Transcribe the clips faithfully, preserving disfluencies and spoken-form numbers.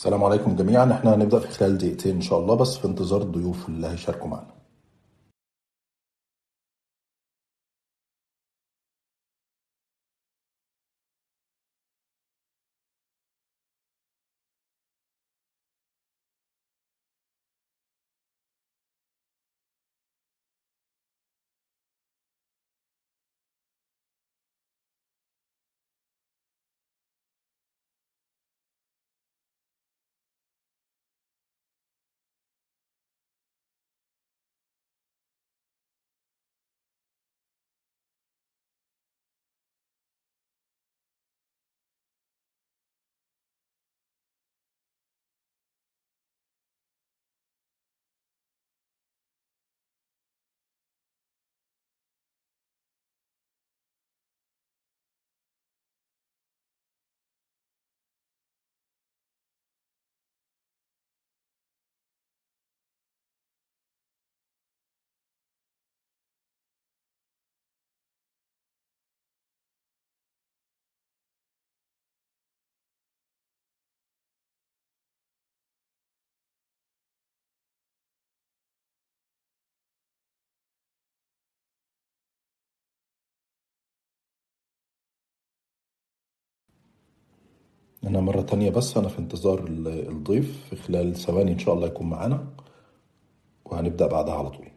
السلام عليكم جميعا. احنا هنبدأ في خلال دقيقتين ان شاء الله، بس في انتظار الضيوف اللي هيشاركوا معنا. انا مرة تانية، بس انا في انتظار ال- الضيف. في خلال ثواني ان شاء الله يكون معانا، وهنبدأ بعدها على طول.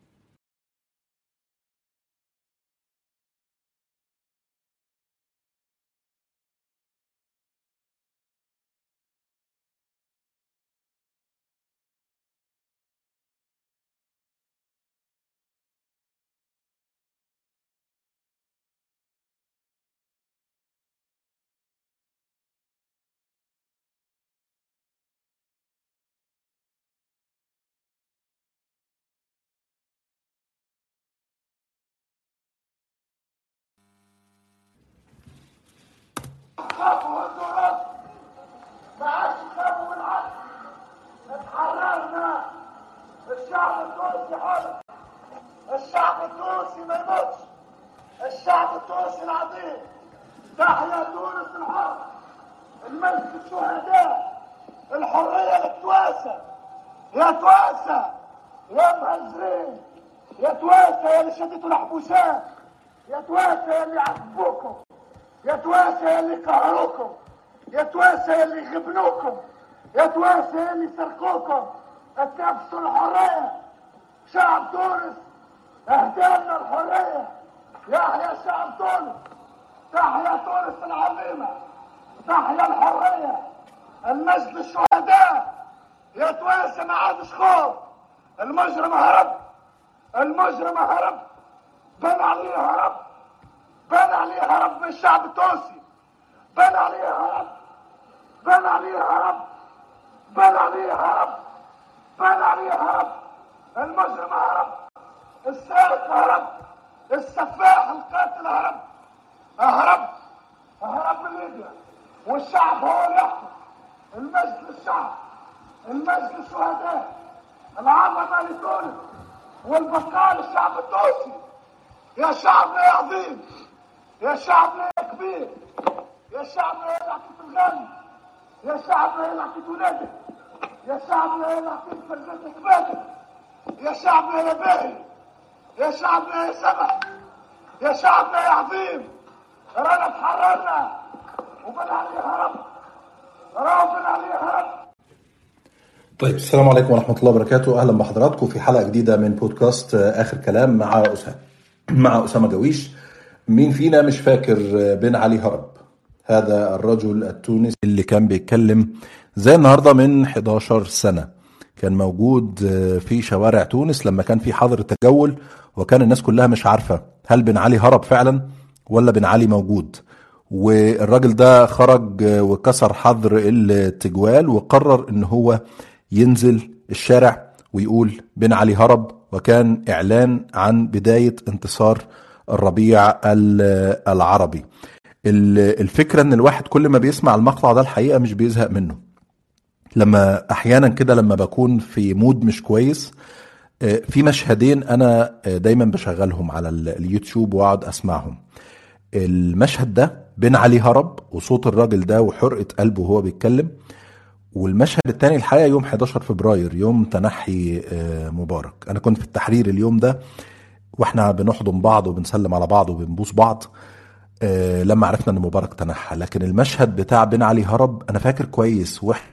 خافوا الدرس، ما عادش خافوا من عدل. اتحررنا. الشعب التونسي حر. الشعب التونسي ما يموتش. الشعب التونسي العظيم. تحيا تونس الحر. المجد الشهداء. الحرية للتواسى. يا تواسى يا مهزرين، يا تواسى يا اللي شديتوا الحبوسات، يا تواسى يا اللي عذبوكم، يا تواسى يا اللي قهروكم، يا تواسى يا اللي غبنوكم، يا تواسى يا اللي سرقوكم. اتنفسوا الحرية. شعب تونس اهدالنا الحرية. يحيا شعب تونس. تحيا تونس العظيمة. تحيا الحرية. المجد الشهداء. يا تواسى ما عادش خوف. المجرم هرب. المجرم هرب. بان عليه هرب. بان عليه هرب من الشعب التونسي. بان عليه هرب. بان عليه هرب. بان عليه هرب. بان عليه هرب. المجرم هرب. السارق هرب. السفاح القاتل هرب. هرب. هرب من ليبيا. والشعب هو اللي يحكم. المجد للشعب. المجد للشهداء. العظمة لتونس والبقاء للشعب التونسي. يا شعبنا يا عظيم. يا شعبنا يا كبير. يا شعبنا يا اللي عطيت الغني. يا شعبنا يا اللي عطيت ولادك. يا شعبنا يا اللي عطيت فرزتك باتك. يا شعبنا يا باهي. يا شعبنا يا سمح. يا شعبنا يا عظيم. رانا تحررنا وبن عليه هرب. رانا بن عليه هرب. طيب، السلام عليكم ورحمة الله وبركاته. أهلا بحضراتكم في حلقة جديدة من بودكاست آخر كلام مع أسامة مع أسامة جويش. مين فينا مش فاكر بن علي هرب؟ هذا الرجل التونسي اللي كان بيتكلم زي النهاردة من حداشر سنة. كان موجود في شوارع تونس لما كان في حظر تجول، وكان الناس كلها مش عارفة هل بن علي هرب فعلا ولا بن علي موجود. والراجل ده خرج وكسر حظر التجوال وقرر ان هو ينزل الشارع ويقول بن علي هرب، وكان اعلان عن بداية انتصار الربيع العربي. الفكرة ان الواحد كل ما بيسمع المقطع ده الحقيقة مش بيزهق منه. لما احيانا كده لما بكون في مود مش كويس، في مشهدين انا دايما بشغلهم على اليوتيوب واقعد اسمعهم. المشهد ده بن علي هرب وصوت الراجل ده وحرقة قلبه وهو بيتكلم، والمشهد الثاني الحقيقه يوم حداشر فبراير، يوم تنحي مبارك. انا كنت في التحرير اليوم ده، واحنا بنحضن بعض وبنسلم على بعض وبنبوس بعض لما عرفنا ان مبارك تنحى. لكن المشهد بتاع بن علي هرب انا فاكر كويس، واحنا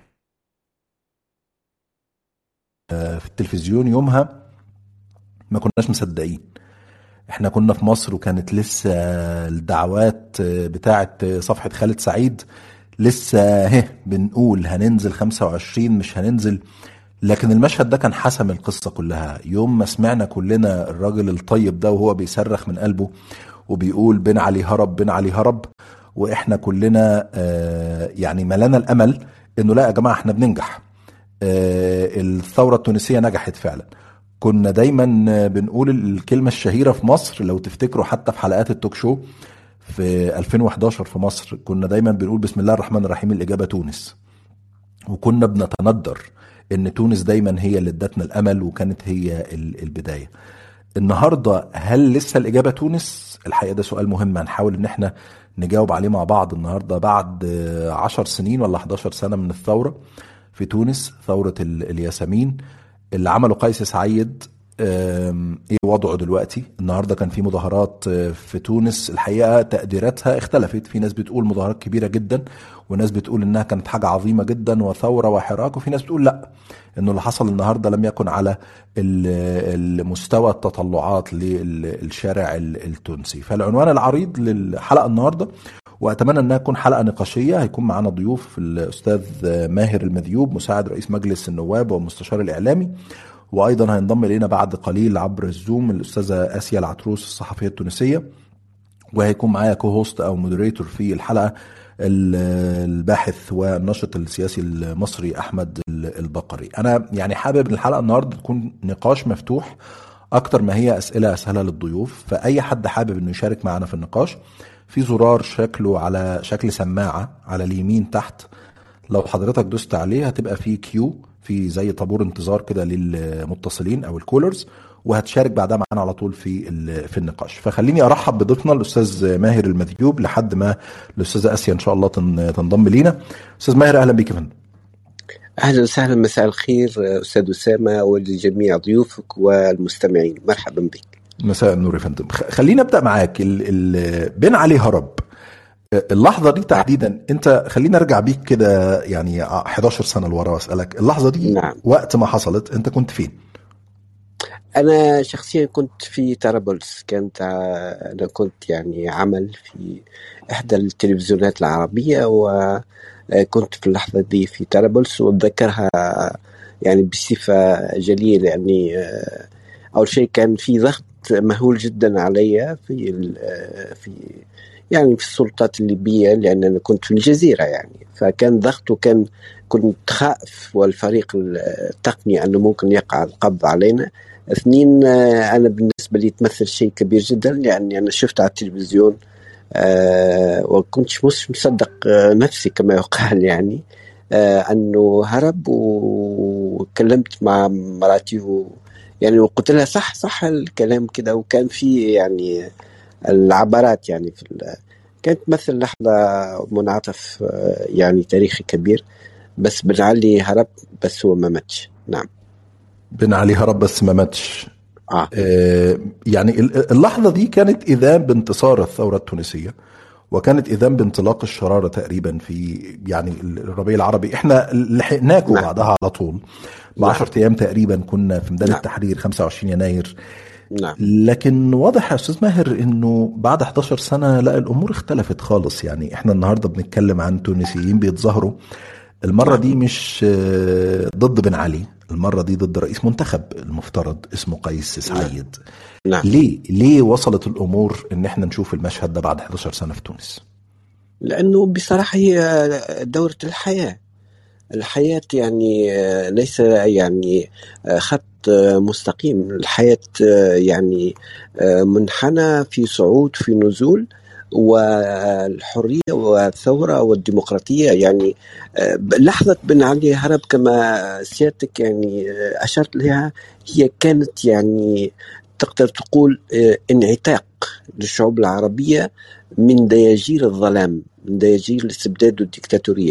في التلفزيون يومها ما كناش مصدقين. احنا كنا في مصر وكانت لسه الدعوات بتاعه صفحة خالد سعيد لسه هه بنقول هننزل خمسة وعشرين مش هننزل. لكن المشهد ده كان حسم القصة كلها. يوم ما سمعنا كلنا الراجل الطيب ده وهو بيصرخ من قلبه وبيقول بن علي هرب بن علي هرب، واحنا كلنا آه يعني ملانا الامل انه لا يا جماعة احنا بننجح. آه الثورة التونسية نجحت فعلا. كنا دايما بنقول الكلمة الشهيرة في مصر، لو تفتكروا حتى في حلقات التوك شو في ألفين وحداشر في مصر، كنا دايما بنقول بسم الله الرحمن الرحيم الإجابة تونس. وكنا بنتندر ان تونس دايما هي اللي ادتنا الامل وكانت هي البداية. النهاردة هل لسه الإجابة تونس؟ الحقيقة ده سؤال مهم هنحاول ان احنا نجاوب عليه مع بعض النهاردة بعد عشر سنين ولا حداشر سنة من الثورة في تونس، ثورة الياسمين اللي عمله قيس سعيد. ايه وضعه دلوقتي؟ النهارده كان في مظاهرات في تونس، الحقيقه تقديراتها اختلفت. في ناس بتقول مظاهرات كبيره جدا، وناس بتقول انها كانت حاجه عظيمه جدا وثوره وحراك، وفي ناس بتقول لا، انه اللي حصل النهارده لم يكن على المستوى التطلعات للشارع التونسي. فالعنوان العريض للحلقه النهارده، واتمنى انها تكون حلقه نقاشيه، هيكون معنا ضيوف الاستاذ ماهر المذيوب مساعد رئيس مجلس النواب والمستشار الاعلامي، وايضا هينضم الينا بعد قليل عبر الزوم الاستاذه اسيا العتروس الصحفيه التونسيه، وهيكون معايا كو هوست او مودريتور في الحلقه الباحث والناشط السياسي المصري احمد البقري. انا يعني حابب الحلقه النهارده تكون نقاش مفتوح اكتر ما هي اسئله اسهلها للضيوف، فاي حد حابب انه يشارك معنا في النقاش في زرار شكله على شكل سماعه على اليمين تحت، لو حضرتك دوست عليه هتبقى في كيو، في زي طابور انتظار كده للمتصلين او الكولرز، وهتشارك بعدها معانا على طول في في النقاش. فخليني ارحب بضيفنا الاستاذ ماهر المذيوب لحد ما الاستاذه اسيا ان شاء الله تنضم لينا. استاذ ماهر اهلا بيك يا فندم. اهلا وسهلا، مساء الخير استاذ اسامه ولجميع ضيوفك والمستمعين، مرحبا بك. مساء النور يا فندم. خلينا ابدا معاك. ال ال بن علي هرب اللحظه دي تحديدا، انت خلينا ارجع بيك كده يعني حداشر سنه لورا واسالك اللحظه دي. نعم. وقت ما حصلت انت كنت فين؟ انا شخصيا كنت في طرابلس. كانت انا كنت يعني عمل في احدى التلفزيونات العربيه، وكنت في اللحظه دي في طرابلس، واتذكرها يعني بصفه جليه، لاني اول شيء كان في ضغط مهول جدا علي في في يعني في السلطات الليبية، لأن أنا كنت في الجزيرة يعني، فكان ضغط، وكان كنت خائف والفريق التقني أنه ممكن يقع القبض علينا. اثنين، أنا بالنسبة لي تمثل شيء كبير جدا، لأني أنا شفت على التلفزيون أه وكنت مش مصدق نفسي كما يقال يعني أه أنه هرب. وكلمت مع مراتي يعني وقلت لها صح صح الكلام كده، وكان في يعني العبارات يعني في كانت مثل لحظة منعطف يعني تاريخي كبير. بس بن علي هرب بس هو ما ماتش. نعم، بن علي هرب بس ما ماتش. آه. آه يعني اللحظة دي كانت إذان بانتصار الثورة التونسية، وكانت إذان بانطلاق الشرارة تقريبا في يعني الربيع العربي. احنا لحقناكم نعم. بعدها على طول بعشرة نعم. أيام تقريبا كنا في ميدان نعم. التحرير خمسة وعشرين يناير. نعم. لكن واضح يا أستاذ ماهر إنه بعد حداشر سنة لا، الأمور اختلفت خالص. يعني إحنا النهاردة بنتكلم عن تونسيين بيتظاهروا، المرة نعم. دي مش ضد بن علي، المرة دي ضد رئيس منتخب المفترض اسمه قيس سعيد. نعم. ليه ليه وصلت الأمور إن إحنا نشوف المشهد ده بعد حداشر سنة في تونس؟ لأنه بصراحة هي دورة الحياة. الحياة يعني ليس يعني خط مستقيم، الحياة يعني منحنى في صعود في نزول، والحرية والثورة والديمقراطية. يعني لحظة بن علي هرب كما سيادتك يعني أشرت لها، هي كانت يعني تقدر تقول انعتاق للشعوب العربية من دياجير الظلام، من دياجير الاستبداد والديكتاتورية.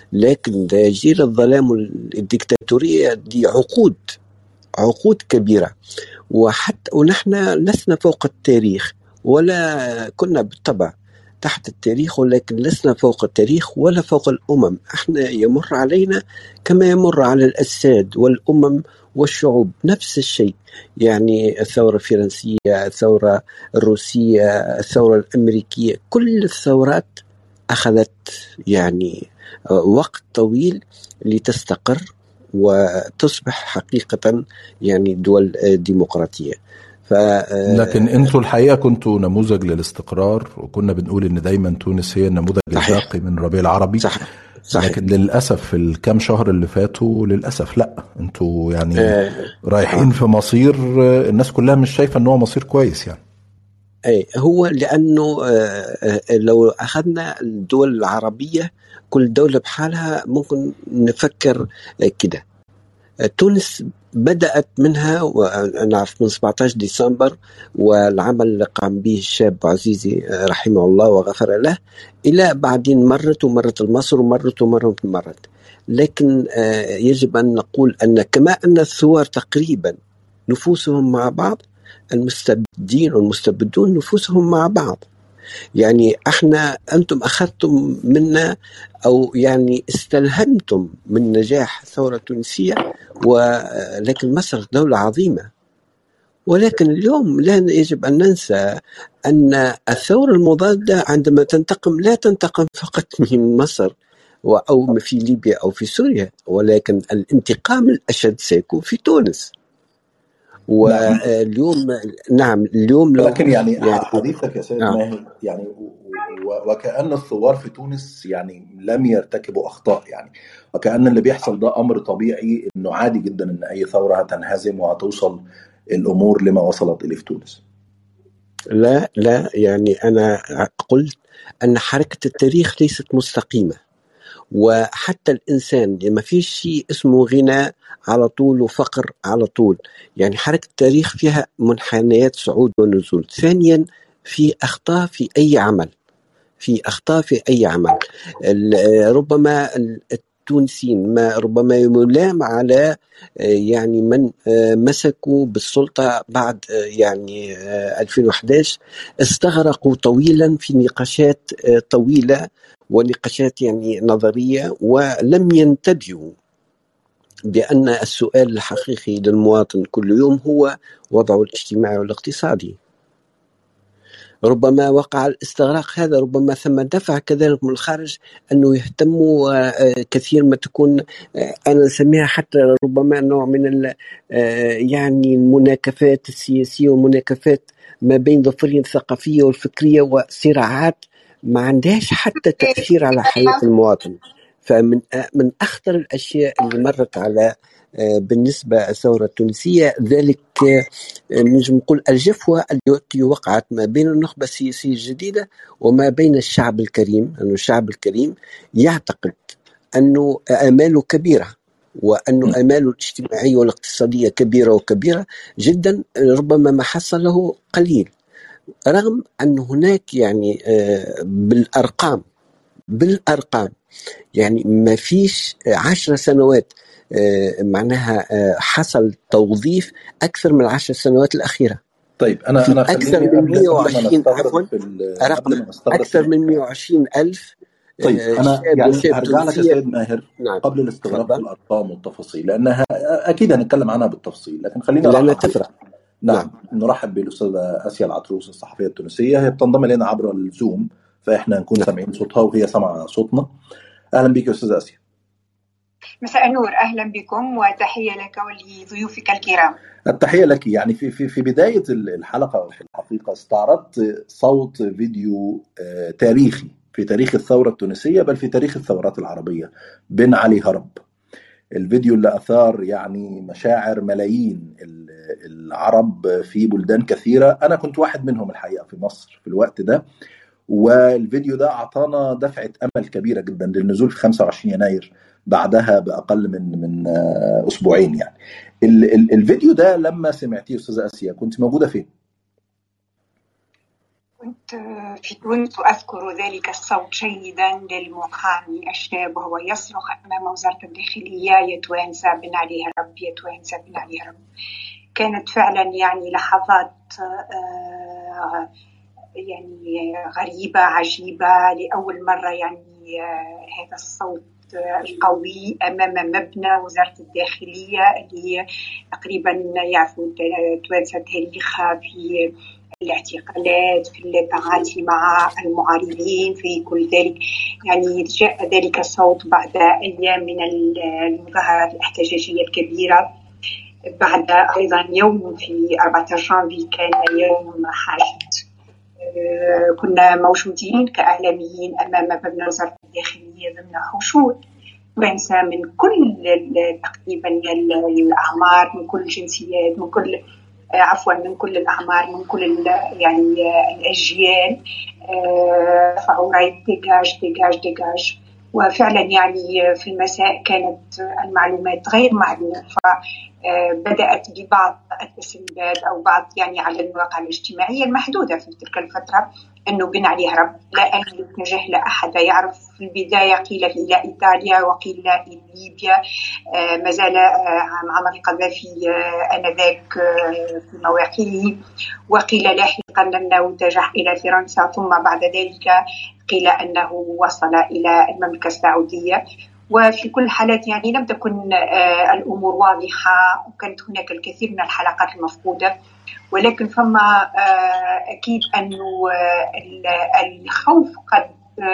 لكن جيل الظلام والديكتاتورية دي عقود عقود كبيرة، وحتى ونحن لسنا فوق التاريخ ولا كنا بالطبع تحت التاريخ، ولكن لسنا فوق التاريخ ولا فوق الأمم. احنا يمر علينا كما يمر على الأجساد والأمم والشعوب نفس الشيء. يعني الثورة الفرنسية، الثورة الروسية، الثورة الأمريكية، كل الثورات أخذت يعني وقت طويل لتستقر وتصبح حقيقة يعني دول ديمقراطية. ف... لكن انتوا الحقيقة كنتوا نموذج للاستقرار، وكنا بنقول ان دايما تونس هي النموذج الباقي من الربيع العربي. صحيح. صحيح. لكن للأسف في الكام شهر اللي فاتوا للأسف لا، انتوا يعني آه. رايحين في مصير الناس كلها مش شايفة ان هو مصير كويس يعني. اي هو لانه لو اخذنا الدول العربية كل دولة بحالها ممكن نفكر كده. تونس بدأت منها ونعرف من سبعة عشر ديسمبر والعمل اللي قام به الشاب عزيزي رحمه الله وغفر له، إلى بعدين مرت ومرت مصر ومرت ومرت ومرت. لكن يجب أن نقول أن كما أن الثوار تقريبا نفوسهم مع بعض، المستبدين والمستبدون نفوسهم مع بعض. يعني احنا انتم اخذتم منا او يعني استلهمتم من نجاح الثورة التونسية، ولكن مصر دولة عظيمة. ولكن اليوم لا يجب ان ننسى ان الثورة المضادة عندما تنتقم لا تنتقم فقط من مصر او في ليبيا او في سوريا، ولكن الانتقام الاشد سيكون في تونس. واليوم نعم اليوم لو لكن يعني, يعني حديثك يا سيد نعم. ماهر يعني وكأن الثوار في تونس يعني لم يرتكبوا أخطاء، يعني وكأن اللي بيحصل ده أمر طبيعي، إنه عادي جدا إن أي ثورة هتنهزم وهتوصل الأمور لما وصلت إليه في تونس. لا لا يعني أنا قلت أن حركة التاريخ ليست مستقيمة، وحتى الإنسان ما فيش شيء اسمه غنى على طول وفقر على طول. يعني حركة التاريخ فيها منحنيات صعود ونزول. ثانيا في أخطاء في أي عمل، في أخطاء في أي عمل. ربما التونسيين ما ربما يلام على يعني من مسكوا بالسلطة بعد يعني ألفين وأحد عشر، استغرقوا طويلا في نقاشات طويلة ونقاشات يعني نظرية، ولم ينتبهوا بأن السؤال الحقيقي للمواطن كل يوم هو وضعه الاجتماعي والاقتصادي. ربما وقع الاستغراق هذا، ربما ثم دفع كذلك من الخارج أنه يهتموا كثير ما تكون أنا أسميها حتى ربما نوع من يعني المناكفات السياسية والمناكفات ما بين ظفرين الثقافية والفكرية وصراعات ما عندهاش حتى تأثير على حياة المواطن. فمن من أخطر الأشياء اللي مرت على بالنسبة للثورة التونسية ذلك نجم نقول الجفوة التي وقعت ما بين النخبة السياسية الجديدة وما بين الشعب الكريم. أنه الشعب الكريم يعتقد أنه آماله كبيرة، وأنه آماله الاجتماعية والاقتصادية كبيرة وكبيرة جدا، ربما ما حصله قليل، رغم أن هناك يعني بالأرقام بالأرقام يعني ما فيش عشر سنوات معناها حصل توظيف أكثر من العشر سنوات الأخيرة. طيب أنا أنا أكثر من مئة وعشرين عفوا رقم أكثر من مئة وعشرين ألف. طيب أنا يعني هرجع لك يا سيد ماهر نعم. قبل الاستغراق في الأرقام والتفاصيل لأنها أكيد هنتكلم عنها بالتفصيل، لكن خلينا لأنها تفرق. نعم. نعم نرحب بالأستاذة آسيا العتروس الصحفية التونسية، هي بتنضم إلينا عبر الزوم فإحنا نكون سامعين صوتها وهي سمع صوتنا. أهلا بك يا أستاذة آسيا. مساء النور، أهلا بكم وتحية لك ولضيوفك الكرام. التحية لك. يعني في في في بداية الحلقة في الحقيقة استعرضت صوت فيديو تاريخي في تاريخ الثورة التونسية بل في تاريخ الثورات العربية بن علي هرب. الفيديو اللي أثار يعني مشاعر ملايين العرب في بلدان كثيرة، أنا كنت واحد منهم الحقيقة في مصر في الوقت ده، والفيديو ده أعطانا دفعة أمل كبيرة جدا للنزول في خمسة وعشرين يناير بعدها بأقل من من أسبوعين. يعني ال ال الفيديو ده لما سمعتيه أستاذة آسيا كنت موجودة فين؟ كنت في تونس وأذكر ذلك الصوت جيدا للمحامي الشاب وهو يصرخ أمام وزارة الداخلية: يا توانسة بن عليه رب، يا توانسة بن عليه رب. كانت فعلا يعني لحظات يعني غريبة عجيبة. لأول مرة يعني هذا الصوت القوي أمام مبنى وزارة الداخلية اللي تقريبا يعرفوا توانسة تاريخها في الاعتقالات، في التعاطي مع المعارضين، في كل ذلك. يعني جاء ذلك الصوت بعد أيام من المظاهرات الاحتجاجية الكبيرة، بعد أيضا يوم في أربعة عشر جانفي كان يوم حاشد. كنا موجودين كإعلاميين أمام مبنى وزارة الداخلية ضمن حشود توانسة من كل تقريبا الأعمار، من كل الجنسيات، من كل عفوا من كل الأعمار، من كل يعني الأجيال، رفعوا راية ديجاج ديجاج ديجاج. وفعلا يعني في المساء كانت المعلومات غير معروفة، بدأت ببعض التسريبات أو بعض يعني على المواقع الاجتماعية المحدودة في تلك الفترة أنه بن عليه رب، لا أن يتجه لأحد يعرف. في البداية قيل إلى إيطاليا وقيل إلى ليبيا، ما زال معمر القذافي آنذاك في مواقعه، وقيل لاحقا أنه اتجه إلى فرنسا، ثم بعد ذلك قيل أنه وصل إلى المملكة السعودية. وفي كل الحالات يعني لم تكن الأمور واضحة، وكانت هناك الكثير من الحلقات المفقودة. ولكن فما أكيد أنه الخوف قد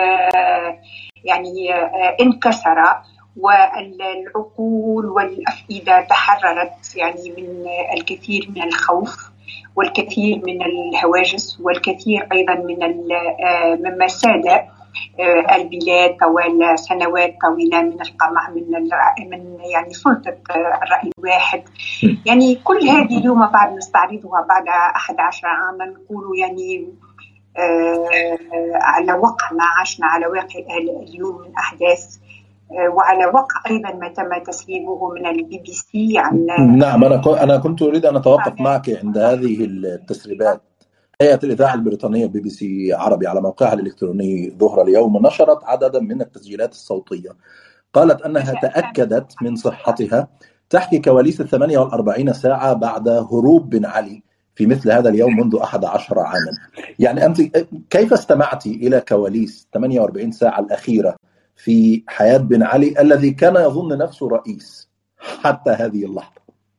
يعني انكسر، والعقول والأفئدة تحررت يعني من الكثير من الخوف والكثير من الهواجس والكثير أيضا من مما ساد البلاد طوال سنوات طويلة من القمع، من من يعني سلطة الرأي الواحد. يعني كل هذه اليوم بعد نستعرضها بعد أحد عشر عاما، نقول يعني آه على وقع ما عشنا، على واقع اليوم من أحداث، وعلى وقع أيضا ما تم تسريبه من البي بي سي عن. نعم، أنا أنا كنت أريد أن أتوقف معك عند هذه التسريبات. هيئة الإذاعة البريطانية بي بي سي عربي على موقعها الإلكتروني ظهر اليوم نشرت عددا من التسجيلات الصوتية، قالت أنها تأكدت من صحتها، تحكي كواليس الثمانية والأربعين ساعة بعد هروب بن علي في مثل هذا اليوم منذ أحد عشر عاما. يعني أنت كيف استمعتي إلى كواليس ثمانية وأربعين ساعة الأخيرة في حياة بن علي الذي كان يظن نفسه رئيس حتى هذه اللحظة؟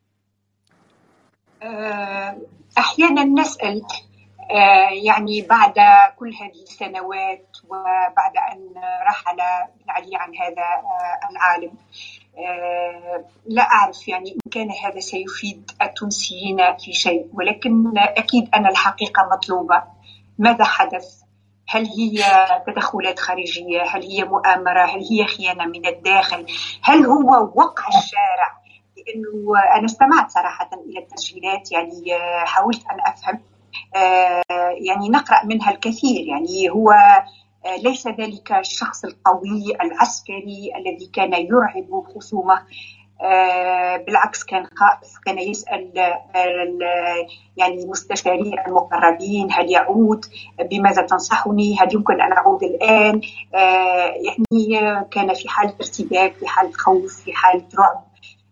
أحيانا نسأل يعني بعد كل هذه السنوات وبعد أن رحل بن علي عن هذا العالم، لا أعرف يعني إن كان هذا سيفيد التونسيين في شيء، ولكن أكيد أن الحقيقة مطلوبة. ماذا حدث؟ هل هي تدخلات خارجية؟ هل هي مؤامرة؟ هل هي خيانة من الداخل؟ هل هو وقع الشارع؟ لأنه أنا استمعت صراحة إلى التسجيلات، يعني حاولت أن أفهم، يعني نقرأ منها الكثير. يعني هو ليس ذلك الشخص القوي العسكري الذي كان يرعب خصومه، بالعكس كان خائف، كان يسأل يعني مستشاري المقربين: هل يعود؟ بماذا تنصحني؟ هل يمكن أن أعود الآن؟ يعني كان في حالة ارتباك، في حالة خوف، في حالة رعب.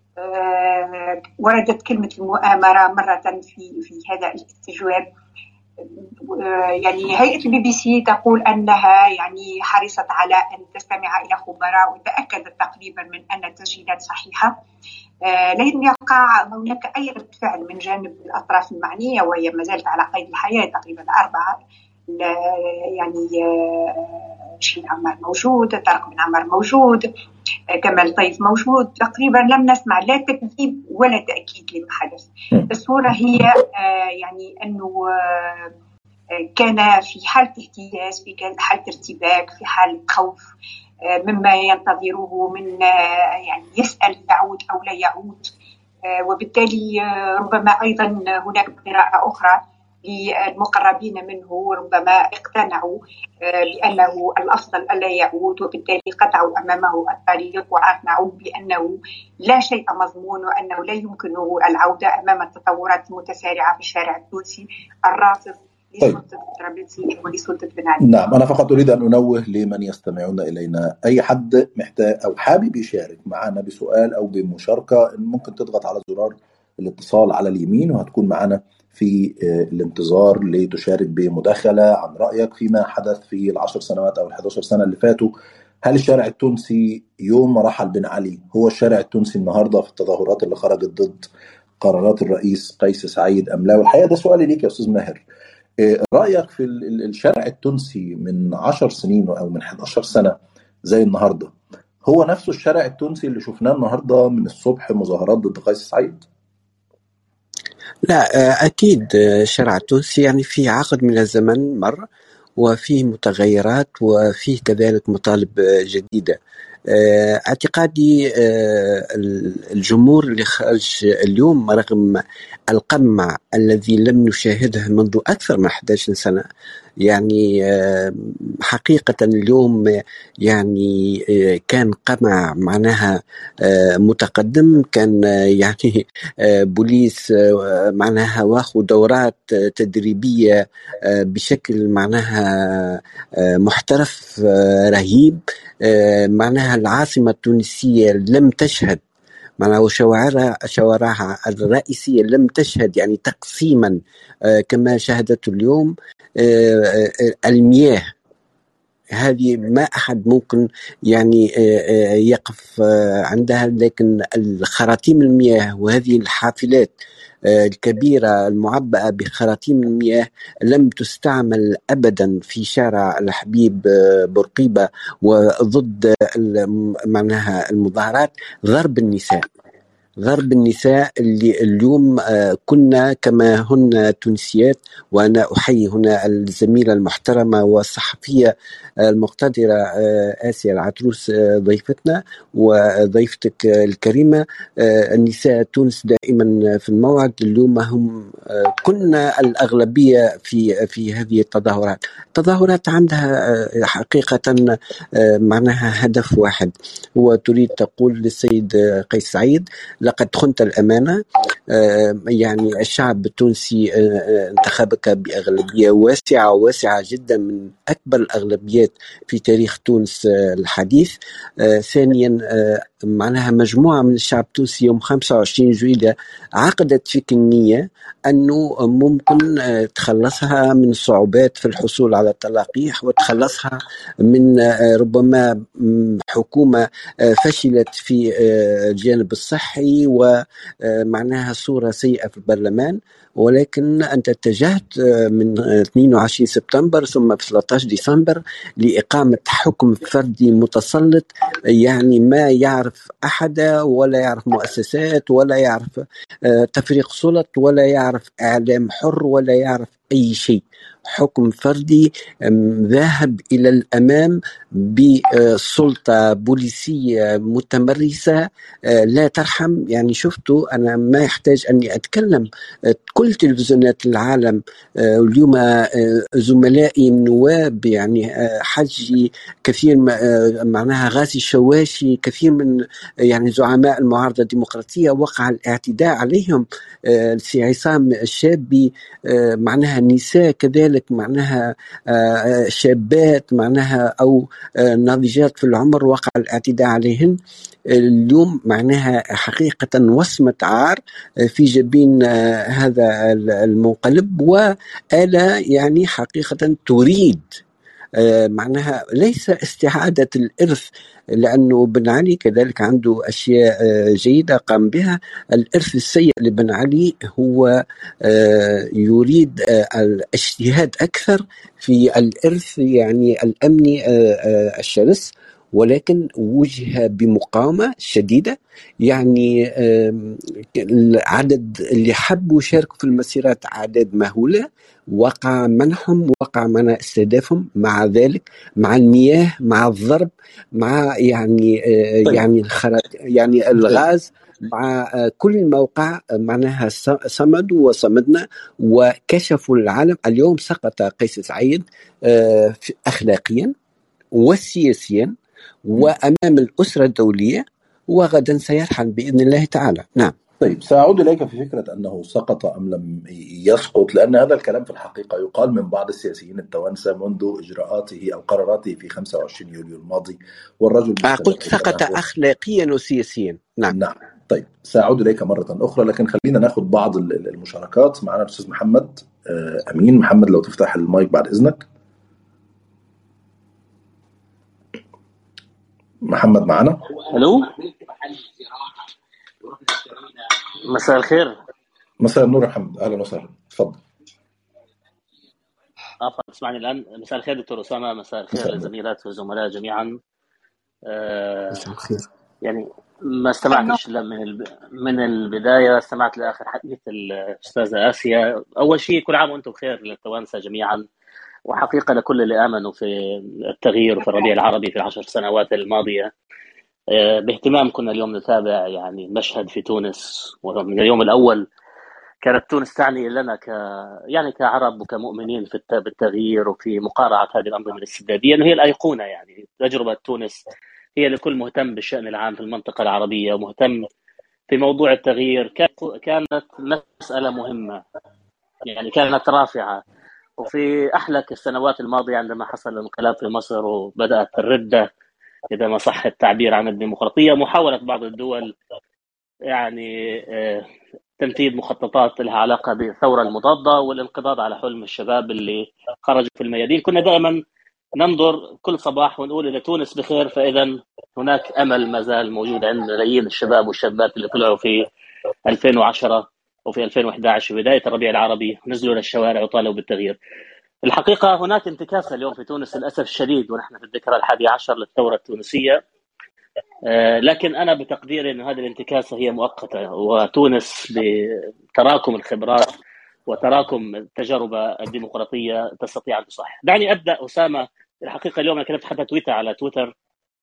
وردت كلمة المؤامرة مرة في في هذا الاستجواب. يعني هيئة البي بي سي تقول أنها يعني حرصت على أن تستمع إلى خبراء وتأكدت تقريبا من أن التسجيلات صحيحة. لن يقع هناك أي رد فعل من جانب الأطراف المعنية، وهي ما زالت على قيد الحياة، تقريبا أربعة، يعني شين عمار موجود، طارق بن عمار موجود، كمال طيف موجود. تقريبا لم نسمع لا تكذيب ولا تأكيد لما حدث. الصورة هي يعني أنه كان في حالة اهتزاز، في حالة ارتباك، في حالة خوف مما ينتظره من يعني يسأل يعود أو لا يعود. وبالتالي ربما أيضا هناك قراءة أخرى للمقربين منه، ربما اقتنعوا بأنه الأفضل ألا يعود، وبالتالي قطعوا أمامه الطريق وأقنعوا بأنه لا شيء مضمون وأنه لا يمكنه العودة أمام التطورات المتسارعة في الشارع التونسي الرافض لسلطة طرابلسية ولسلطة بن علي. نعم، أنا فقط أريد أن أنوه لمن يستمعون إلينا، أي حد محتاج أو حابب يشارك معنا بسؤال أو بمشاركة ممكن تضغط على زرار الاتصال على اليمين وهتكون معنا في الانتظار لتشارك بمداخلة عن رأيك فيما حدث في العشر سنوات أو الحداشر سنة اللي فاتوا. هل الشارع التونسي يوم ما رحل بن علي هو الشارع التونسي النهاردة في التظاهرات اللي خرجت ضد قرارات الرئيس قيس سعيد أم لا؟ والحقيقة ده سؤالي ليك يا أستاذ ماهر، رأيك في الشارع التونسي من عشر سنين أو من حداشر سنة زي النهاردة هو نفسه الشارع التونسي اللي شفناه النهاردة من الصبح مظاهرات ضد قيس سعيد؟ لا، أكيد الشارع التونسي يعني في عقد من الزمن مر وفيه متغيرات وفيه كذلك مطالب جديدة. اعتقادي الجمهور اللي خرج اليوم رغم القمع الذي لم نشاهده منذ أكثر من أحد عشر سنة، يعني حقيقة اليوم يعني كان قمع معناها متقدم، كان يعني بوليس معناها واخذ دورات تدريبية بشكل معناها محترف رهيب. معناها العاصمة التونسية لم تشهد معناها وشوارعها شوارعها الرئيسية لم تشهد يعني تقسيما كما شهدته اليوم. المياه هذه ما أحد ممكن يعني يقف عندها، لكن الخراطيم المياه وهذه الحافلات الكبيرة المعبأة بخراطيم المياه لم تستعمل أبدا في شارع الحبيب بورقيبة وضد معناها المظاهرات. ضرب النساء ضرب النساء اللي اليوم كنا كما هن تونسيات، وأنا أحيي هنا الزميلة المحترمة والصحفية المقتدرة آسيا العتروس ضيفتنا وضيفتك الكريمة. النساء تونس دائما في الموعد، اليوم هم كنا الأغلبية في في هذه التظاهرات. التظاهرات عندها حقيقة معناها هدف واحد، هو تريد تقول للسيد قيس سعيد لقد خنت الأمانة. يعني الشعب التونسي انتخبك بأغلبية واسعة واسعة جدا، من أكبر الأغلبيات في تاريخ تونس الحديث. ثانيا معناها مجموعة من الشعب التونسي يوم خمسة وعشرين جويلية عقدت فيك النية أنه ممكن تخلصها من الصعوبات في الحصول على التلقيح، وتخلصها من ربما حكومة فشلت في الجانب الصحي ومعناها صورة سيئة في البرلمان. ولكن أنت اتجهت من اثنين وعشرين سبتمبر ثم في ثلاثة عشر ديسمبر لإقامة حكم فردي متسلط، يعني ما يعرف أحد ولا يعرف مؤسسات ولا يعرف تفريق سلط ولا يعرف إعلام حر ولا يعرف أي شيء. حكم فردي ذاهب إلى الأمام بسلطة بوليسية متمرسة لا ترحم. يعني شفتوا، أنا ما يحتاج أني أتكلم، كل تلفزيونات العالم اليوم زملائي النواب يعني حجي كثير معناها غازي الشواشي كثير من يعني زعماء المعارضة الديمقراطية وقع الاعتداء عليهم. السي عصام الشابي معناها نساء كذلك معناها شابات معناها أو ناضجات في العمر وقع الاعتداء عليهن. اليوم معناها حقيقة وصمة عار في جبين هذا المنقلب، وآلة يعني حقيقة تريد معناها ليس استعادة الإرث، لأنه بن علي كذلك عنده أشياء جيدة قام بها. الإرث السيء لبن علي هو يريد الاجتهاد أكثر في الإرث يعني الأمني الشرس، ولكن وجه بمقاومة شديدة. يعني العدد اللي حبوا يشاركوا في المسيرات عدد مهولة، وقع منحهم وقع منع استهدافهم، مع ذلك مع المياه مع الضرب مع يعني يعني الخرط يعني الغاز مع كل الموقع معناها صمدوا وصمدنا وكشفوا العالم. اليوم سقط قيس سعيد أخلاقيا وسياسيا وأمام الأسرة الدولية، وغدا سيرحل بإذن الله تعالى. نعم. طيب سأعود إليك في فكرة أنه سقط أم لم يسقط، لأن هذا الكلام في الحقيقة يقال من بعض السياسيين التوانسة منذ إجراءاته أو قراراته في خمسة وعشرين يوليو الماضي، والرجل آه مستمر قلت سقط نحو. أخلاقيا وسياسيا. نعم. نعم. طيب سأعود إليك مرة أخرى، لكن خلينا ناخد بعض المشاركات. معنا الأستاذ محمد أمين. محمد لو تفتح المايك بعد إذنك. محمد معنا؟ الو، مساء الخير. مساء النور يا محمد، اهلا وسهلا، تفضل. اه تسمعني الان؟ مساء الخير دكتور اسامه، مساء الخير للزميلات والزملاء جميعا. آه مساء الخير. يعني ما استمعتش من الب... من البدايه، استمعت لاخر حديث الاستاذه اسيا. اول شيء كل عام وانتم بخير للتوانسه جميعا، وحقيقه لكل اللي امنوا في التغيير وفي الربيع العربي في العشر سنوات الماضيه. آه باهتمام كنا اليوم نتابع يعني مشهد في تونس، ومن اليوم الاول كانت تونس تعني لنا ك يعني كعرب وكمؤمنين في بالتغيير وفي مقارعه هذه الانظمه الاستبداديه، انه هي الايقونه. يعني تجربه تونس هي لكل مهتم بالشان العام في المنطقه العربيه ومهتم في موضوع التغيير. كانت مساله مهمه، يعني كانت رافعه. وفي احلك السنوات الماضيه عندما حصل الانقلاب في مصر وبدات الرده، اذا ما صح التعبير، عن الديمقراطيه، محاوله بعض الدول يعني تنفيذ مخططات لها علاقة بالثورة المضادة والانقضاض على حلم الشباب اللي خرجوا في الميادين. كنا دائما ننظر كل صباح ونقول إذا تونس بخير فإذا هناك أمل ما زال موجود عند ملايين الشباب والشابات اللي طلعوا في ألفين وعشرة وفي ألفين وإحدى عشر في بداية الربيع العربي، نزلوا للشوارع وطالبوا بالتغيير. الحقيقة هناك انتكاسة اليوم في تونس للأسف الشديد، ونحن في الذكرى الحادية عشر للثورة التونسية. لكن أنا بتقديري أن هذه الانتكاسة هي مؤقتة، وتونس بتراكم الخبرات وتراكم التجربة الديمقراطية تستطيع أن تصحح. دعني أبدأ أسامة. الحقيقة اليوم أنا كتبت حتى تويتر على تويتر،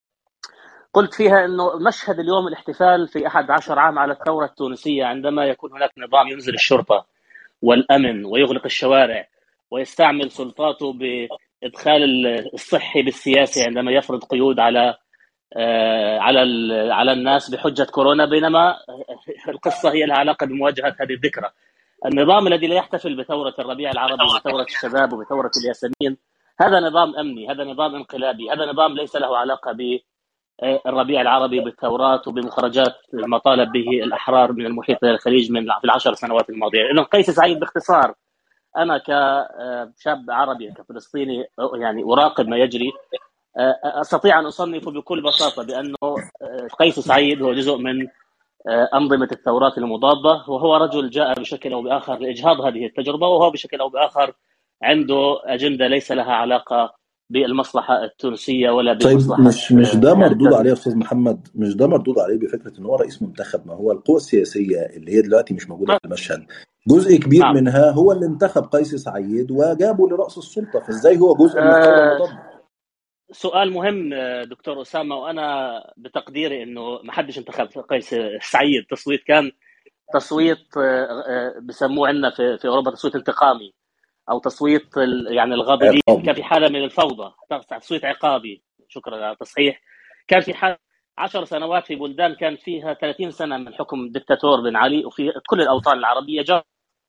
قلت فيها أنه مشهد اليوم الاحتفال في أحد عشر عام على الثورة التونسية، عندما يكون هناك نظام ينزل الشرطة والأمن ويغلق الشوارع ويستعمل سلطاته بإدخال الصحي بالسياسي عندما يفرض قيود على على على الناس بحجة كورونا، بينما القصة هي لها علاقة بمواجهة هذه الذكرى. النظام الذي لا يحتفل بثورة الربيع العربي وبثورة الشباب وبثورة الياسمين هذا نظام أمني، هذا نظام انقلابي، هذا نظام ليس له علاقة بالربيع العربي بالثورات وبمخرجات المطالب به الأحرار من المحيط إلى الخليج من في العشر سنوات الماضية. إذن قيس سعيد باختصار، أنا كشاب عربي كفلسطيني يعني أراقب ما يجري، أستطيع أن أصنف بكل بساطة بأنه قيس سعيد هو جزء من أنظمة الثورات المضادة، وهو رجل جاء بشكل أو بآخر لإجهاض هذه التجربة، وهو بشكل أو بآخر عنده أجندة ليس لها علاقة بالمصلحة التونسية ولا بالمصلحة. طيب مش مش ده مردود عليه يا أستاذ محمد؟ مش ده مردود عليه بفكرة إن هو رئيس منتخب؟ ما هو القوى السياسية اللي هي دلوقتي مش موجودة في المشهد جزء كبير نعم. منها هو اللي انتخب قيس سعيد وجابه لرأس السلطة، فإزاي هو جزء من الثورة المضادة؟ سؤال مهم دكتور أسامة، وأنا بتقديري أنه ما حدش انتخب قيس سعيد. تصويت كان تصويت بسموه عندنا في في أوروبا تصويت انتقامي أو تصويت يعني الغاضبين. كان في حالة من الفوضى، تصويت عقابي. شكرا على التصحيح. كان في حالة عشر سنوات في بلدان كان فيها ثلاثين سنة من حكم دكتاتور بن علي، وفي كل الأوطان العربية جاء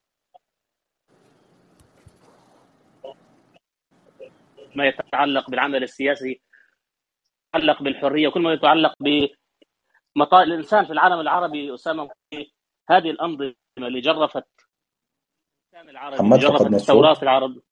ما يتعلق بالعمل السياسي، يتعلق بالحرية، وكل ما يتعلق بمطالب الإنسان في العالم العربي. أسامة، هذه الأنظمة اللي جرفت الإنسان العربي، جرفت الثورات العرب.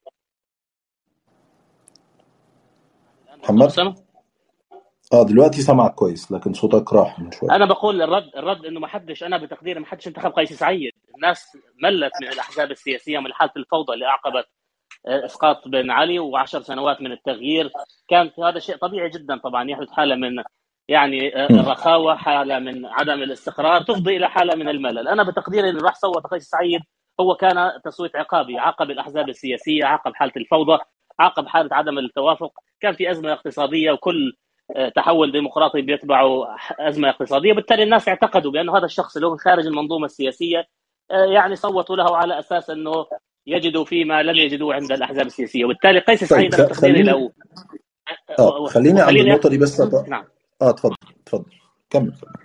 محمد أسامة؟ اه دلوقتي سمعك كويس لكن صوتك راح من شوية. أنا بقول الرد الرد إنه ما حدش، أنا بتقديري ما حدش انتخب قيس سعيد. الناس ملت من الأحزاب السياسية من حالة الفوضى اللي أعقبت اسقاط بن علي وعشر سنوات من التغيير. كان هذا شيء طبيعي جدا طبعا، يحدث حاله من يعني الرخاوه، حاله من عدم الاستقرار تفضي الى حاله من الملل. انا بتقديري انه راح صوت قيس سعيد هو كان تصويت عقابي، عاقب الاحزاب السياسيه، عاقب حاله الفوضى، عاقب حاله عدم التوافق. كان في ازمه اقتصاديه، وكل تحول ديمقراطي بيتبعه ازمه اقتصاديه، بالتالي الناس اعتقدوا بانه هذا الشخص اللي هو خارج المنظومه السياسيه يعني صوتوا له على اساس انه يجدوا فيه ما لم يجدوه عند الأحزاب السياسية. وبالتالي قيس سعيد طيب تقديري لو اه خليني عند النقطة دي بس. نعم اه تفضل تفضل كمل.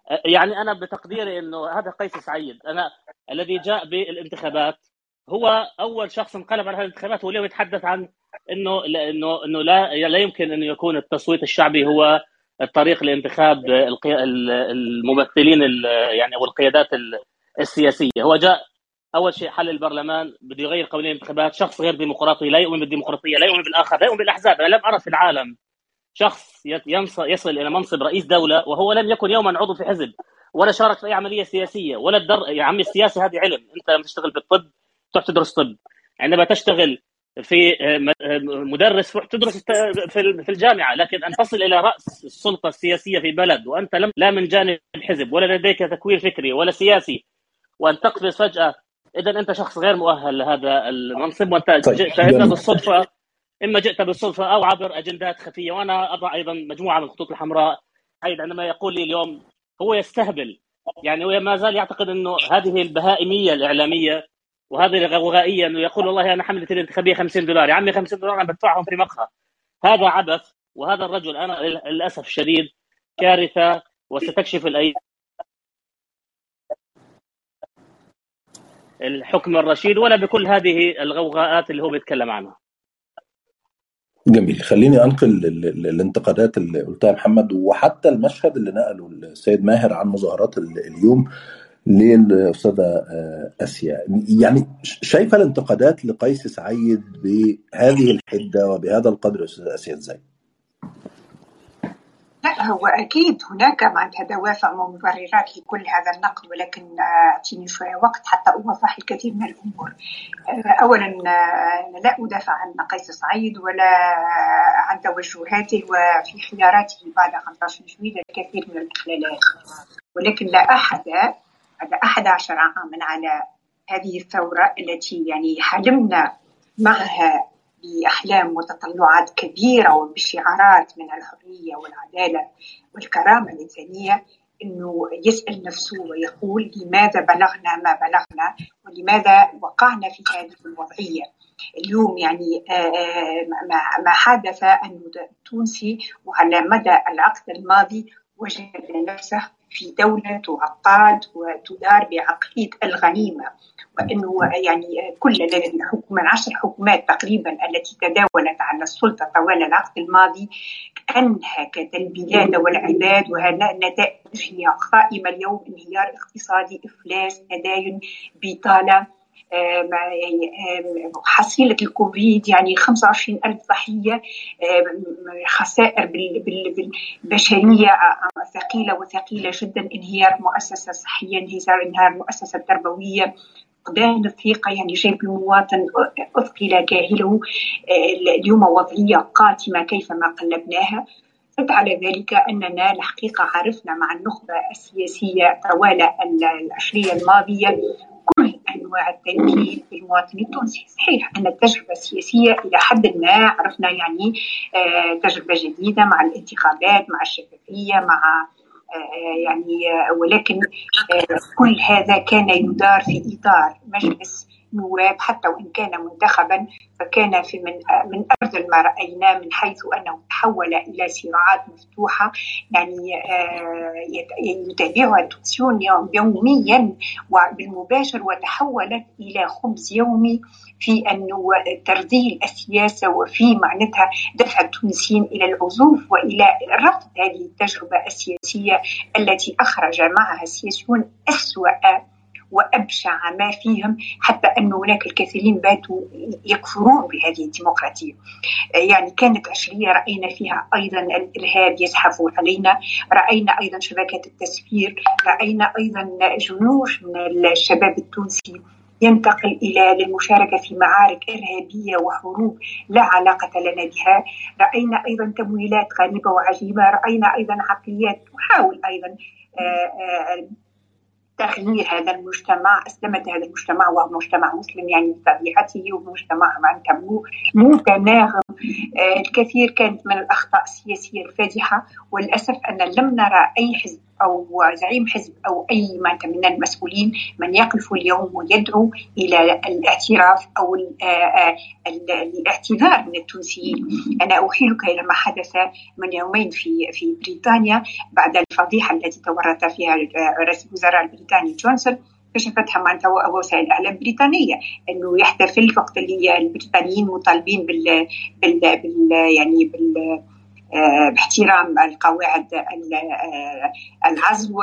يعني أنا بتقديري أنه هذا قيس سعيد أنا الذي جاء بالانتخابات هو أول شخص انقلب على هذه الانتخابات، واليوم يتحدث عن أنه إنه إنه لا لا يمكن أن يكون التصويت الشعبي هو الطريق لانتخاب الممثلين يعني أو القيادات السياسية. هو جاء أول شيء حل البرلمان، بده يغير قوانين الانتخابات، شخص غير ديمقراطي، لا يؤمن بالديمقراطية، لا يؤمن بالآخر، لا يؤمن بالأحزاب. أنا لم أرى في العالم شخص يصل إلى منصب رئيس دولة وهو لم يكن يوما عضو في حزب ولا شارك في أي عملية سياسية ولا الدر. يا عمي السياسة هذه علم، أنت لما تشتغل بالطب تروح تدرس طب، عندما تشتغل في مدرس تروح تدرس في الجامعة، لكن أن تصل إلى رأس السلطة السياسية في بلد وأنت لم لا من جانب الحزب ولا لديك تكوين فكري ولا سياسي، وأن تقفز فجأة، إذا أنت شخص غير مؤهل لهذا المنصب. وأنت جئت إما بالصدفة إما جئت بالصدفة أو عبر أجندات خفية. وأنا أضع أيضا مجموعة من الخطوط الحمراء. عيد عندما يقول لي اليوم هو يستهبل، يعني هو ما زال يعتقد أنه هذه البهائمية الإعلامية وهذه الغوغائية، أنه يقول والله أنا حملتي الانتخابية خمسين دولار. يا عمي خمسين دولار أنا بدفعهم في مقهى. هذا عبث. وهذا الرجل أنا للأسف الشديد كارثة، وستكشف الأيام الحكم الرشيد ولا بكل هذه الغوغاءات اللي هو بيتكلم عنها. جميل. خليني أنقل الانتقادات اللي قلتها محمد، وحتى المشهد اللي نقله السيد ماهر عن مظاهرات اليوم للأستاذة آسيا. يعني شايفة الانتقادات لقيس سعيد بهذه الحدة وبهذا القدر أستاذة آسيا إزاي؟ لا، هو أكيد هناك معناتها دوافع ومبررات لكل هذا النقد، ولكن أعطيني شوية وقت حتى أوضح الكثير من الأمور. أولا أنا لا أدافع عن قيس سعيد ولا عن توجهاته وفي خياراته بعد خمسة عشر جويلية الكثير من الإخلالات، ولكن لا أحد بعد أحد عشر عاما على هذه الثورة التي يعني حلمنا معها بأحلام وتطلعات كبيرة وبشعارات من الحرية والعدالة والكرامة الإنسانية، إنه يسأل نفسه ويقول لماذا بلغنا ما بلغنا ولماذا وقعنا في هذه الوضعية اليوم. يعني ما حدث أن التونسي وعلى مدى العقد الماضي وجد نفسه في دولة تعقد وتدار بعقلية الغنيمة، وأنه يعني كل من عشر حكومات تقريبا التي تداولت على السلطة طوال العقد الماضي أنهكت البلاد والعباد، والنتائج هي قائمة اليوم: انهيار اقتصادي، إفلاس، تداين، بطالة، حصيلة الكوفيد يعني خمسة وعشرين ألف ضحية، خسائر بالبشرية ثقيلة وثقيلة جدا، انهيار مؤسسة صحية، انهيار مؤسسة تربوية، فقدان الثقة، يعني جيب المواطن أثقل كاهله. اليوم وضعية قاتمة كيفما قلبناها. زد على ذلك أننا الحقيقة عرفنا مع النخبة السياسية طوال العشرية الماضية كل أنواع التنكيل بالمواطن التونسي. صحيح أن التجربة السياسية إلى حد ما عرفنا يعني تجربة جديدة مع الانتخابات، مع الشفافية، مع يعني ولكن كل هذا كان يدار في إطار مجلس نواب حتى وإن كان منتخبا، فكان في من من أرذل ما رأينا من حيث أنه تحول إلى صراعات مفتوحة يعني يتابعها التونسيون يوميا وبالمباشر، وتحولت إلى خبز يومي في أنه ترذيل السياسة وفي معناتها دفع التونسيين إلى العزوف وإلى رفض هذه التجربة السياسية التي أخرج معها السياسيون أسوأ وأبشع ما فيهم، حتى أن هناك الكثيرين باتوا يكفرون بهذه الديمقراطية. يعني كانت عشرية رأينا فيها أيضا الإرهاب يزحف علينا، رأينا أيضا شبكة التسفير، رأينا أيضا جيوش من الشباب التونسي ينتقل إلى للمشاركة في معارك إرهابية وحروب لا علاقة لنا بها، رأينا أيضا تمويلات غريبة وعجيبة، رأينا أيضا عقليات تحاول أيضا تغيير هذا المجتمع، أسلمت هذا المجتمع وهو مجتمع مسلم يعني بطبيعته، ومجتمع متناغم الكثير كانت من الأخطاء السياسية الفادحة، وللأسف أن لم نرى أي حزب أو زعيم حزب أو أي من المسؤولين من يقف اليوم ويدعو إلى الاعتراف أو الاعتذار من التونسيين. أنا أحيلك إلى ما حدث من يومين في في بريطانيا بعد الفضيحة التي تورط فيها رئيس الوزراء البريطاني جونسون، كشفتها معناتها وسائل الإعلام البريطانية، إنه يحتفل وقت اللي البريطانيين مطالبين بال, بال... بال... يعني بال باحترام القواعد العزو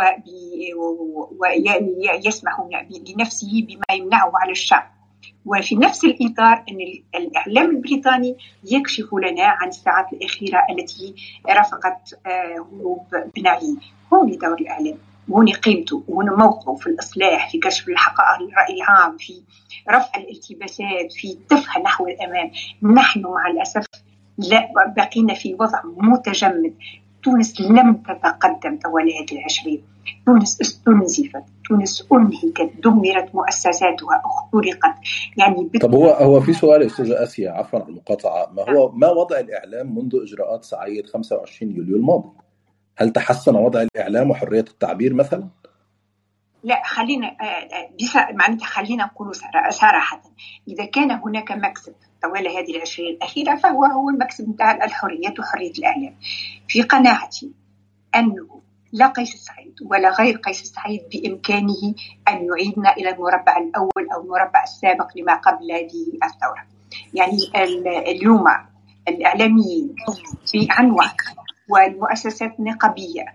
ويسمح لنفسه بما يمنعه على الشعب. وفي نفس الإطار أن الإعلام البريطاني يكشف لنا عن الساعات الأخيرة التي رافقت هروب بن علي. هون دور الإعلام، هون قيمته، هون موقعه في الإصلاح، في كشف الحقائق للرأي العام، في رفع الالتباسات، في الدفع نحو الأمام. نحن مع الأسف لا بقينا في وضع متجمد. تونس لم تتقدم طوال هذه العشرين. تونس استنزفت، تونس أنهكت، دمرت مؤسساتها، اخترقت. يعني طب هو هو في سؤال أستاذة آسيا، عفوا عن المقاطعة، ما هو ما وضع الإعلام منذ إجراءات سعيد خمسة وعشرين يوليو الماضي؟ هل تحسن وضع الإعلام وحرية التعبير مثلا؟ لا، خلينا معناتها خلينا نقول صراحة، إذا كان هناك مكسب طوال هذه العشرين الأخيرة فهو هو المكسب نتاع الحرية وحرية الإعلام. في قناعتي أنه لا قيس سعيد ولا غير قيس سعيد بإمكانه أن يعيدنا إلى المربع الأول أو المربع السابق لما قبل هذه الثورة. يعني اليوم الإعلاميين في عنوان والمؤسسات النقابية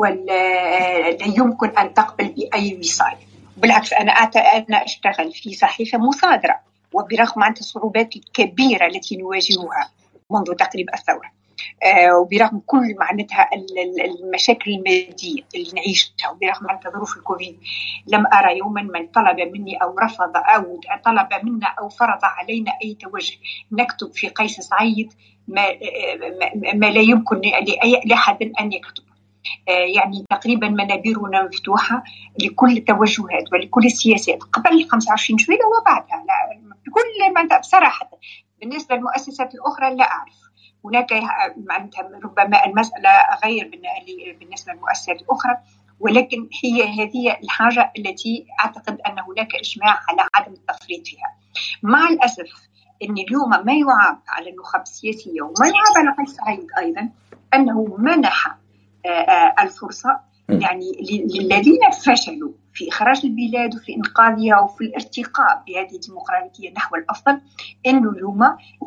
ولا يمكن أن تقبل بأي وصال. بالعكس، أنا أنا أشتغل في صحيفة مصادرة، وبرغم عن الصعوبات الكبيرة التي نواجهها منذ تقريب الثورة، آه وبرغم كل معناتها المشاكل المادية اللي نعيشها، وبرغم عن ظروف الكوفيد، لم أرى يوما من طلب مني أو رفض أو طلب منا أو فرض علينا أي توجه نكتب في قيس سعيد ما, ما, ما لا يمكن لأي لأحد أن يكتب. يعني تقريبا منابرنا مفتوحة لكل التوجهات ولكل السياسات قبل خمسة وعشرين جويلية وبعدها، بكل ما بصراحة. بالنسبة للمؤسسات الأخرى لا أعرف، هناك ربما المسألة غير بالنسبة للمؤسسات الأخرى، ولكن هي هذه الحاجة التي أعتقد أن هناك إجماع على عدم التفريط فيها. مع الأسف أن اليوم ما يعاب على النخب السياسية وما يعاب على قيس سعيد أيضا أنه منح الفرصة يعني للذين فشلوا في إخراج البلاد وفي إنقاذها وفي الارتقاء بهذه الديمقراطية نحو الأفضل، أنه اليوم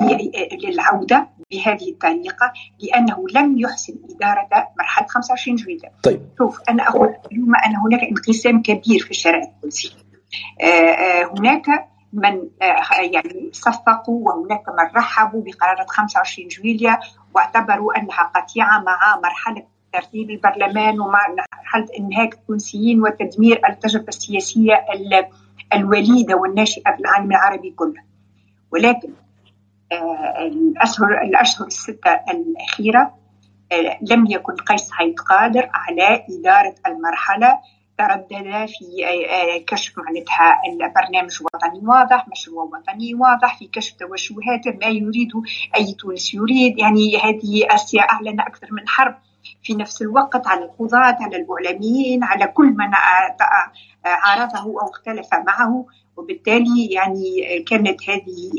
للعودة بهذه الطريقة، لأنه لم يحسن إدارة مرحلة خمسة وعشرين جويلية. طيب. شوف، أنا أقول اليوم أن هناك انقسام كبير في الشارع التونسي. هناك من يعني صفقوا وهناك من رحبوا بقرارات خمسة وعشرين جويلية واعتبروا أنها قطيعة مع مرحلة ترتيب البرلمان ومع مرحلة إنهاك التونسيين وتدمير التجربة السياسية الوليدة والناشئة في العالم العربي كله. ولكن الأشهر الأشهر الستة الأخيرة لم يكن قيس سعيد قادر على إدارة المرحلة. تردد في كشف معناتها البرنامج وطني واضح، مشروع وطني واضح، في كشف توجهاته ما يريد أي تونس يريد. يعني هذه آسيا أعلن أكثر من حرب في نفس الوقت على القضاة، على الإعلاميين، على كل من عارضه أو اختلف معه. وبالتالي يعني كانت هذه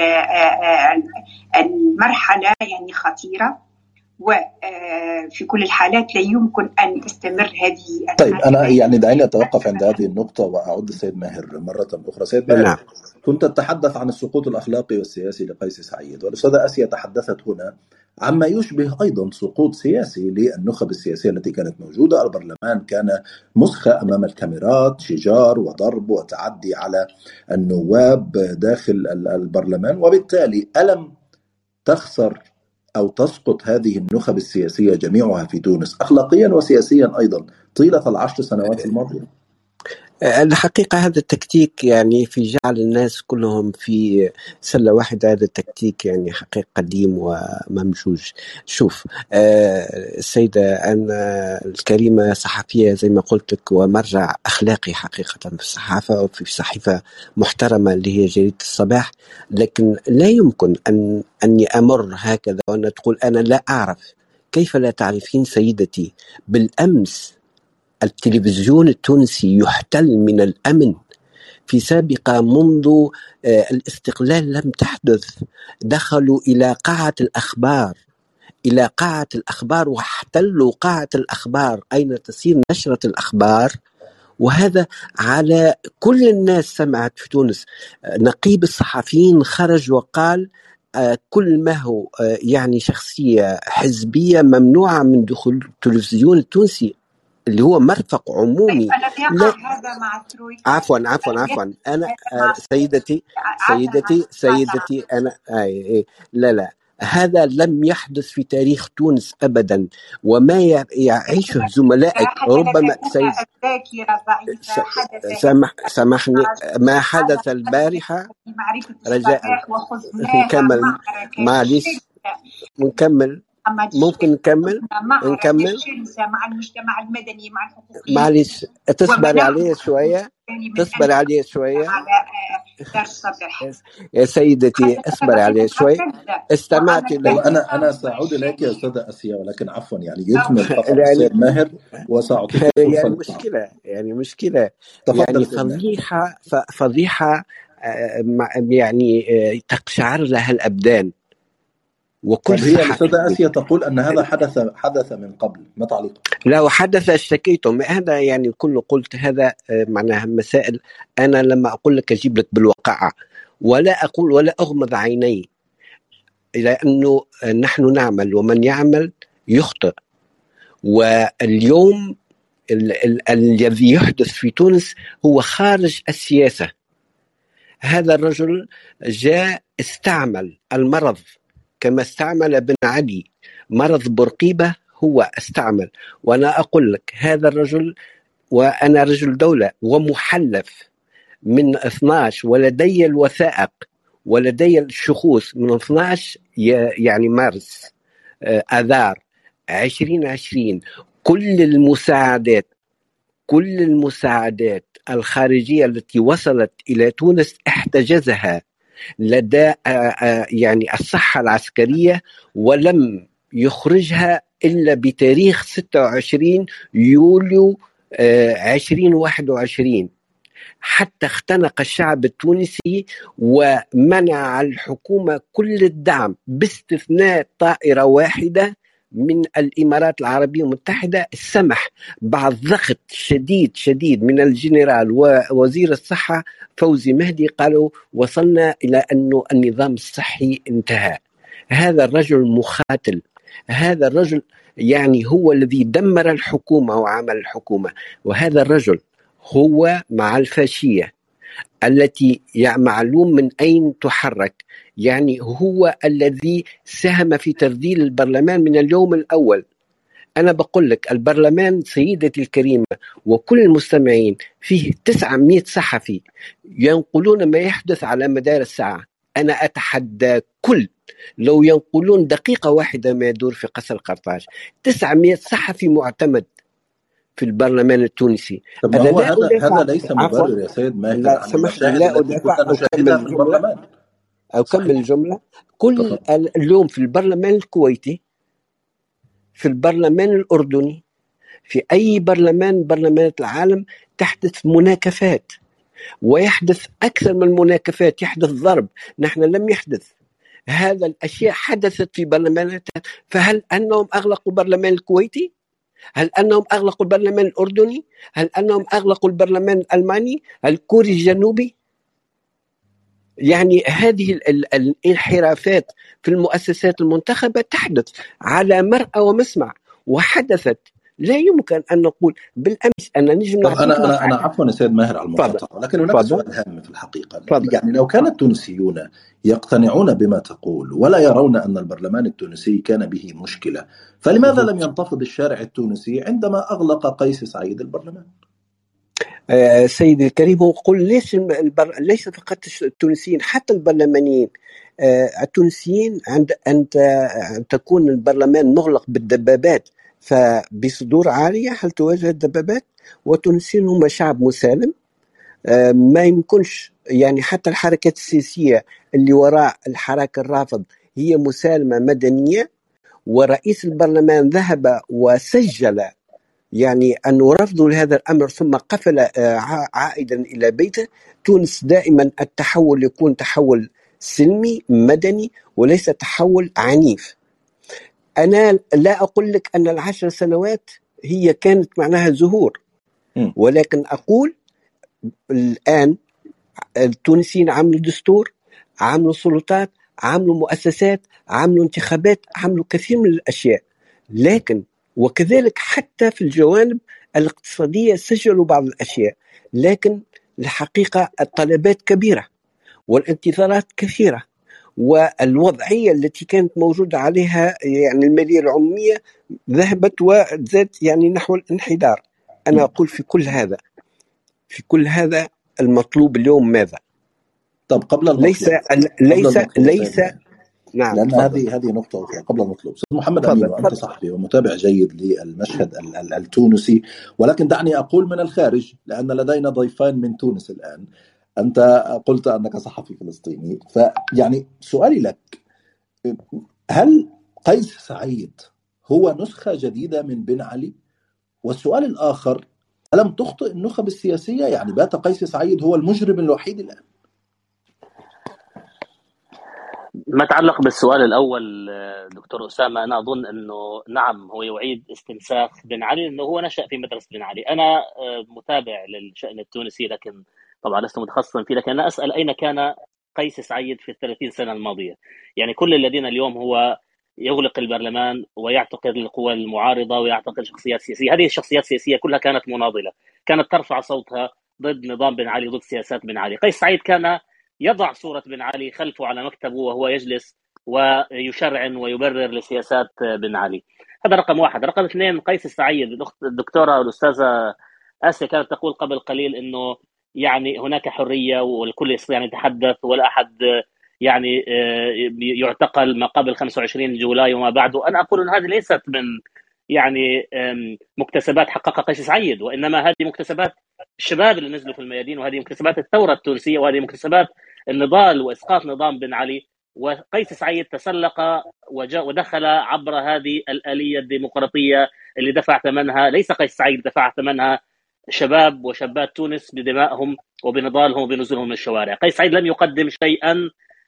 المرحلة يعني خطيرة، وفي كل الحالات لا يمكن أن تستمر هذه. طيب أنا يعني دعيني أتوقف عند هذه النقطة وأعود السيد ماهر مرة أخرى. سيد ماهر، كنت تتحدث عن السقوط الأخلاقي والسياسي لقيس سعيد، والأستاذة آسيا تحدثت هنا عما يشبه أيضا سقوط سياسي للنخب السياسية التي كانت موجودة. البرلمان كان مسخة أمام الكاميرات، شجار وضرب وتعدي على النواب داخل البرلمان، وبالتالي ألم تخسر أو تسقط هذه النخب السياسية جميعها في تونس أخلاقيا وسياسيا أيضا طيلة العشر سنوات الماضية؟ الحقيقة هذا التكتيك يعني في جعل الناس كلهم في سلة واحدة، هذا التكتيك يعني حقيقة قديم وممجوج. شوف آه، السيدة أنا الكريمة صحفية زي ما قلت لك، ومرجع أخلاقي حقيقة في الصحافة وفي صحيفة محترمة اللي هي جريدة الصباح، لكن لا يمكن أن أني أمر هكذا وأن تقول أنا لا أعرف. كيف لا تعرفين سيدتي؟ بالأمس التلفزيون التونسي يحتل من الأمن في سابقة منذ الاستقلال لم تحدث. دخلوا إلى قاعة الأخبار إلى قاعة الأخبار واحتلوا قاعة الأخبار أين تسير نشرة الأخبار، وهذا على كل الناس سمعت في تونس. نقيب الصحفيين خرج وقال كل ما هو يعني شخصية حزبية ممنوعة من دخول التلفزيون التونسي اللي هو مرفق عمومي. لا هذا مع ترويكا. عفوا عفوا عفوا أنا سيدتي سيدتي سيدتي أنا آه لا لا هذا لم يحدث في تاريخ تونس أبدا، وما يعيشه زملائك ربما سيد سمح سمحني ما حدث البارحة رجاء نكمل معلش نكمل ممكن نكمل نكمل مع المجتمع المدني مع الحقوقيين. معلش تصبر عليه شوية تصبر عليه شوية يا سيدتي اصبر عليه شوي. استمعت إليك. أنا أنا سأعود إليك يا أستاذة آسيا، ولكن عفوا يعني يكمل فقط السيد ماهر وسأعطيك يعني مشكلة يعني مشكلة يعني فضيحة فضيحة يعني تقشعر لها الأبدان. وكل هي الأستاذة آسيا تقول أن هذا حدث حدث من قبل، ما تعليق؟ لا وحدث اشتكيتم هذا يعني كل قلت هذا معناها مسائل. أنا لما أقول لك أجيب لك بالواقعة ولا أقول ولا أغمض عيني، لأنه نحن نعمل ومن يعمل يخطئ. واليوم الذي يحدث في تونس هو خارج السياسة. هذا الرجل جاء استعمل المرض كما استعمل بن علي، مرض بورقيبة هو استعمل. وأنا أقول لك هذا الرجل وأنا رجل دولة ومحلف من اثناشر ولدي الوثائق ولدي الشخوص من اثناشر يعني مارس آذار عشرين عشرين. كل المساعدات كل المساعدات الخارجية التي وصلت إلى تونس احتجزها لدى يعني الصحة العسكرية، ولم يخرجها إلا بتاريخ ستة وعشرين يوليو عشرين واحد وعشرين، حتى اختنق الشعب التونسي ومنع الحكومة كل الدعم باستثناء طائرة واحدة من الإمارات العربية المتحدة. سمح بعد ضغط شديد شديد من الجنرال ووزير الصحة فوزي مهدي، قالوا وصلنا إلى أنه النظام الصحي انتهى. هذا الرجل مخاتل، هذا الرجل يعني هو الذي دمر الحكومة وعمل الحكومة. وهذا الرجل هو مع الفاشية التي معلوم من أين تحرك، يعني هو الذي ساهم في ترذيل البرلمان من اليوم الأول. أنا بقول لك البرلمان سيدتي الكريمة وكل المستمعين فيه تسعمائة صحفي ينقلون ما يحدث على مدار الساعة. أنا أتحدى كل لو ينقلون دقيقة واحدة ما يدور في قصر قرطاج. تسعمائة صحفي معتمد في البرلمان التونسي. طب هو هذا هذا ليس مبرر يا سيد ماهر. لا سمح لي لا أدافع أو كمل الجملة أو كمل الجملة. كل اليوم في البرلمان الكويتي، في البرلمان الأردني، في أي برلمان برلمانات العالم تحدث مناكفات، ويحدث أكثر من المناكفات، يحدث ضرب. نحن لم يحدث هذا الأشياء، حدثت في برلمانات. فهل أنهم أغلقوا البرلمان الكويتي؟ هل أنهم أغلقوا البرلمان الأردني؟ هل أنهم أغلقوا البرلمان الألماني الكوري الجنوبي؟ يعني هذه الانحرافات في المؤسسات المنتخبة تحدث على مرأى ومسمع وحدثت. لا يمكن أن نقول بالأمس أنا نجم أنا أنا أنا عفوا يا سيد ماهر على المقاطعة، ولكن هناك سؤال هام في الحقيقة. فضل. يعني لو كان التونسيون يقتنعون بما تقول ولا يرون أن البرلمان التونسي كان به مشكلة، فلماذا لم ينتفض الشارع التونسي عندما أغلق قيس سعيد البرلمان؟ آه، سيدي الكريم، هو قل ليش البر... ليس فقط التونسيين، حتى البرلمانيين. آه، التونسيين عند أن تكون البرلمان مغلق بالدبابات فبصدور عالية هل تواجه الدبابات؟ والتونسيين هم شعب مسالم، آه، ما يمكنش يعني حتى الحركات السياسية اللي وراء الحراك الرافض هي مسالمة مدنية. ورئيس البرلمان ذهب وسجل يعني أنه رفض لهذا الأمر ثم قفل عائدا إلى بيته. تونس دائما التحول يكون تحول سلمي مدني وليس تحول عنيف. أنا لا أقول لك أن العشر سنوات هي كانت معناها زهور، ولكن أقول الآن التونسيين عملوا دستور، عملوا سلطات، عملوا مؤسسات، عملوا انتخابات، عملوا كثير من الأشياء. لكن وكذلك حتى في الجوانب الاقتصادية سجلوا بعض الأشياء، لكن الحقيقة الطلبات كبيرة والانتظارات كثيرة، والوضعية التي كانت موجودة عليها يعني المالية العمومية ذهبت وزادت يعني نحو الانحدار. أنا أقول في كل هذا في كل هذا المطلوب اليوم ماذا؟ طب قبل المطلوب ليس ليس المطلوب ليس نعم، لأن تفضل. هذه هذه نقطة أخرى قبل المطلوب. أستاذ محمد تفضل. أمين، وأنت صحفي ومتابع جيد للمشهد ال- ال- التونسي، ولكن دعني أقول من الخارج لأن لدينا ضيفان من تونس الآن. أنت قلت أنك صحفي فلسطيني، فيعني سؤالي لك، هل قيس سعيد هو نسخة جديدة من بن علي؟ والسؤال الآخر، ألم تخطئ النخب السياسية؟ يعني بات قيس سعيد هو المجرم الوحيد الآن؟ ما تعلق بالسؤال الأول دكتور أسامة، أنا أظن أنه نعم هو يعيد استنساخ بن علي، أنه هو نشأ في مدرسة بن علي. أنا متابع للشأن التونسي لكن طبعا لست متخصصا فيه، لكن أنا أسأل أين كان قيس سعيد في الثلاثين سنة الماضية؟ يعني كل الذين اليوم هو يغلق البرلمان ويعتقل القوى المعارضة ويعتقل شخصيات سياسية، هذه الشخصيات السياسية كلها كانت مناضلة، كانت ترفع صوتها ضد نظام بن علي، ضد سياسات بن علي. قيس سعيد كان يضع صورة بن علي خلفه على مكتبه وهو يجلس ويشرعن ويبرر لسياسات بن علي. هذا رقم واحد. رقم اثنين، قيس السعيد، الدكتورة الأستاذة آسيا كانت تقول قبل قليل أنه يعني هناك حرية والكل يستطيع أن يتحدث ولا أحد يعني يعتقل ما قبل خمسة وعشرين جولاي وما بعده. أنا أقول أن هذه ليست من يعني مكتسبات حققها قيس سعيد، وإنما هذه مكتسبات الشباب اللي نزلوا في الميادين، وهذه مكتسبات الثورة التونسية، وهذه مكتسبات النضال وإسقاط نظام بن علي. وقيس سعيد تسلق ودخل عبر هذه الآلية الديمقراطية اللي دفع ثمنها ليس قيس سعيد، دفع ثمنها شباب وشابات تونس بدمائهم وبنضالهم وبنزولهم من الشوارع. قيس سعيد لم يقدم شيئا،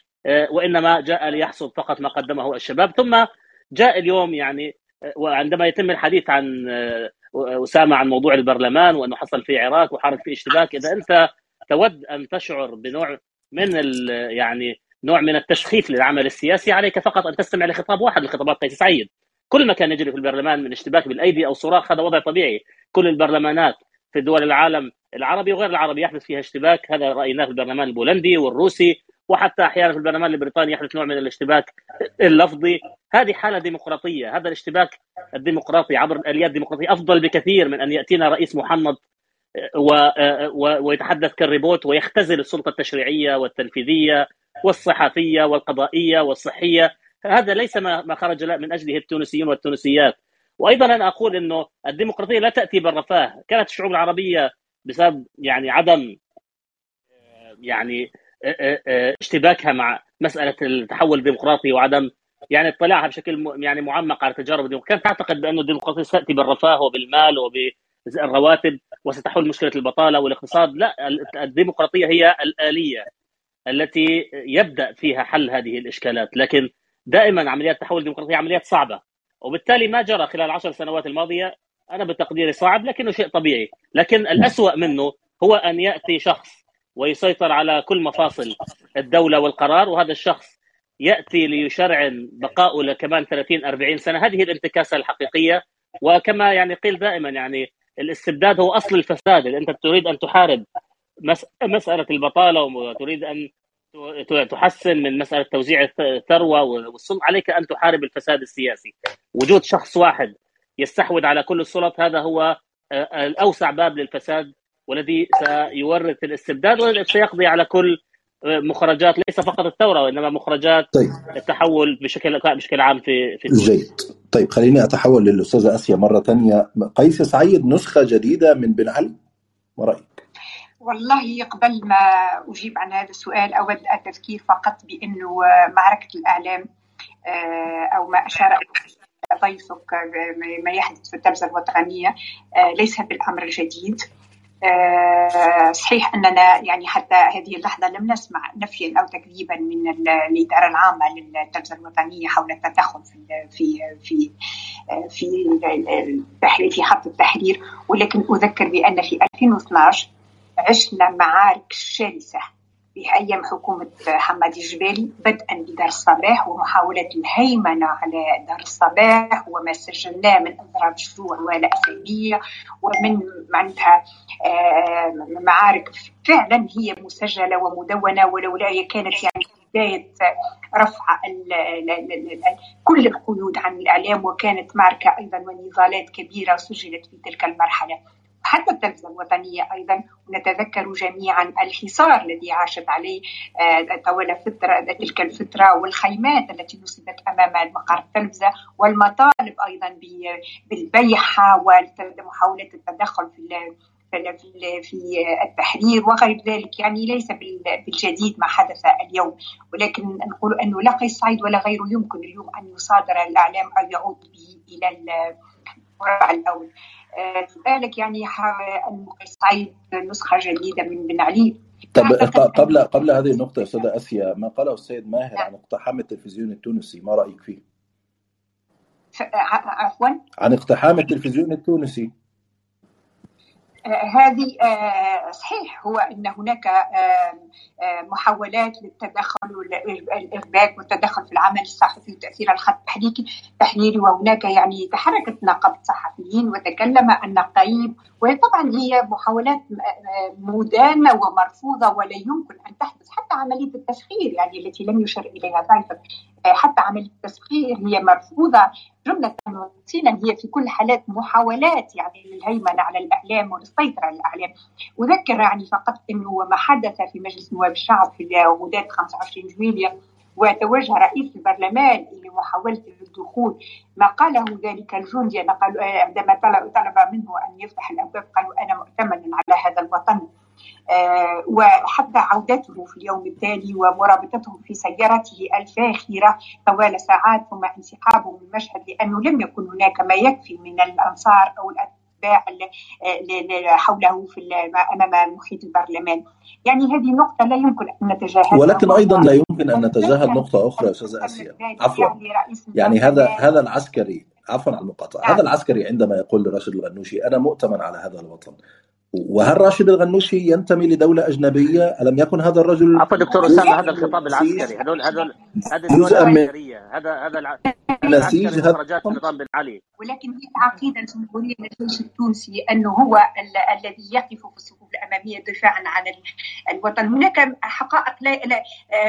وإنما جاء ليحصد فقط ما قدمه الشباب. ثم جاء اليوم يعني وعندما يتم الحديث عن أسامة عن موضوع البرلمان وأنه حصل في عراك وحرك في اشتباك، إذا أنت تود أن تشعر بنوع من يعني نوع من التشخيف للعمل السياسي، عليك فقط أن تستمع لخطاب واحد لخطابات قيس سعيد. كل ما كان يجري في البرلمان من اشتباك بالأيدي أو صراخ هذا وضع طبيعي. كل البرلمانات في دول العالم العربي وغير العربي يحدث فيها اشتباك، هذا رأيناه في البرلمان البولندي والروسي، وحتى أحيانا في البرلمان البريطاني يحدث نوع من الاشتباك اللفظي. هذه حالة ديمقراطية. هذا الاشتباك الديمقراطي عبر الآليات الديمقراطية أفضل بكثير من أن يأتينا رئيس محنط و... و... ويتحدث كالريبوت ويختزل السلطة التشريعية والتنفيذية والصحفية والقضائية والصحية. هذا ليس ما خرج من أجله التونسيون والتونسيات. وأيضا أنا أقول أنه الديمقراطية لا تأتي بالرفاه. كانت الشعوب العربية بسبب يعني عدم يعني اشتباكها مع مسألة التحول الديمقراطي وعدم يعني اطلاعها بشكل يعني معمق على تجارب الديمقراطية، كانت تعتقد بأن الديمقراطية ستأتي بالرفاه وبالمال وبالرواتب وستحل مشكلة البطالة والاقتصاد. لا، الديمقراطية هي الآلية التي يبدأ فيها حل هذه الإشكالات، لكن دائما عمليات تحول الديمقراطية عمليات صعبة، وبالتالي ما جرى خلال العشر سنوات الماضية أنا بتقديري صعب لكنه شيء طبيعي. لكن الأسوأ منه هو أن يأتي شخص ويسيطر على كل مفاصل الدولة والقرار، وهذا الشخص يأتي ليشرعن بقاؤه كمان ثلاثين أربعين سنة. هذه الانتكاسة الحقيقية. وكما يعني قيل دائما يعني الاستبداد هو أصل الفساد. إذا أنت تريد أن تحارب مسألة البطالة وتريد أن تحسن من مسألة توزيع الثروة والسلطة، عليك أن تحارب الفساد السياسي. وجود شخص واحد يستحوذ على كل السلط هذا هو الأوسع باب للفساد والذي سيورث الاستبداد والذي سيقضي على كل مخرجات ليس فقط الثورة وإنما مخرجات طيب. التحول بشكل بشكل عام في في جيد. طيب خليني أتحول للأستاذة آسيا مرة تانية. قيس سعيد نسخة جديدة من بن علي، ما رأيك؟ والله قبل ما أجيب عن هذا السؤال أود التذكير فقط بأنه معركة الإعلام أو ما أشار ضيفك ما يحدث في التلفزة الوطنية ليس بالأمر الجديد. صحيح أننا يعني حتى هذه اللحظة لم نسمع نفيا أو تكذيبا من الإدارة العامة للتلفزة الوطنية حول التدخل في في في في في خط التحرير، ولكن أذكر بأن في ألفين واثناشر عشنا معارك شرسة بأيام حكومة حمادي الجبالي، بدءا بدار الصباح ومحاولة الهيمنة على دار الصباح وما سجلناه من أضرار جوع ولا أسابيع ومن معناتها معارك فعلا هي مسجلة ومدونة، ولولا هي كانت يعني بداية رفع كل القيود عن الإعلام، وكانت معركة أيضا ونضالات كبيرة سجلت في تلك المرحلة. حتى التلفزة الوطنية أيضا نتذكر جميعا الحصار الذي عاشت عليه طوال فترة تلك الفترة والخيمات التي نصبت أمام مقر التلفزة والمطالب أيضا بالبيحة ومحاولة التدخل في في التحرير وغير ذلك. يعني ليس بالجديد ما حدث اليوم، ولكن نقول أنه لا قيس سعيد ولا غيره يمكن اليوم أن يصادر الإعلام أو يعود به إلى المربع الأول. سؤالك يعني أن قيس سعيد نسخة جديدة من بن علي. طب قبل قبل هذه النقطة أستاذة آسيا، ما قاله السيد ماهر عن اقتحام التلفزيون التونسي، ما رأيك فيه؟ عفوا؟ عن اقتحام التلفزيون التونسي. هذه صحيح، هو أن هناك محاولات للتدخل والإرباك والتدخل في العمل الصحفي وتأثير الخط التحريري، وهناك يعني تحركت نقابة الصحفيين وتكلم النقيب، وطبعا هي محاولات مدانة ومرفوضة ولا يمكن أن تحدث. حتى عملية التسخير يعني التي لم يشر إليها ضيفك، حتى عملية التسخير هي مرفوضة جملة وتفصيلا. هي في كل حالات محاولات يعني للهيمنة على الإعلام والسيطرة على الإعلام. أذكر يعني فقط أنه ما حدث في مجلس نواب الشعب في غداة خمسة وعشرين جويلية وتوجه رئيس البرلمان إلى محاولة الدخول، ما قاله ذلك الجندي عندما طلب منه أن يفتح الأبواب قالوا أنا مؤتمن على هذا الوطن. أه وحتى عودته في اليوم التالي ومرابطته في سيارته الفاخرة طوال ساعات ثم انسحابه من المشهد، لأنه لم يكن هناك ما يكفي من الأنصار أو الأتباع حوله في أمام محيط البرلمان. يعني هذه نقطة لا يمكن أن نتجاهلها، ولكن أيضا لا يمكن أن نتجاهل نقطة أخرى أستاذة آسيا. عفوا يعني هذا هذا العسكري عفوا على المقاطعة، هذا العسكري عندما يقول لراشد الغنوشي أنا مؤتمن على هذا الوطن، وهل راشد الغنوشي ينتمي لدولة أجنبية؟ ألم يكن هذا الرجل؟ عفوا دكتور أسامة، هذا الخطاب العسكري، هذول هذول هذه الدول العسكرية، هذا هذا العسكري خرجات نظام بن علي. ولكن هي عقيدة جمهورية للجيش التونسي أنه هو الذي يقف في الصفوف الأمامية دفاعا عن الوطن. هناك حقائق لا, لا,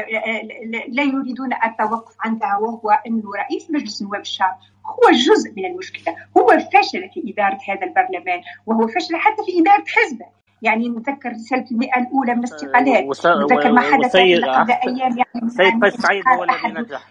لا يريدون التوقف عنها، وهو أنه رئيس مجلس نواب الشعب هو جزء من المشكلة، هو فشل في إدارة هذا البرلمان، وهو فشل حتى في إدارة حزبه. يعني نتذكر رسالة المئة الأولى من الاستقالات، وس... نتذكر ما حدث قبل أيام يعني سيد قيس سعيد هو الذي نجح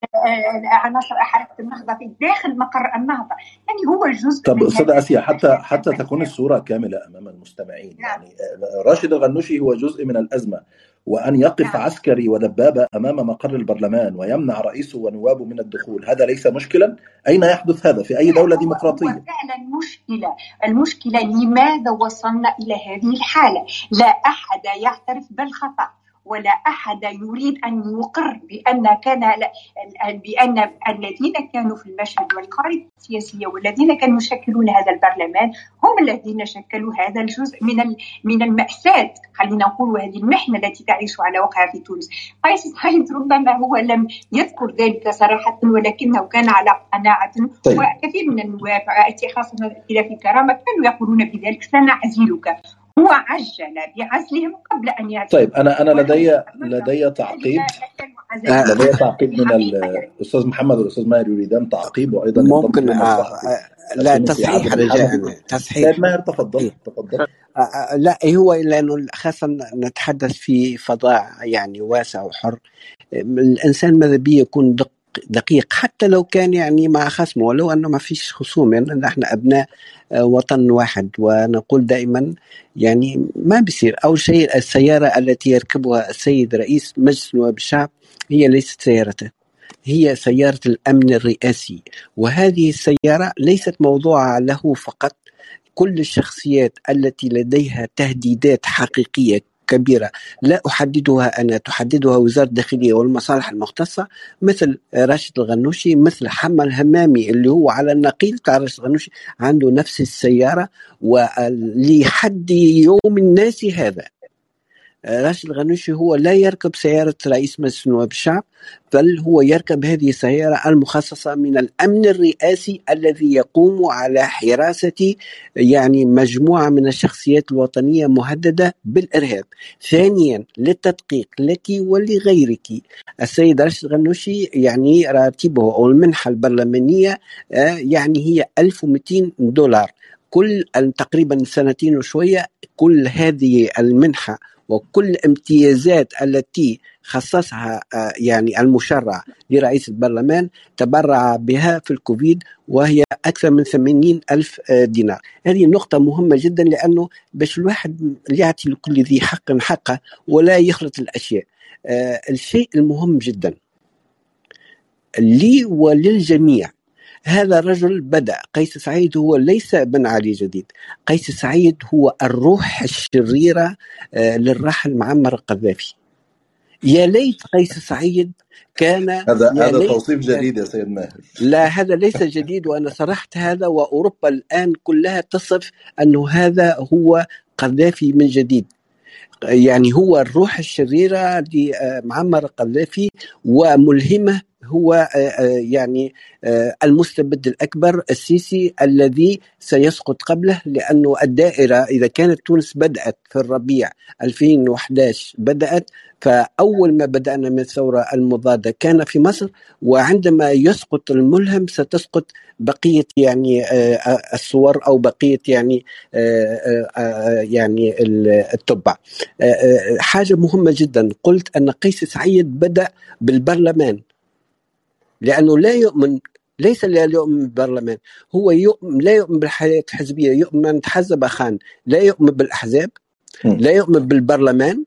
عناصر حركة النهضة في داخل مقر النهضة. يعني هو جزء. طب أستاذة آسيا، حتى حتى تكون الصورة كاملة أمام المستمعين، يعني راشد الغنوشي هو جزء من الأزمة، وأن يقف نعم. عسكري ودبابة أمام مقر البرلمان ويمنع رئيسه ونوابه من الدخول، هذا ليس مشكلا؟ أين يحدث هذا في أي دولة ديمقراطية؟ هو فعلا مشكلة. المشكلة لماذا وصلنا إلى هذه الحالة؟ لا أحد يعترف بالخطأ ولا أحد يريد أن يقر بأن كان بأن الذين كانوا في المشهد والقاعدة السياسية والذين كانوا يشكلون هذا البرلمان هم الذين شكلوا هذا الجزء من من المأساة، خلينا نقول هذه المحنة التي تعيش على وقعها في تونس. قيس سعيد ربما هو لم يذكر ذلك صراحة، ولكنه كان على قناعة. طيب. وكثير من النواب خاصة الائتلاف الكرامة كانوا يقولون بذلك سنعزلك. هو عجل بعزلهم قبل أن يعزل. طيب أنا أنا لدي لدي تعقيب لدي تعقيب من الأستاذ محمد والأستاذ ماهر يريدان تعقيب، وأيضا ممكن آه لا تصحيح رجاء تصحيح. سيد ماهر تفضل تفضل. آه، لا هو لأنه خاصة نتحدث في فضاء يعني واسع وحر. الإنسان ماذا بيه يكون دق دقيق حتى لو كان يعني مع خصمه، ولو أنه ما فيش خصوم، يعني نحن أبناء وطن واحد. ونقول دائما يعني ما بيصير. أول شيء السيارة التي يركبها السيد رئيس مجلس نواب الشعب هي ليست سيارته، هي سيارة الأمن الرئاسي. وهذه السيارة ليست موضوعة له فقط، كل الشخصيات التي لديها تهديدات حقيقية كبيرة لا أحددها أنا، تحددها وزارة الداخلية والمصالح المختصة، مثل راشد الغنوشي، مثل حمى الهمامي اللي هو على النقيض تاع راشد الغنوشي، عنده نفس السيارة. ولحد يوم الناس هذا راشد الغنوشي هو لا يركب سيارة رئيس مجلس نواب الشعب، بل هو يركب هذه السيارة المخصصة من الأمن الرئاسي الذي يقوم على حراسة يعني مجموعة من الشخصيات الوطنية مهددة بالإرهاب. ثانيا للتدقيق لك ولغيرك، السيد راشد الغنوشي يعني راتبه أو المنحة البرلمانية يعني هي ألف ومئتين دولار كل تقريبا سنتين وشوية. كل هذه المنحة وكل الامتيازات التي خصصها يعني المشرع لرئيس البرلمان تبرع بها في الكوفيد، وهي أكثر من ثمانين ألف دينار. هذه نقطة مهمة جدا، لأنه باش الواحد يعطي لكل ذي حق حقه ولا يخلط الأشياء. الشيء المهم جدا لي وللجميع، هذا الرجل بدأ. قيس سعيد هو ليس بن علي جديد، قيس سعيد هو الروح الشريرة للراحل معمر القذافي. يا ليت قيس سعيد كان هذا هذا توصيف جديد يا سيد ماهر. لا هذا ليس جديد، وأنا صرحت هذا، وأوروبا الآن كلها تصف أنه هذا هو قذافي من جديد. يعني هو الروح الشريرة لمعمر القذافي، وملهمه هو يعني المستبد الأكبر السيسي الذي سيسقط قبله. لأنه الدائرة إذا كانت تونس بدأت في الربيع ألفين وأحد عشر بدأت، فأول ما بدأنا من الثورة المضادة كان في مصر، وعندما يسقط الملهم ستسقط بقية يعني الصور أو بقية يعني يعني التبع. حاجة مهمة جدا، قلت أن قيس سعيد بدأ بالبرلمان، لأنه لا يؤمن، ليس لا يؤمن بالبرلمان، هو يؤمن لا يؤمن بالحياة الحزبية، يؤمن تحزب خان، لا يؤمن بالأحزاب، لا يؤمن بالبرلمان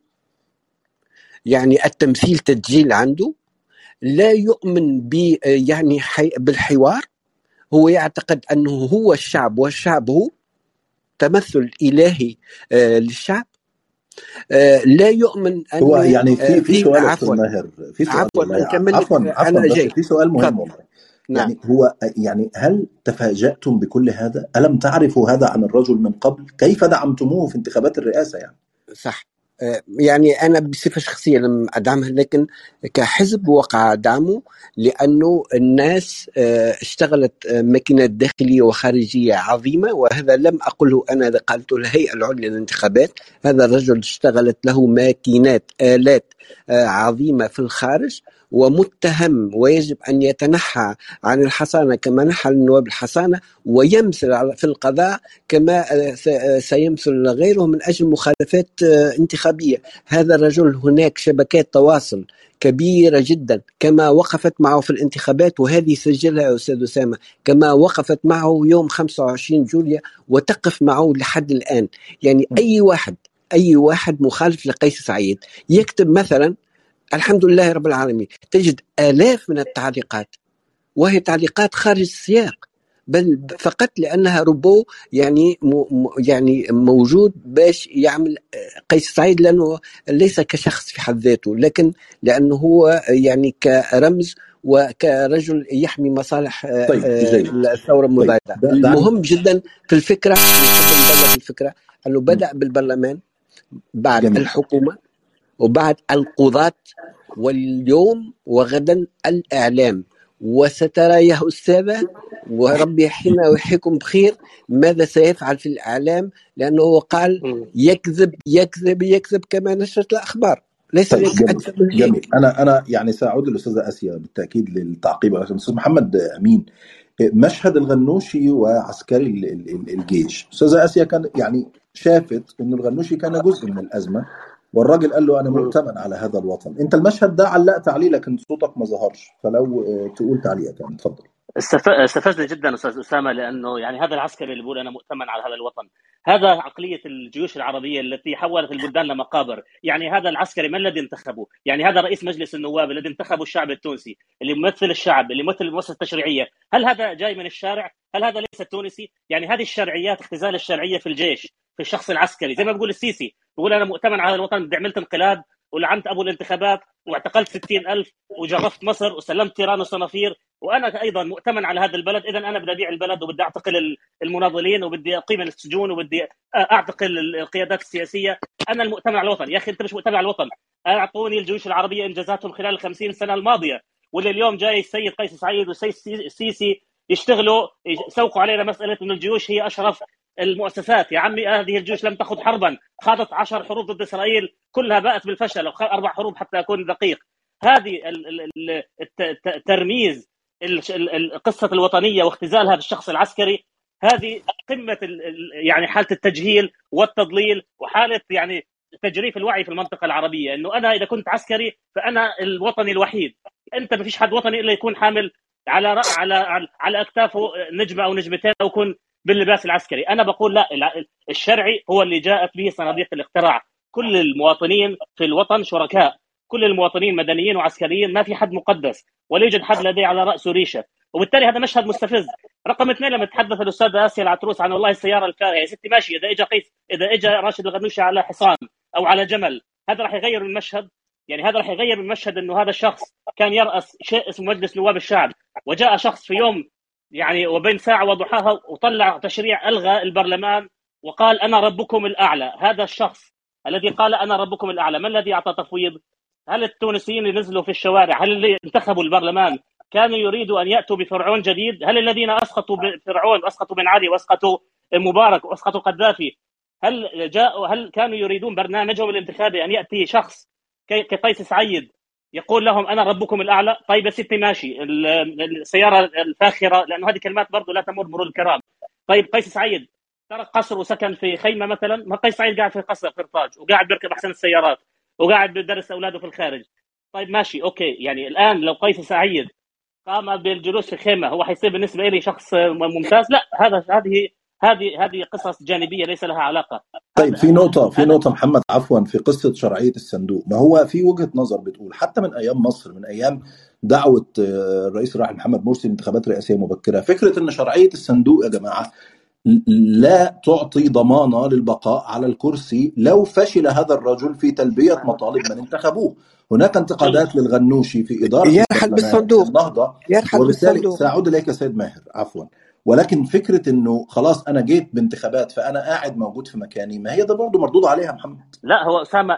يعني التمثيل تسجيل عنده، لا يؤمن ب يعني بالحوار، هو يعتقد أنه هو الشعب والشعب هو تمثل إلهي للشعب. لا يؤمن أنه هو يعني في في سؤال عفوا ماهر في سؤال عفوا عفوا عفوا, عفوا بس في سؤال مهم والله. نعم. يعني هو يعني هل تفاجأتم بكل هذا؟ ألم تعرفوا هذا عن الرجل من قبل؟ كيف دعمتموه في انتخابات الرئاسة يعني؟ صح، يعني أنا بصفة شخصية لم أدعمه، لكن كحزب وقع دعمه، لأنه الناس اشتغلت ماكينات داخلية وخارجية عظيمة، وهذا لم أقله أنا، هذا قالته الهيئة العليا للانتخابات. هذا الرجل اشتغلت له ماكينات آلات عظيمة في الخارج، ومتهم ويجب أن يتنحى عن الحصانة كما نحى النواب الحصانة، ويمثل في القضاء كما سيمثل غيره من أجل مخالفات انتخابية. هذا الرجل هناك شبكات تواصل كبيرة جدا، كما وقفت معه في الانتخابات، وهذه سجلها يا أستاذ أسامة، كما وقفت معه يوم خمسة وعشرين جوليا وتقف معه لحد الآن. يعني أي واحد أي واحد مخالف لقيس سعيد يكتب مثلا الحمد لله رب العالمين، تجد آلاف من التعليقات، وهي تعليقات خارج السياق، بل فقط لأنها روبو يعني يعني موجود باش يعمل قيس سعيد، لأنه ليس كشخص في حد ذاته، لكن لأنه هو يعني كرمز وكرجل يحمي مصالح طيب الثورة المضادة. طيب. المهم جدا في الفكرة، في الفكرة أنه بدأ بالبرلمان، بعد جميل. الحكومة، وبعد القضاة، واليوم وغدا الإعلام. وسترى يا أستاذة وربي يحيينا ويحييكم بخير ماذا سيفعل في الإعلام، لأنه هو قال يكذب يكذب يكذب كما نشرت الأخبار. ليس طيب لك أكثر من جميل. أنا أنا يعني سأعود للأستاذة آسيا بالتأكيد للتعقيب على الأستاذ محمد أمين. مشهد الغنوشي وعسكري الجيش. أستاذة آسيا كان يعني شافت إن الغنوشي كان جزء من الأزمة، والراجل قال له أنا مؤتمن على هذا الوطن. أنت المشهد ده علقت عليه لكن صوتك ما ظهرش، فلو تقول تعليقك يعني اتفضل. استفزني جدا استاذ اسامه، لانه يعني هذا العسكري اللي بيقول انا مؤتمن على هذا الوطن، هذا عقليه الجيوش العربيه التي حولت البلدان لمقابر. يعني هذا العسكري ما الذي انتخبه؟ يعني هذا رئيس مجلس النواب الذي انتخبه الشعب التونسي، اللي يمثل الشعب، اللي يمثل المؤسسه التشريعيه، هل هذا جاي من الشارع؟ هل هذا ليس تونسي؟ يعني هذه الشرعيات، اختزال الشرعيه في الجيش، في الشخص العسكري، زي ما بيقول السيسي، بيقول انا مؤتمن على الوطن، بدي عملت انقلاب ولعنت ابو الانتخابات واعتقلت ستين ألف وجرفت مصر وسلمت تيران وصنافير، وانا ايضا مؤتمن على هذا البلد، اذا انا بدي ابيع البلد وبدي اعتقل المناضلين وبدي اقيم السجون وبدي اعتقل القيادات السياسيه. انا المؤتمن على الوطن. يا اخي انت مش مؤتمن على الوطن. اعطوني الجيوش العربيه انجازاتهم خلال الخمسين سنه الماضيه، واللي اليوم جاي السيد قيس سعيد والسيد السيسي يشتغلوا يسوقوا علينا مساله انه الجيوش هي اشرف المؤسسات. يا عمي هذه الجيوش لم تخض حربا، خاضت عشر حروب ضد اسرائيل كلها باءت بالفشل، او اربع حروب حتى اكون دقيق. هذه الترميز قصة الوطنية واختزالها بالشخص العسكري، هذه قمة يعني حالة التجهيل والتضليل وحالة يعني تجريف الوعي في المنطقة العربية، إنه أنا إذا كنت عسكري فأنا الوطني الوحيد. أنت ما فيش حد وطني إلا يكون حامل على على على أكتافه نجمة أو نجمتين أو يكون باللباس العسكري. أنا بقول لا، الشرعي هو اللي جاءت به صناديق الاقتراع. كل المواطنين في الوطن شركاء، كل المواطنين مدنيين وعسكريين، ما في حد مقدس ولا يوجد حد لديه على رأسه ريشة. وبالتالي هذا مشهد مستفز. رقم اثنين، لما تحدث الأستاذ آسيا العتروس عن والله السيارة الفارهة، يا ستي ماشي، إذا إجا قيس إذا إجا راشد الغنوشي على حصان أو على جمل، هذا راح يغير المشهد؟ يعني هذا راح يغير المشهد إنه هذا الشخص كان يرأس شيء اسمه مجلس نواب الشعب، وجاء شخص في يوم يعني وبين ساعة وضحاها وطلع تشريع ألغى البرلمان وقال أنا ربكم الأعلى. هذا الشخص الذي قال أنا ربكم الأعلى ما الذي أعطى تفويض؟ هل التونسيين اللي نزلوا في الشوارع، هل اللي انتخبوا البرلمان كانوا يريدوا أن يأتوا بفرعون جديد؟ هل الذين أسقطوا فرعون وأسقطوا بن علي وأسقطوا مبارك وأسقطوا قذافي هل جاءوا هل كانوا يريدون برنامجهم الانتخابي أن يأتي شخص كقيس سعيد يقول لهم أنا ربكم الأعلى؟ طيب يا ستي ماشي، السيارة الفاخرة، لأنه هذه كلمات برضو لا تمر مرور الكرام. طيب قيس سعيد ترك قصر وسكن في خيمة مثلا؟ ما قيس سعيد قاعد في قصر قرطاج وقاعد بيركب أحسن السيارات وقاعد بدرس أولاده في الخارج. طيب ماشي أوكي، يعني الآن لو قيس سعيد قام بالجلوس في خيمة هو حيصير بالنسبة لي شخص ممتاز؟ لا، هذا هذه هذه هذه قصص جانبية ليس لها علاقة. طيب في نقطة في نقطة محمد عفوا في قصة شرعية الصندوق. ما هو في وجهة نظر بتقول حتى من أيام مصر، من أيام دعوة الرئيس الراحل محمد مرسي لانتخابات رئاسية مبكرة، فكرة أن شرعية الصندوق يا جماعة لا تعطي ضمانة للبقاء على الكرسي لو فشل هذا الرجل في تلبية مطالب من انتخبوه. هناك انتقادات للغنوشي في إدارة يرحل بالصندوق النهضة، يرحل وبالتالي بالصندوق. سأعود إليك سيد ماهر عفوا. ولكن فكرة إنه خلاص أنا جيت بانتخابات فأنا قاعد موجود في مكاني، ما هي ده برضه مردود عليها محمد. لا هو أسامة،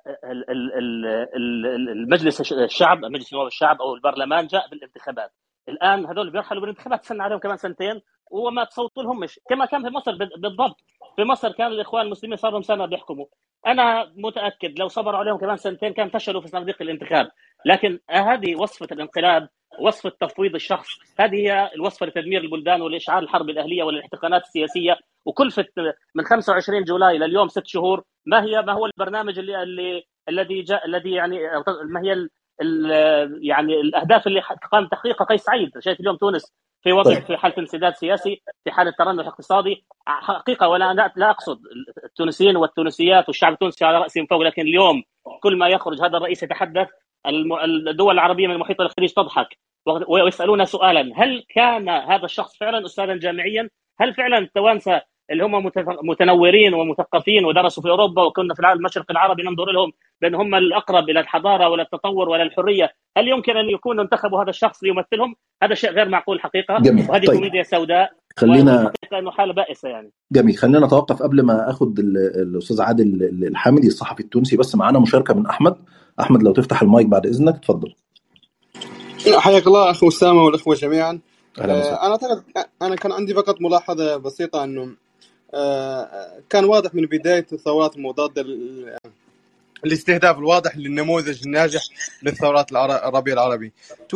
المجلس الشعب مجلس نواب الشعب أو البرلمان جاء بالانتخابات. الآن هذول بيرحلوا بالانتخابات، تستنى عليهم كمان سنتين وما تصوتوا لهم، مش كما كان في مصر بالضبط. في مصر كان الإخوان المسلمين صار لهم سنة بيحكموا، أنا متأكد لو صبروا عليهم كمان سنتين كان فشلوا في صناديق الانتخاب. لكن هذه وصفة الانقلاب، وصفة تفويض الشخص، هذه هي الوصفة لتدمير البلدان والإشعال الحرب الأهلية والاحتقانات السياسية. وكلفة من خمسة وعشرين جولاي لليوم ست شهور. ما هي ما هو البرنامج اللي اللي الذي جاء الذي يعني ما هي ال ال يعني الأهداف اللي قام تحقيقها قيس سعيد؟ شايف اليوم تونس في وضع في حالة انسداد سياسي، في حالة ترنح اقتصادي حقيقة. ولا لا أقصد التونسيين والتونسيات والشعب التونسي على رأسهم فوق، لكن اليوم كل ما يخرج هذا الرئيس يتحدث، الدول العربية من المحيط الخليج تضحك ويسألون سؤالا: هل كان هذا الشخص فعلا أستاذا جامعيا؟ هل فعلا التوانسة اللي هم متنورين ومثقفين ودرسوا في أوروبا وكنا في العالم المشرق العربي ننظر لهم بأن هم الأقرب إلى الحضارة ولا التطور ولا الحرية، هل يمكن أن يكونوا انتخبوا هذا الشخص ليمثلهم؟ هذا شيء غير معقول حقيقة. جميل. وهذه طيب. كوميديا سوداء، خلينا انه حاله بائسه يعني. جميل، خلينا نتوقف قبل ما اخد الاستاذ عادل الحامدي الصحفي التونسي. بس معانا مشاركه من احمد. احمد لو تفتح المايك بعد اذنك اتفضل. حياك الله اخو اسامه والاخوه جميعا. أهلا انا اعتقد انا كان عندي فقط ملاحظه بسيطه، انه كان واضح من بدايه الثورات المضاده الاستهداف الواضح للنموذج الناجح للثورات العربيه العربي. تونس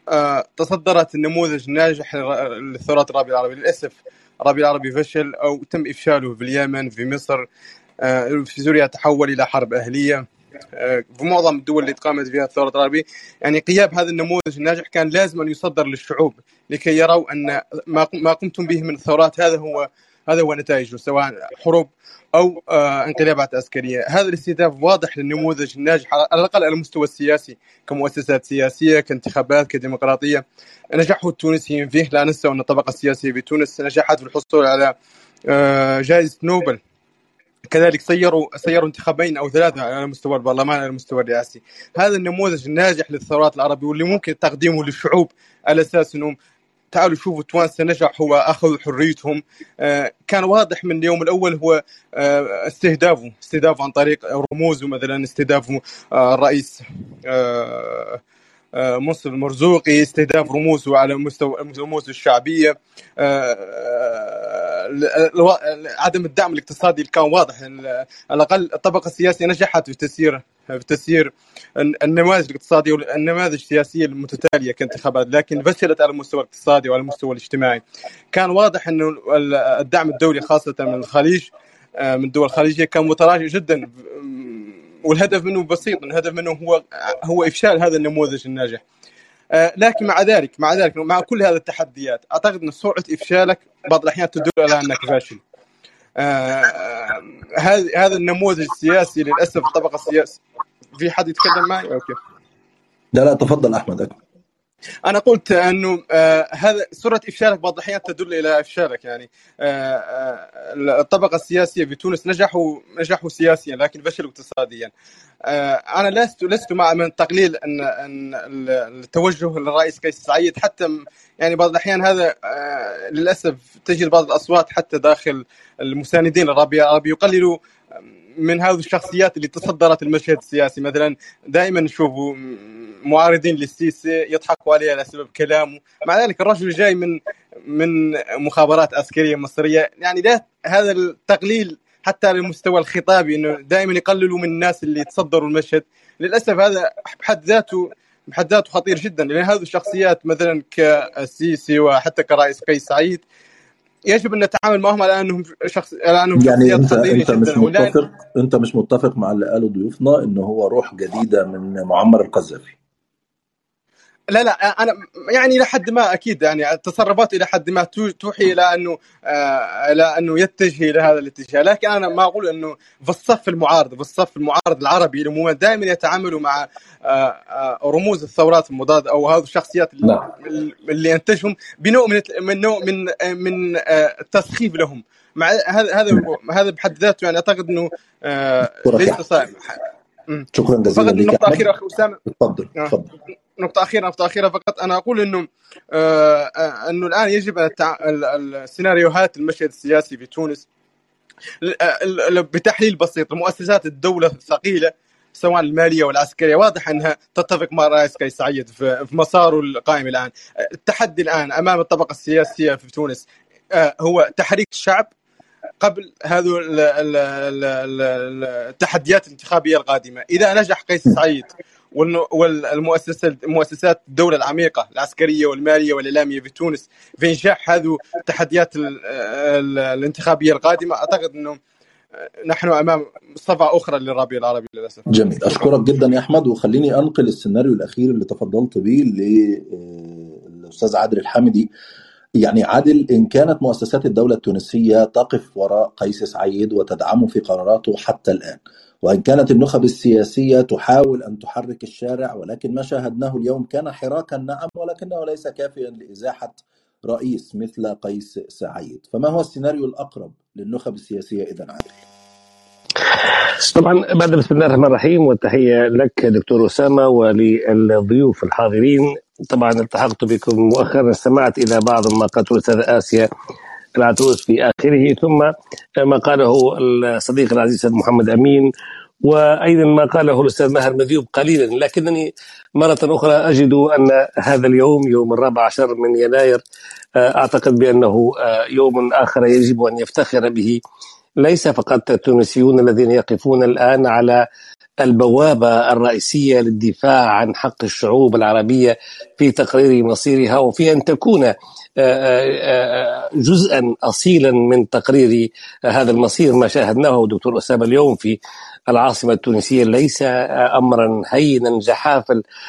تصدرت النموذج الناجح للثورات الربيع العربي. للأسف الربيع العربي فشل أو تم إفشاله في اليمن، في مصر، في سوريا تحول إلى حرب أهلية. في معظم الدول اللي قامت فيها الثورة العربية يعني غياب هذا النموذج الناجح كان لازم أن يصدر للشعوب لكي يروا أن ما قمتم به من الثورات هذا هو هذا هو نتائجه، سواء حروب أو انقلابات عسكرية. هذا الاستهداف واضح للنموذج الناجح على الأقل على المستوى السياسي، كمؤسسات سياسية، كانتخابات، كديمقراطية. نجحوا التونسيين فيه. لا ننسى أن الطبقة السياسية في تونس نجحت في الحصول على جائزة نوبل. كذلك سيروا سيروا انتخابين أو ثلاثة على مستوى البرلمان، على المستوى الرئاسي. هذا النموذج الناجح للثورات العربية واللي ممكن تقديمه للشعوب على أساس أنهم تعالوا شوفوا التوانسة نجحوا وأخذوا حريتهم. كان واضح من اليوم الأول هو استهدافه استهدافه عن طريق رموزه، مثلا استهدافه الرئيس منصف المرزوقي، استهداف رموزه على مستوى رموزه الشعبية، عدم الدعم الاقتصادي اللي كان واضح. على الأقل الطبقة السياسية نجحت في تسيير في تسيير النماذج الاقتصادية والنماذج السياسية المتتالية كانتخابات، لكن فشلت على المستوى الاقتصادي وعلى المستوى الاجتماعي. كان واضح أنه الدعم الدولي خاصة من الخليج، من الدول الخليجية، كان متراجع جدا، والهدف منه بسيط، الهدف منه هو هو إفشال هذا النموذج الناجح. لكن مع ذلك مع ذلك مع كل هذه التحديات أعتقد أن سرعة إفشالك بعض الأحيان تدل على أنك فاشل. هذا هذا النموذج السياسي للأسف الطبقة السياسية. في حد يتكلم معي؟ أوكي. لا لا تفضل أحمد. أكبر. أنا قلت أنه آه هذا سرعة إفشالك بعض الأحيان تدل إلى إفشالك. يعني آه آه الطبقة السياسية في تونس نجحوا نجحوا سياسيا لكن فشلوا اقتصاديا. آه أنا لست لست مع من تقليل أن أن التوجه للرئيس قيس سعيد، حتى يعني بعض الأحيان هذا آه للأسف تجد بعض الأصوات حتى داخل المساندين للربيع العربي يقللوا من هذه الشخصيات اللي تصدرت المشهد السياسي. مثلا دائما نشوفوا معارضين للسيسي يضحكوا عليه على سبب كلامه، مع ذلك الرجل جاي من من مخابرات عسكرية مصرية. يعني لا، هذا التقليل حتى على المستوى الخطابي، انه دائما يقللوا من الناس اللي تصدروا المشهد. للاسف هذا بحد ذاته بحد ذاته خطير جدا، لان هذه الشخصيات مثلا كالسيسي وحتى كرئيس قيس سعيد يجب ان نتعامل معهم على انهم شخص على انهم يعني شخصيات انت خطيرة انت جدا. مش متفق انت مش متفق مع اللي قاله ضيوفنا انه هو روح جديدة من معمر القذافي؟ لا لا، انا يعني الى حد ما اكيد يعني التصرفات الى حد ما توحي الى انه آه الى انه يتجه الى هذا الاتجاه، لكن انا ما اقول انه في الصف المعارض في الصف المعارض العربي عموما دائما يتعاملوا مع آه آه رموز الثورات المضاده او هذه الشخصيات اللي, لا. اللي انتجهم بنوع من من نوع من من آه التسخيف لهم. مع هذا هذا هذا بحد ذاته يعني اعتقد انه آه ليس صحيح. شكرا جزيلا لك. نقطه اخيره اخي اسامه. تفضل تفضل. نقطة أخيرة نقطة أخيرة فقط. أنا أقول إنه آه إنه الآن يجب التع... السيناريوهات المشهد السياسي في تونس بتحليل بسيط. مؤسسات الدولة الثقيلة سواء المالية والعسكرية واضح أنها تتفق مع الرئيس قيس سعيد في مساره القائم الآن. التحدي الآن أمام الطبقة السياسية في تونس آه هو تحريك الشعب قبل هذه التحديات الانتخابية القادمة. إذا نجح قيس سعيد والمؤسسات مؤسسات الدولة العميقة العسكرية والمالية والإعلامية في تونس في إنجاح هذه التحديات الانتخابية القادمة، أعتقد أنه نحن أمام صفعة أخرى للربيع العربي للأسف. جميل، أشكرك جدا يا أحمد. وخليني أنقل السيناريو الأخير اللي تفضلت به للأستاذ عادل الحامدي. يعني عادل، إن كانت مؤسسات الدولة التونسية تقف وراء قيس سعيد وتدعمه في قراراته حتى الآن، وإن كانت النخب السياسية تحاول أن تحرك الشارع، ولكن ما شاهدناه اليوم كان حراكا نعم، ولكنه ليس كافيا لإزاحة رئيس مثل قيس سعيد، فما هو السيناريو الأقرب للنخب السياسية إذن عادل؟ طبعا بعد بسم الله الرحمن الرحيم والتحية لك دكتور أسامة وللضيوف الحاضرين. طبعا التحقت بكم مؤخرا، استمعت إلى بعض ما قالته الأستاذ آسيا العتروس في آخره، ثم ما قاله الصديق العزيز محمد أمين، وأيضا ما قاله الأستاذ ماهر مذيوب قليلا. لكنني مرة أخرى أجد أن هذا اليوم يوم الرابع عشر من يناير أعتقد بأنه يوم آخر يجب أن يفتخر به ليس فقط التونسيون الذين يقفون الآن على البوابة الرئيسية للدفاع عن حق الشعوب العربية في تقرير مصيرها، وفي أن تكون جزءا أصيلا من تقرير هذا المصير. ما شاهدناه دكتور أسامة اليوم في العاصمة التونسية ليس أمرا هينا. جحاف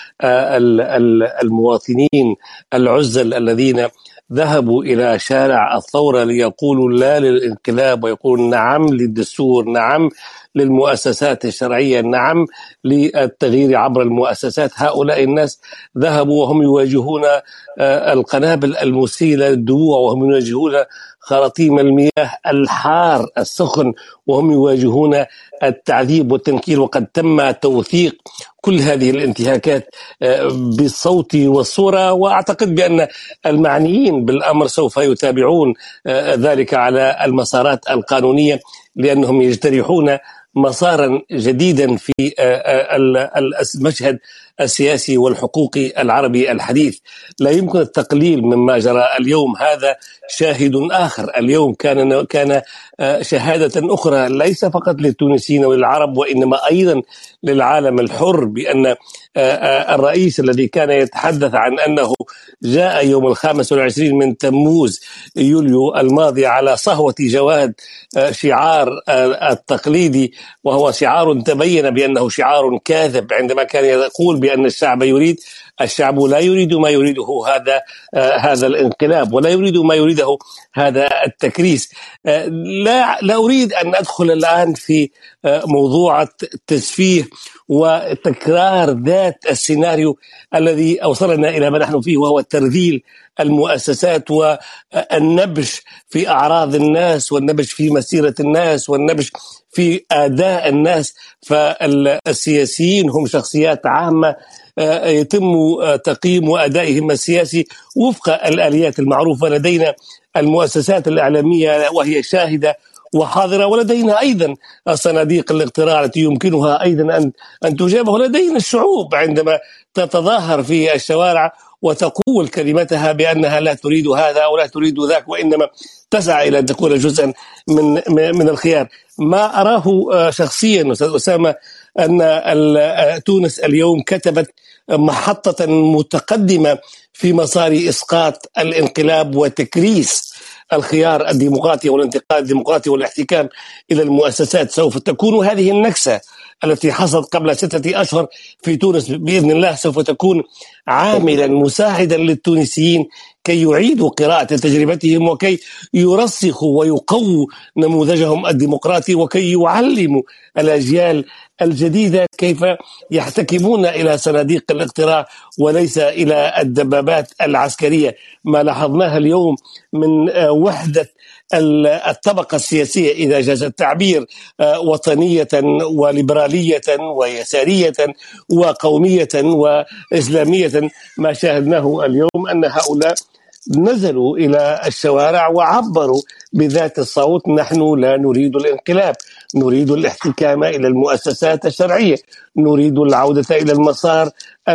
المواطنين العزل الذين ذهبوا إلى شارع الثورة ليقولوا لا للانقلاب ويقولوا نعم للدستور، نعم للمؤسسات الشرعية، نعم للتغيير عبر المؤسسات. هؤلاء الناس ذهبوا وهم يواجهون القنابل المسيلة للدموع، وهم يواجهون خراطيم المياه الحار السخن، وهم يواجهون التعذيب والتنكيل. وقد تم توثيق كل هذه الانتهاكات بالصوت والصورة، وأعتقد بأن المعنيين بالأمر سوف يتابعون ذلك على المسارات القانونية، لأنهم يجترحون مسارا جديدا في المشهد السياسي والحقوقي العربي الحديث. لا يمكن التقليل مما جرى اليوم. هذا شاهد آخر. اليوم كان كان شهادة أخرى ليس فقط للتونسيين وللعرب، وإنما أيضا للعالم الحر، بأن الرئيس الذي كان يتحدث عن أنه جاء يوم الخامس والعشرين من تموز يوليو الماضي على صهوة جواد، شعار التقليدي، وهو شعار تبين بأنه شعار كاذب عندما كان يقول بأن الشعب يريد. الشعب لا يريد ما يريده هذا آه هذا الانقلاب، ولا يريد ما يريده هذا التكريس. آه لا لا أريد أن أدخل الآن في آه موضوع التسفيه وتكرار ذات السيناريو الذي أوصلنا إلى ما نحن فيه، وهو ترذيل المؤسسات والنبش في أعراض الناس، والنبش في مسيرة الناس، والنبش في أداء الناس. فالسياسيين هم شخصيات عامة يتم تقييم أدائهم السياسي وفق الآليات المعروفة. لدينا المؤسسات الإعلامية وهي شاهدة وحاضرة، ولدينا أيضا صناديق الاقتراع التي يمكنها أيضا أن أن تجابه. لدينا الشعوب عندما تتظاهر في الشوارع وتقول كلمتها بأنها لا تريد هذا أو لا تريد ذاك، وإنما تسعى إلى أن تكون جزءا من من الخيار. ما أراه شخصيا أستاذ أسامة أن تونس اليوم كتبت محطة متقدمة في مسار إسقاط الانقلاب وتكريس الخيار الديمقراطي والانتقال الديمقراطي والاحتكام إلى المؤسسات. سوف تكون هذه النكسة التي حصلت قبل ستة أشهر في تونس بإذن الله سوف تكون عاملا مساعدا للتونسيين كي يعيدوا قراءة تجربتهم، وكي يرسخوا ويقووا نموذجهم الديمقراطي، وكي يعلموا الأجيال الجديدة كيف يحتكمون إلى صناديق الاقتراع وليس إلى الدبابات العسكرية. ما لاحظناه اليوم من وحدة الطبقة السياسية إذا جاز التعبير، وطنية وليبرالية ويسارية وقومية وإسلامية. ما شاهدناه اليوم أن هؤلاء نزلوا إلى الشوارع وعبروا بذات الصوت: نحن لا نريد الانقلاب، نريد الاحتكام إلى المؤسسات الشرعية، نريد العودة إلى المسار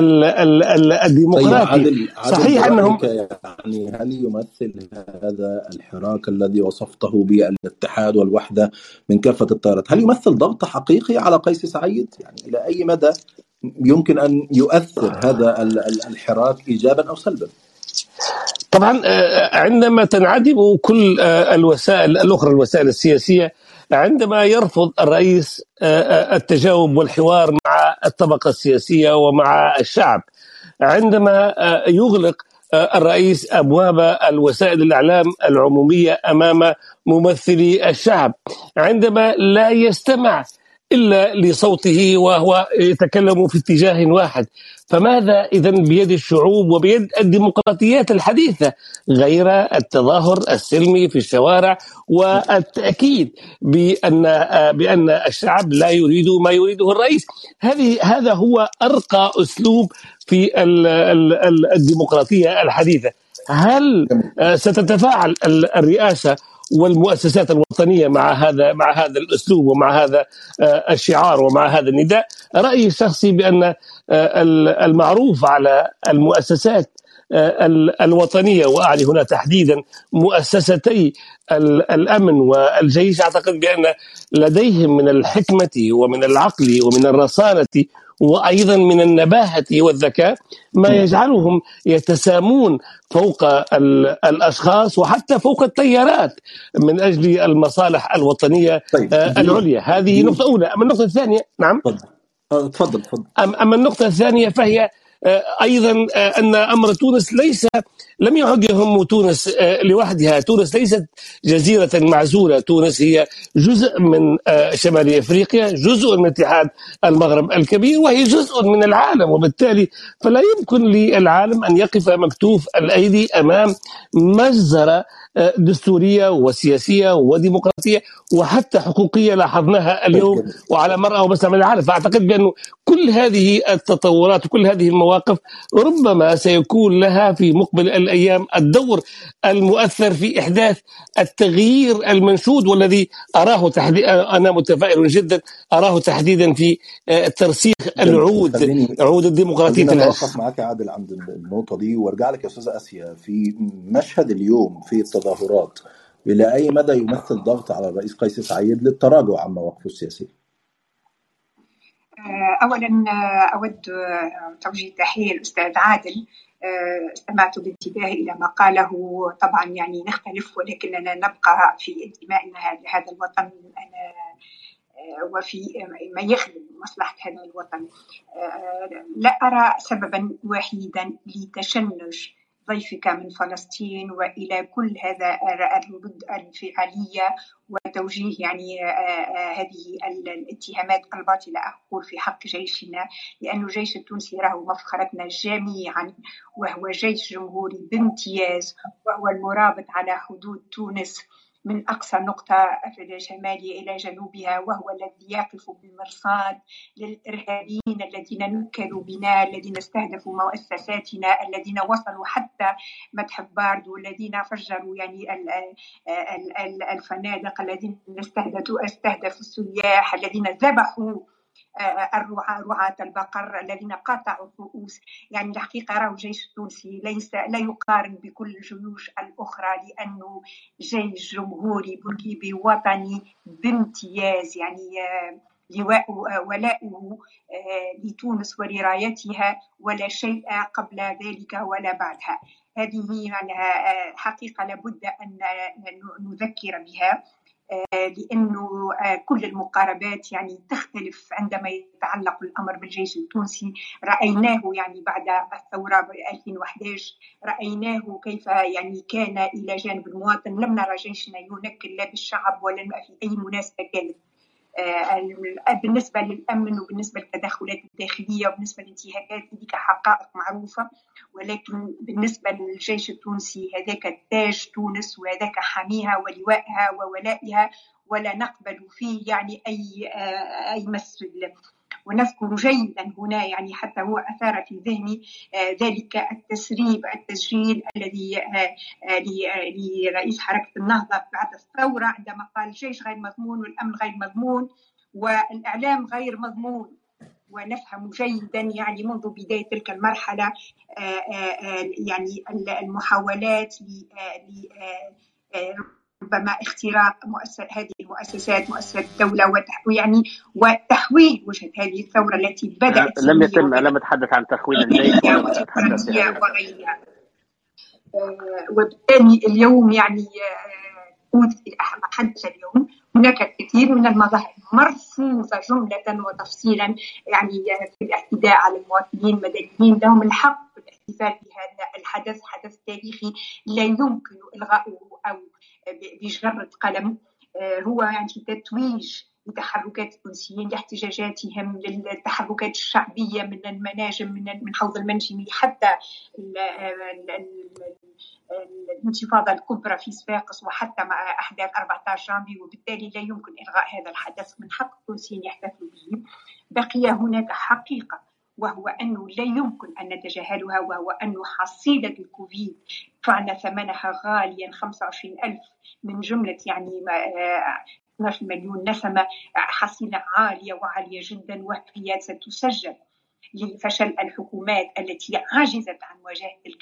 الديمقراطي. عادل عادل صحيح أنهم يعني هل يمثل هذا الحراك الذي وصفته بالاتحاد والوحدة من كافة التيارات، هل يمثل ضغط حقيقي على قيس سعيد؟ يعني إلى أي مدى يمكن أن يؤثر هذا الحراك إيجابا أو سلبا؟ طبعا عندما تنعدم كل الوسائل الأخرى، الوسائل السياسية، عندما يرفض الرئيس التجاوب والحوار مع الطبقة السياسية ومع الشعب، عندما يغلق الرئيس أبواب الوسائل الإعلام العمومية أمام ممثلي الشعب، عندما لا يستمع إلا لصوته وهو يتكلم في اتجاه واحد. فماذا إذن بيد الشعوب وبيد الديمقراطيات الحديثة غير التظاهر السلمي في الشوارع والتأكيد بأن بأن الشعب لا يريد ما يريده الرئيس؟ هذه هذا هو أرقى أسلوب في الديمقراطية الحديثة. هل ستتفاعل الرئاسة والمؤسسات الوطنية مع هذا مع هذا الأسلوب ومع هذا الشعار ومع هذا النداء؟ رأيي الشخصي بأن المعروف على المؤسسات الوطنية، وأعني هنا تحديدا مؤسستي الأمن والجيش، أعتقد بأن لديهم من الحكمة ومن العقل ومن الرصانة وأيضا من النباهة والذكاء ما يجعلهم يتسامون فوق الأشخاص وحتى فوق التيارات من أجل المصالح الوطنية طيب. العليا. هذه نقطة أولى. أما النقطة الثانية، نعم تفضل تفضل. أما النقطة الثانية فهي أيضا أن أمر تونس ليس لم يعد يهم تونس لوحدها. تونس ليست جزيرة معزولة، تونس هي جزء من شمال أفريقيا، جزء من اتحاد المغرب الكبير، وهي جزء من العالم، وبالتالي فلا يمكن للعالم أن يقف مكتوف الأيدي أمام مجزرة دستورية وسياسية وديمقراطية وحتى حقوقية لاحظناها اليوم وعلى مرأى ومسمع من العالم. فأعتقد بأن كل هذه التطورات وكل هذه المواقف ربما سيكون لها في مقبل الأيام الدور المؤثر في إحداث التغيير المنشود، والذي أراه تحديدا، أنا متفائل جدا، أراه تحديدا في ترسيخ العود عود الديمقراطية. أنا أوقف معك عادل عند النقطة دي وارجع لك يا أستاذة آسيا. في مشهد اليوم في التظاهرات، إلى أي مدى يمثل ضغط على الرئيس قيس سعيد للتراجع عن مواقفه السياسية؟ أولا أود توجيه تحية الأستاذ عادل، استمعت بانتباه إلى ما قاله. طبعا يعني نختلف ولكننا نبقى في انتمائنا لهذا الوطن أنا وفي ما يخدم مصلحة هذا الوطن. لا أرى سببا وحيدا لتشنج ضيفك من فلسطين وإلى كل هذا الردود الانفعالية وتوجيه يعني هذه الاتهامات الباطلة أقول في حق جيشنا، لأن الجيش التونسي راهو مفخرتنا جميعا، وهو جيش جمهوري بامتياز، وهو المرابط على حدود تونس من أقصى نقطة شمالية إلى جنوبها، وهو الذي يقف بالمرصاد للإرهابيين الذين نكلوا بنا، الذين استهدفوا مؤسساتنا، الذين وصلوا حتى متحف باردو، الذين فجروا يعني الفنادق، الذين استهدفوا استهدفوا السياح، الذين ذبحوا الرعاة رعاة البقر، الذين قاطعوا الرؤوس. يعني الحقيقة راه الجيش التونسي ليس لا يقارن بكل الجيوش الأخرى، لأنه جيش جمهوري بوليبي وطني بامتياز، يعني لواء ولاؤه لتونس ولرايتها، ولا شيء قبل ذلك ولا بعدها. هذه يعني حقيقة لابد أن نذكر بها، لأنه كل المقاربات يعني تختلف عندما يتعلق الأمر بالجيش التونسي. رأيناه يعني بعد الثورة ب ألفين وأحد عشر، رأيناه كيف يعني كان إلى جانب المواطن. لم نرى جيشنا ينكل لا بالشعب ولا في أي مناسبة كانت. بالنسبة للأمن وبالنسبة للتدخلات الداخلية وبالنسبة للانتهاكات هذيك حقائق معروفة، ولكن بالنسبة للجيش التونسي هذاك تاج تونس وهذاك حاميها ولوائها وولائها، ولا نقبل فيه يعني أي أي مس. ونذكر جيدا هنا يعني حتى هو أثار في ذهني ذلك التسريب التسجيل الذي لرئيس حركة النهضة بعد الثورة عندما قال الجيش غير مضمون والأمن غير مضمون والإعلام غير مضمون. ونفهم جيدا يعني منذ بداية تلك المرحلة يعني المحاولات ل ربما اختراق مؤسسات هذه المؤسسات مؤسسات الدولة ويعني وتحويل وجهة هذه الثورة التي بدأت. لم يتم لم نتحدث عن تخوين الجيش وغيرها. وبالتالي اليوم يعني حدث اليوم هناك الكثير من المظاهر مرفوضة جملة وتفصيلا، يعني في الاعتداء على المواطنين المدنيين. لهم الحق في الاحتفال بهذا الحدث، حدث تاريخي لا يمكن إلغاؤه أو بجرة قلم. هو يعني تتويج لتحركات التونسيين لاحتجاجاتهم، للتحركات الشعبية من المناجم من من حوض المنجمي حتى الانتفاضة الكبرى في صفاقس وحتى مع أحداث أربعة عشر جانفي. وبالتالي لا يمكن إلغاء هذا الحدث، من حق التونسيين يحتفلوا به. بقي هناك حقيقة وهو أنه لا يمكن أن نتجاهلها، وهو أنه حصيلة الكوفيد دفعنا ثمنها غاليا، خمسة وعشرين ألف من جملة يعني اثني عشر مليون نسمة، حصيلة عالية وعالية جدا، وهي ستسجل لفشل الحكومات التي عجزت عن مواجهة تلك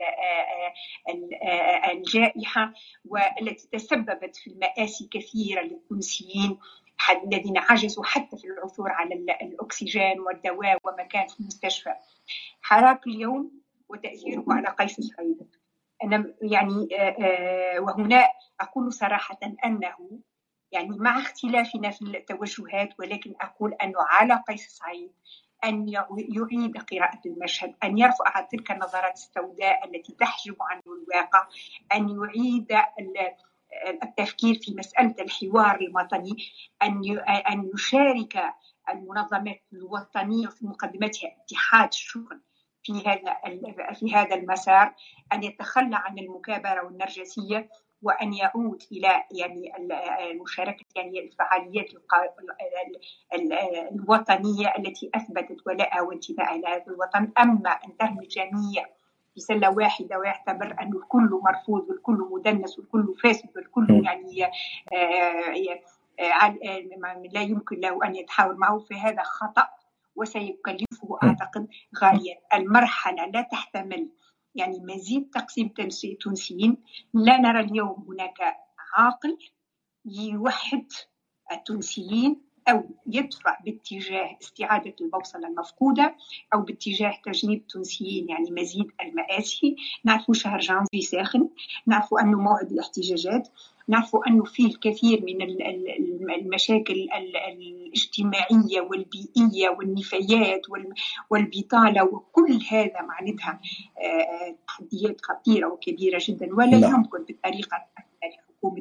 الجائحة والتي تسببت في المآسي كثيرة للتونسيين الذين عجزوا حتى في العثور على الأكسجين والدواء ومكان في المستشفى. حراك اليوم وتأثيره على قيس سعيد، أنا يعني وهنا أقول صراحة أنه يعني مع اختلافنا في التوجهات، ولكن أقول أنه على قيس سعيد أن يعيد قراءة المشهد، أن يرفع تلك النظرات السوداء التي تحجب عنه الواقع، أن يعيد التفكير في مسألة الحوار الوطني، أن أن يشارك المنظمات الوطنية في مقدمتها اتحاد الشغل في هذا في هذا المسار، أن يتخلى عن المكابرة والنرجسية، وأن يعود إلى يعني المشاركة يعني الفعاليات الوطنية التي أثبتت ولاءها وانتمائها إلى هذا الوطن. أما أن ترمي الجميع في سلة واحدة ويعتبر أن الكل مرفوض والكل مدنس والكل فاسد والكل يعني لا يمكن له أن يتحاور معه، فهذا خطأ وسيكلفه أعتقد غاليا. المرحلة لا تحتمل يعني مزيد تقسيم التونسيين. لا نرى اليوم هناك عاقل يوحد التونسيين أو يدفع باتجاه استعادة البوصلة المفقودة أو باتجاه تجنيب التونسيين يعني مزيد المآسي. نعرف شهر جانفي ساخن، نعرف أنه موعد الاحتجاجات، نعرف أنه فيه الكثير من المشاكل الاجتماعية والبيئية والنفايات والبطالة، وكل هذا معندها تحديات خطيرة وكبيرة جدا، ولا لا. يمكن بالطريقة لحكومة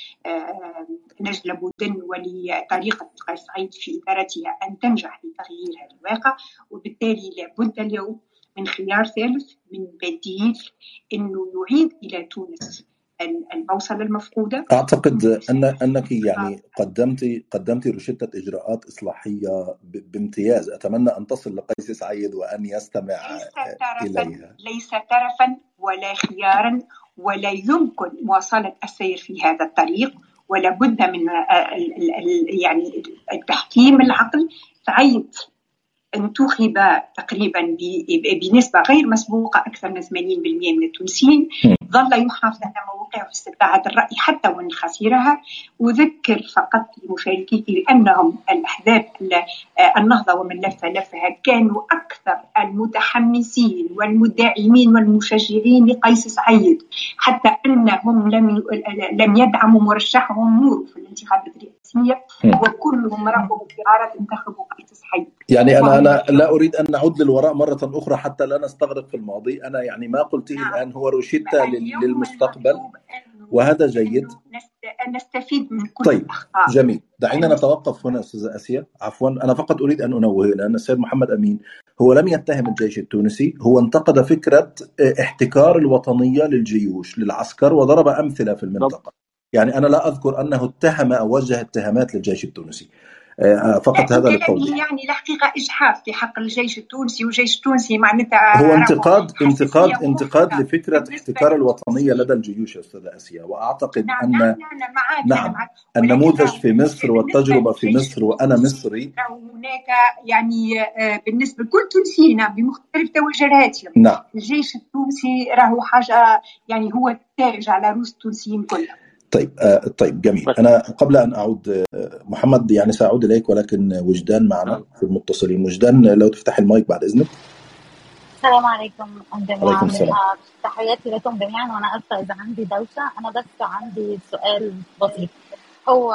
نجلة بودن ولطريقة قيس سعيد في إدارتها أن تنجح في تغيير هذا الواقع. وبالتالي لابد اليوم من خيار ثالث، من بديل أنه يعيد إلى تونس البوصلة المفقودة. أعتقد أن أنك يعني قدمتي قدمتي روشتة إجراءات إصلاحية بامتياز. أتمنى أن تصل لقيس سعيد وأن يستمع ليس إليها. ليس ترفا ولا خيارا، ولا يمكن مواصلة السير في هذا الطريق، ولا بد من يعني التحكيم العقل. سعيد انتخب تقريبا بنسبة غير مسبوقة، أكثر من ثمانين بالمئة من التونسيين. ظل يحافظ على موقعه في استطاعة الرأي حتى وإن خسرها. أذكر فقط لمشاركيك بأنهم الأحزاب النهضة ومن لف لفها كانوا أكثر المتحمسين والمداعمين والمشجعين لقيس سعيد، حتى أنهم لم لم يدعموا مرشحهم نور في الانتخابات الرئاسية، وكلهم رغبوا بقرار انتخبوا قيس سعيد. يعني أنا أنا لا أريد أن نعود للوراء مرة أخرى حتى لا نستغرق في الماضي. أنا يعني ما قلته نعم. الآن هو روشتة للمستقبل، وهذا جيد. نستفيد من كل طيب الأخطاء. جميل. دعينا نتوقف هنا أستاذة آسيا. عفوا أنا فقط أريد أن أنوه لأن السيد محمد أمين هو لم يتهم الجيش التونسي، هو انتقد فكرة احتكار الوطنية للجيوش للعسكر وضرب أمثلة في المنطقة. يعني أنا لا أذكر أنه اتهم أو وجه اتهامات للجيش التونسي، فقط هذا للتوضيح. يعني الحقيقة إجحاف في حق الجيش التونسي، والجيش التونسي معناتها هو انتقاد انتقاد انتقاد لفكرة احتكار الوطنية لدى الجيوش يا أستاذة آسيا. وأعتقد نعم أن نعم نعم النموذج في مصر والتجربة في مصر، وأنا مصري، هناك يعني بالنسبة لكل تونسيين بمختلف توجهاتهم. نعم. الجيش التونسي راهو حاجة يعني هو التاج على رؤوس التونسيين كلهم. طيب آه طيب جميل. أنا قبل أن أعود آه محمد يعني سأعود إليك، ولكن وجدان معنا في المتصلين. وجدان لو تفتح المايك بعد إذنك. السلام عليكم جميعا. عليكم السلام. تحياتي لكم جميعا، وأنا أسفة إذا عندي دوشة. أنا بس عندي سؤال بسيط. هو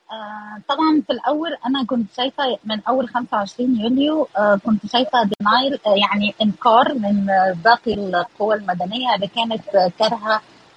آه طبعا في الأول أنا كنت شايفة من أول خمسة وعشرين يوليو آه كنت شايفة دينايل آه يعني إنكار من باقي القوى المدنية اللي كانت كارهة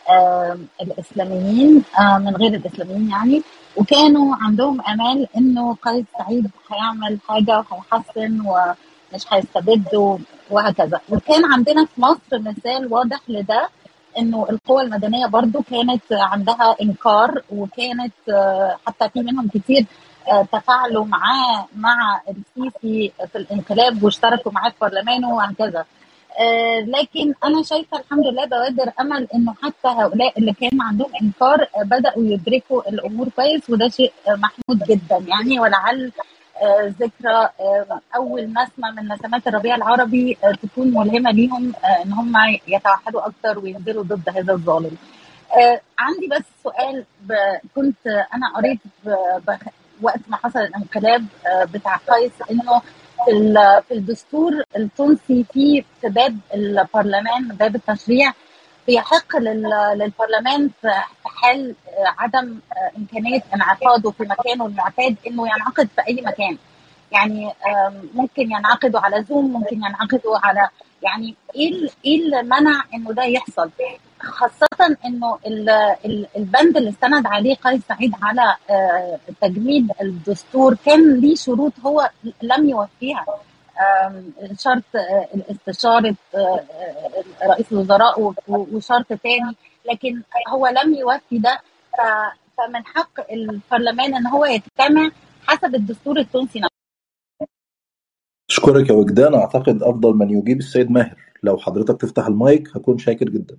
آه الإسلاميين آه من غير الإسلاميين يعني، وكانوا عندهم أمال إنه قيس سعيد هيعمل حاجة وهيحسن ومش هيستبد وهكذا. وكان عندنا في مصر مثال واضح لده، إنه القوى المدنية برضو كانت عندها إنكار، وكانت آه حتى في منهم كتير آه تفاعلوا معاه مع السيسي في الانقلاب واشتركوا معاه في برلمانه وهكذا. آه لكن أنا شايفة الحمد لله بوادر أمل إنه حتى هؤلاء اللي كان عندهم إنكار آه بدأوا يدركوا الأمور كويس، وده شيء آه محمود جدا يعني. ولعل آه، ذكرى آه، اول نسمه من نسمات الربيع العربي آه، تكون ملهمه ليهم آه، ان هم يتوحدوا اكتر وينزلوا ضد هذا الظالم. آه، عندي بس سؤال، ب- كنت انا قريت ب- ب- وقت ما حصل الانقلاب آه، بتاع قيس انه في ال- في الدستور التونسي في في باب البرلمان، باب التشريع، بيحق لل- للبرلمان في في حال آه، عدم آه، امكانيه انعقاده في مكانه المعتاد انه ينعقد في اي مكان. يعني آم، ممكن ينعقدوا على زوم، ممكن ينعقدوا على، يعني ايه ال- ايه اللي منع انه ده يحصل؟ خاصة انه ال- ال- البند اللي استند عليه قيس سعيد على آه، تجميد الدستور كان ليه شروط هو لم يوفيها. آم، شرط آه، الاستشارة آه، آه، رئيس الوزراء و- و- وشرط تاني، لكن هو لم يوفي ده. ف- فمن حق البرلمان ان هو يجتمع حسب الدستور التونسي نفسه. أشكرك يا وجدان. أعتقد أفضل من يجيب السيد ماهر. لو حضرتك تفتح المايك هكون شاكر جدا.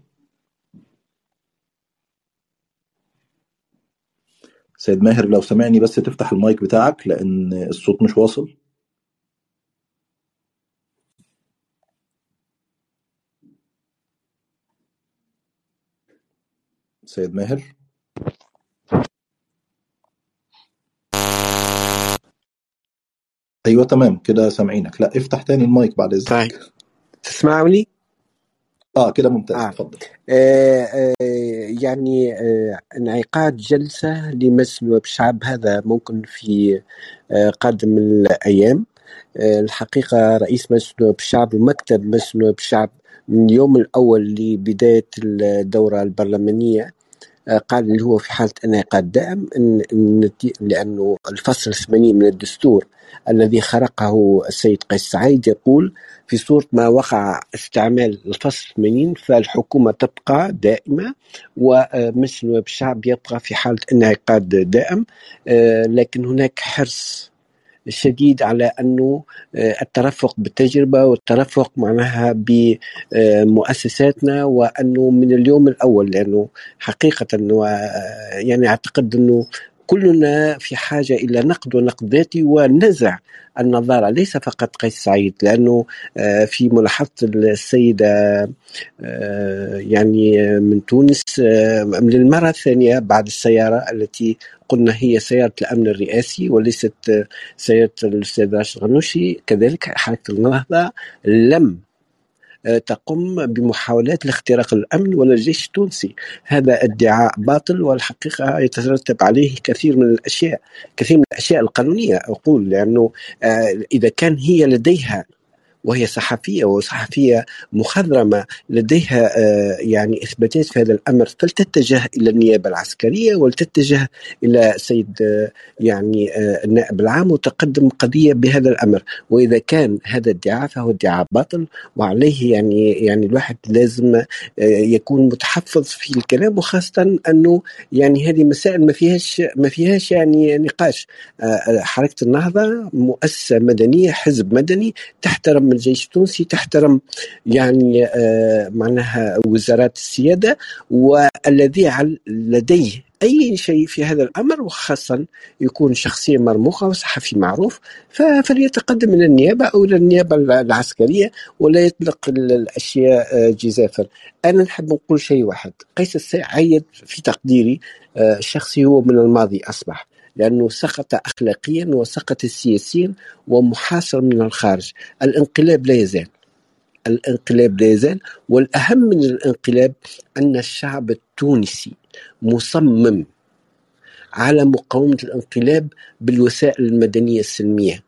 سيد ماهر لو سمعني بس تفتح المايك بتاعك لأن الصوت مش واصل. سيد ماهر. أيوة تمام كده سامعينك. لا افتح تاني المايك بعد إذنك. طيب تسمعني؟ آه كده ممتاز. آه. اتفضل. آه آه يعني آه انعقاد جلسة لمجلس نواب الشعب هذا ممكن في آه قادم الأيام. آه الحقيقة رئيس مجلس نواب الشعب ومكتب مجلس نواب الشعب من اليوم الأول لبداية الدورة البرلمانية آه قال اللي هو في حالة انعقاد دائم، إن إن لأنه الفصل الثمانين من الدستور الذي خرقه السيد قيس سعيد يقول في صورة ما وقع استعمال الفصل الثمانين فالحكومة تبقى دائمة ومجلس نواب الشعب يبقى في حالة انعقاد دائم. آه لكن هناك حرص شديد على أنه الترفق بالتجربة والترفق معناها بمؤسساتنا، وأنه من اليوم الأول، لأنه حقيقة يعني أعتقد أنه كلنا في حاجة إلى نقد ونقد ذاتي ونزع النظارة، ليس فقط قيس سعيد، لأنه في ملاحظة السيدة يعني من تونس من المرة الثانية بعد السيارة التي قلنا هي سيارة الأمن الرئاسي وليست سيارة الأستاذ راشد الغنوشي، كذلك حركة النهضة لم تقوم بمحاولات لاختراق الأمن ولا الجيش التونسي. هذا ادعاء باطل، والحقيقة يترتب عليه كثير من الأشياء كثير من الأشياء القانونية أقول، لأنه إذا كان هي لديها، وهي صحفية وصحفية مخضرمة لديها يعني إثباتات في هذا الأمر، فلتتجه إلى النيابة العسكرية ولتتجه إلى سيد يعني النائب العام وتقدم قضية بهذا الأمر. وإذا كان هذا ادعاء فهو ادعاء باطل، وعليه يعني يعني الواحد لازم يكون متحفظ في الكلام، وخاصة أنه يعني هذه مسائل ما فيهاش ما فيهاش يعني نقاش. حركة النهضة مؤسسة مدنية، حزب مدني تحترم الجيش التونسي، تحترم يعني آه معناها وزارات السيادة، والذي لديه أي شيء في هذا الأمر وخاصة يكون شخصية مرموقة وصحفي معروف فليتقدم إلى النيابة أو إلى النيابة العسكرية ولا يطلق الأشياء جزافا. أنا نحب نقول شيء واحد، قيس سعيد في تقديري آه شخصي هو من الماضي أصبح، لأنه سقط أخلاقيا وسقط سياسيا ومحاصر من الخارج. الانقلاب لا يزال الانقلاب لا يزال والأهم من الانقلاب أن الشعب التونسي مصمم على مقاومة الانقلاب بالوسائل المدنية السلمية،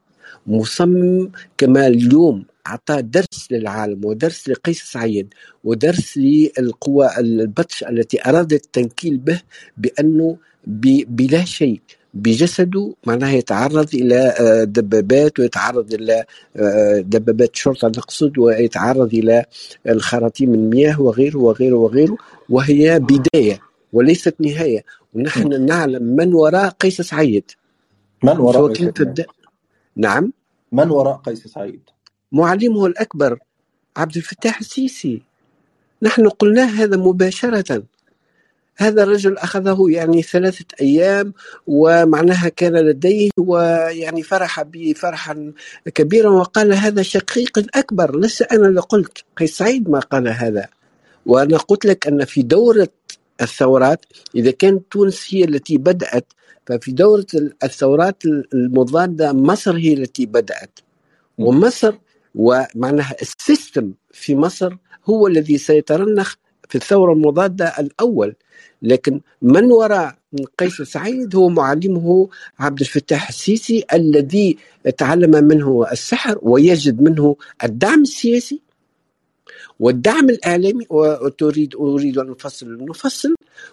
مصمم كما اليوم أعطى درس للعالم ودرس لقيس سعيد ودرس للقوى البطش التي أرادت التنكيل به بأنه بلا شيء بجسده معناها يتعرض إلى دبابات ويتعرض إلى دبابات شرطة نقصد، ويتعرض إلى الخراطيم المياه وغيره وغيره وغيره، وهي بداية وليست نهاية. ونحن نعلم من وراء قيس سعيد. من وراء قيس سعيد؟ نعم، من وراء قيس سعيد؟ معلمه الأكبر عبد الفتاح السيسي. نحن قلنا هذا مباشرة. هذا الرجل أخذه يعني ثلاثة أيام، ومعناها كان لديه ويعني فرح بفرحا كبيرا، وقال هذا شقيق الأكبر، ليس أنا اللي قلت، قيس سعيد ما قال هذا. وأنا قلت لك أن في دورة الثورات، إذا كانت تونس هي التي بدأت، ففي دورة الثورات المضادة مصر هي التي بدأت، ومصر ومعناها السيستم في مصر هو الذي سيترنخ في الثورة المضادة الأول. لكن من وراء قيس سعيد هو معلمه عبد الفتاح السيسي، الذي تعلم منه السحر ويجد منه الدعم السياسي والدعم الإعلامي. وتريد أريد أن نفصل نفصل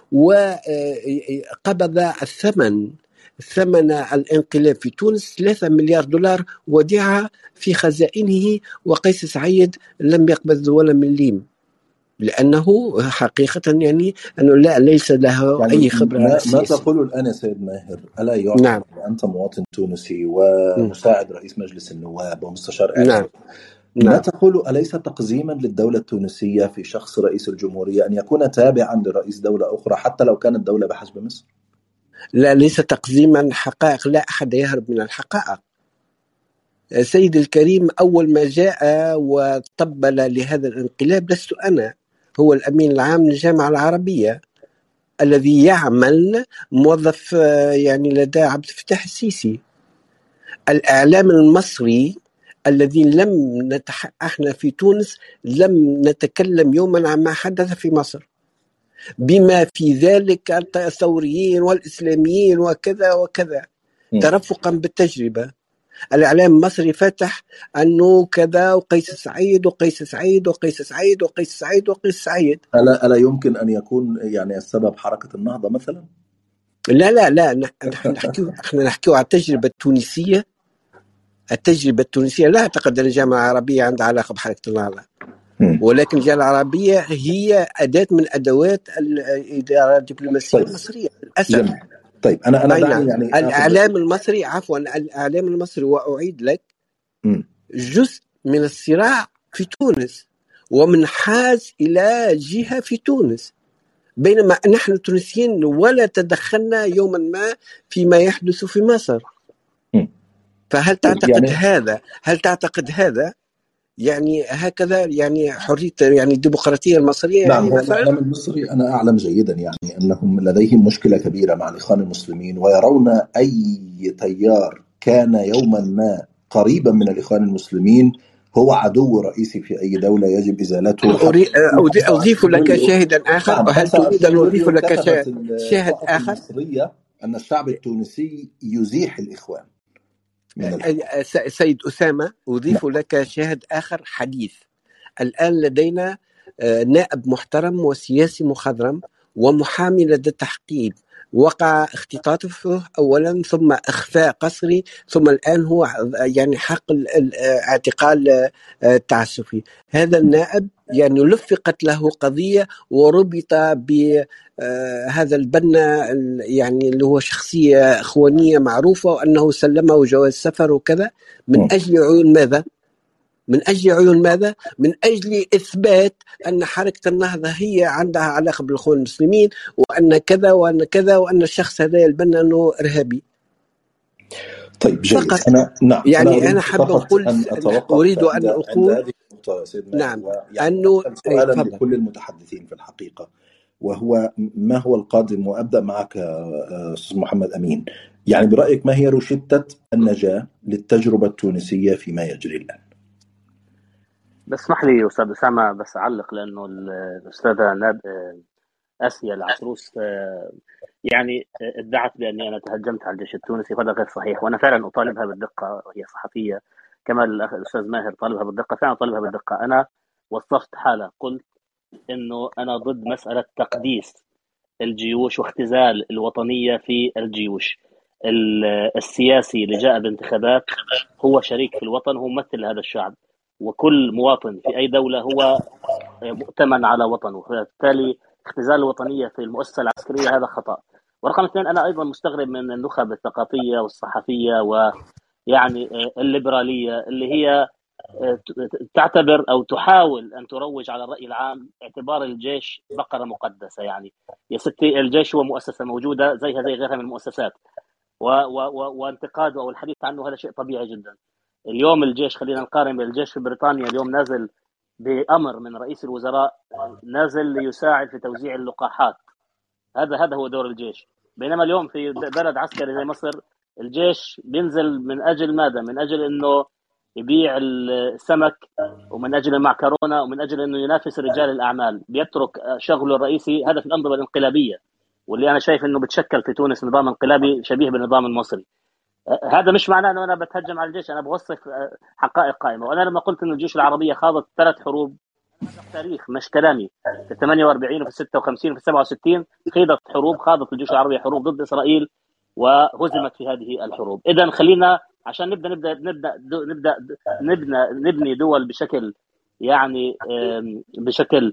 وقبض الثمن ثمن الانقلاب في تونس ثلاثة مليار دولار وديعة في خزائنه، وقيس سعيد لم يقبض ولا مليم، لأنه حقيقة يعني أنه لا ليس له يعني أي خبرة ما, ما سياسية. تقول الآن يا سيد ماهر ألا يعلم نعم. أنت مواطن تونسي ومساعد رئيس مجلس النواب ومستشار إعلامي، نعم. ما نعم. تقول أليس تقزيما للدولة التونسية في شخص رئيس الجمهورية أن يكون تابعا لرئيس دولة أخرى حتى لو كانت دولة بحجم مصر؟ لا، ليس تقزيما، حقائق، لا أحد يهرب من الحقائق. سيد الكريم أول ما جاء وطبل لهذا الانقلاب لست أنا، هو الأمين العام للجامعة العربية الذي يعمل موظف يعني لدى عبد الفتاح السيسي. الإعلام المصري الذي لم نتح... احنا في تونس لم نتكلم يوما عما حدث في مصر، بما في ذلك الثوريين والإسلاميين وكذا وكذا، ترفقا بالتجربة. الإعلام المصري فتح أنه كذا وقيس سعيد وقيس سعيد وقيس سعيد وقيس سعيد وقيس سعيد. ألا ألا يمكن أن يكون يعني السبب حركة النهضة مثلا؟ لا لا لا، نحن نحكي احنا نحكي على التجربة التونسية. التجربة التونسية لا أعتقد أن الجامعة العربية عندها علاقة بحركة النهضة، ولكن الجامعة العربية هي أداة من أدوات الإدارة الدبلوماسية طيب. المصرية للأسف. جميل. طيب أنا أنا يعني, يعني الإعلام المصري عفوا الإعلام المصري وأعيد لك م. جزء من الصراع في تونس ومنحاز إلى جهة في تونس، بينما نحن التونسيين ولا تدخلنا يوما ما فيما يحدث في مصر. م. فهل تعتقد يعني هذا هل تعتقد هذا يعني هكذا يعني حرية يعني الديمقراطية المصرية؟ نعم، يعني هو الإعلام المصري أنا أعلم جيدا يعني أنهم لديهم مشكلة كبيرة مع الإخوان المسلمين، ويرون أي تيار كان يوما ما قريبا من الإخوان المسلمين هو عدو رئيسي في أي دولة يجب إزالته. أضيف لك شاهدا آخر، وهل تريد أن أضيف لك شاهد آخر؟ المصرية أن الشعب التونسي يزيح الإخوان. سيد أسامة أضيف لك شاهد آخر حديث. الآن لدينا نائب محترم وسياسي مخضرم ومحامي لدى التحقيق، وقع اختطافه أولا ثم إخفاء قسري ثم الآن هو يعني حق الاعتقال التعسفي. هذا النائب يعني لفقت له قضية وربط بهذا البنا يعني اللي هو شخصية إخوانية معروفة، وأنه سلمه جواز سفر وكذا من أجل عيون ماذا؟ من أجل عيون ماذا؟ من أجل إثبات أن حركة النهضة هي عندها علاقة بالإخوان المسلمين، وأن كذا وأن كذا وأن الشخص هذا يبنى أنه إرهابي. طيب جيد. أنا نعم يعني أنا, أنا حاب أقول أن أريد أن أقول هذه النقطة يا سيدنا، نعم يعني أنه سؤالا لكل المتحدثين في الحقيقة، وهو ما هو القادم؟ وأبدأ معك أستاذ محمد أمين. يعني برأيك ما هي روشتة النجاة للتجربة التونسية فيما يجري الآن؟ بس اسمح لي أستاذ أسامة بس أعلق، لأنه الأستاذة ناد آسيا العتروس يعني ادعت بأني أنا تهجمت على الجيش التونسي، وهذا غير صحيح، وأنا فعلا أطالبها بالدقة، وهي صحفية كما الأستاذ ماهر طالبها بالدقة، فعلا أطالبها بالدقة. أنا وصفت حالة قلت إنه أنا ضد مسألة تقديس الجيوش واختزال الوطنية في الجيوش. السياسي اللي جاء بانتخابات هو شريك في الوطن، هو ممثل هذا الشعب، وكل مواطن في أي دولة هو مؤتمن على وطنه، فبالتالي اختزال الوطنية في المؤسسة العسكرية هذا خطأ. ورقم اثنين، أنا أيضا مستغرب من النخب الثقافية والصحفية ويعني الليبرالية اللي هي تعتبر أو تحاول أن تروج على الرأي العام اعتبار الجيش بقرة مقدسة. يعني يا ستي الجيش هو مؤسسة موجودة زيها زي غيرها من المؤسسات، و و و وانتقاده أو الحديث عنه هذا شيء طبيعي جدا. اليوم الجيش، خلينا نقارن بالجيش في بريطانيا، اليوم نازل بأمر من رئيس الوزراء، نازل ليساعد في توزيع اللقاحات. هذا هذا هو دور الجيش. بينما اليوم في بلد عسكري زي مصر الجيش بينزل من أجل ماذا؟ من أجل أنه يبيع السمك، ومن أجل المعكرونة، ومن أجل أنه ينافس رجال الأعمال، بيترك شغله الرئيسي. هذا في الأنظمة الانقلابية، واللي أنا شايف أنه بتشكل في تونس نظام انقلابي شبيه بالنظام المصري. هذا مش معناه أنه أنا بتهجم على الجيش، أنا بوصف حقائق قائمة. وأنا لما قلت أن الجيوش العربية خاضت ثلاث حروب، تاريخ مش كلامي، في ثمانية وأربعين وفي ستة وخمسين وفي سبعة وستين خاضت حروب، خاضت الجيوش العربية حروب ضد إسرائيل وهزمت في هذه الحروب. إذن خلينا عشان نبدأ نبدأ نبدأ نبدأ نبني نبني دول بشكل يعني بشكل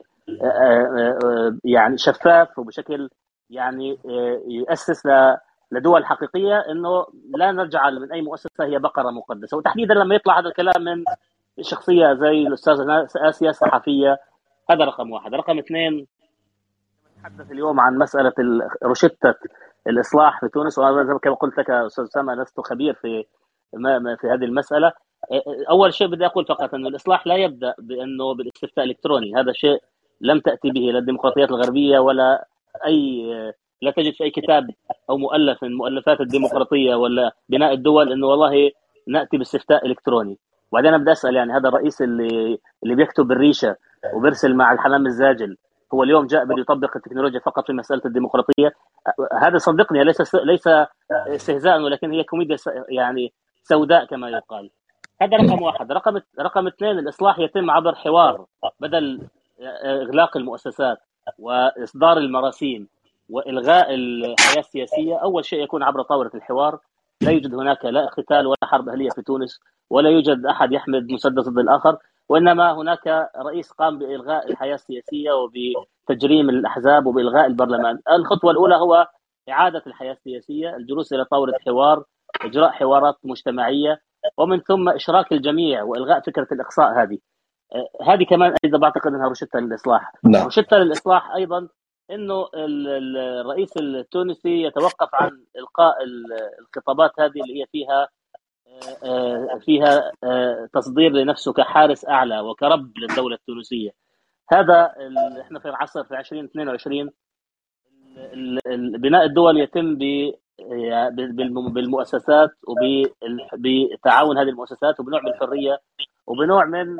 يعني شفاف، وبشكل يعني يؤسس لدول حقيقية، إنه لا نجعل من أي مؤسسة هي بقرة مقدسة. وتحديدا لما يطلع هذا الكلام من شخصية زي الأستاذة آسيا، صحفية. هذا رقم واحد. رقم اثنين، نتحدث اليوم عن مسألة روشتة الإصلاح في تونس، وأنا زي ما قلت لك أستاذ أسامة لست خبير في ما في هذه المسألة. أول شيء بدي أقول فقط أن الإصلاح لا يبدأ بأنه بالاستفتاء الإلكتروني. هذا شيء لم تأتي به لا الديمقراطيات الغربية ولا أي لا تجد في أي كتاب أو مؤلف من مؤلفات الديمقراطية ولا بناء الدول أنه والله نأتي باستفتاء إلكتروني. وبعدين أنا بدي أسأل، يعني هذا الرئيس اللي اللي بيكتب بالريشة وبيرسل مع الحمام الزاجل، هو اليوم جاء بده يطبق التكنولوجيا فقط في مسألة الديمقراطية؟ هذا صدقني ليس ليس استهزاء، ولكن هي كوميديا يعني سوداء كما يقال. هذا رقم واحد. رقم رقم اثنين، الإصلاح يتم عبر حوار بدل إغلاق المؤسسات وإصدار المراسيم وإلغاء الحياة السياسية. أول شيء يكون عبر طاولة الحوار. لا يوجد هناك لا قتال ولا حرب أهلية في تونس، ولا يوجد أحد يحمد مسدس ضد الآخر، وإنما هناك رئيس قام بإلغاء الحياة السياسية وبتجريم الأحزاب وبإلغاء البرلمان. الخطوة الأولى هو إعادة الحياة السياسية، الجلوس إلى طاولة حوار، إجراء حوارات مجتمعية، ومن ثم إشراك الجميع وإلغاء فكرة الإقصاء. هذه هذه كمان أيضا بعتقد أنها روشتة للإصلاح. نعم. روشتة للإصلاح أيضا أنه الرئيس التونسي يتوقف عن إلقاء الخطابات هذه اللي هي فيها فيها تصدير لنفسه كحارس أعلى وكرب للدولة التونسية. هذا احنا في العصر في عشرين اثنين وعشرين بناء الدول يتم بالمؤسسات وبتعاون هذه المؤسسات وبنوع من الحرية وبنوع من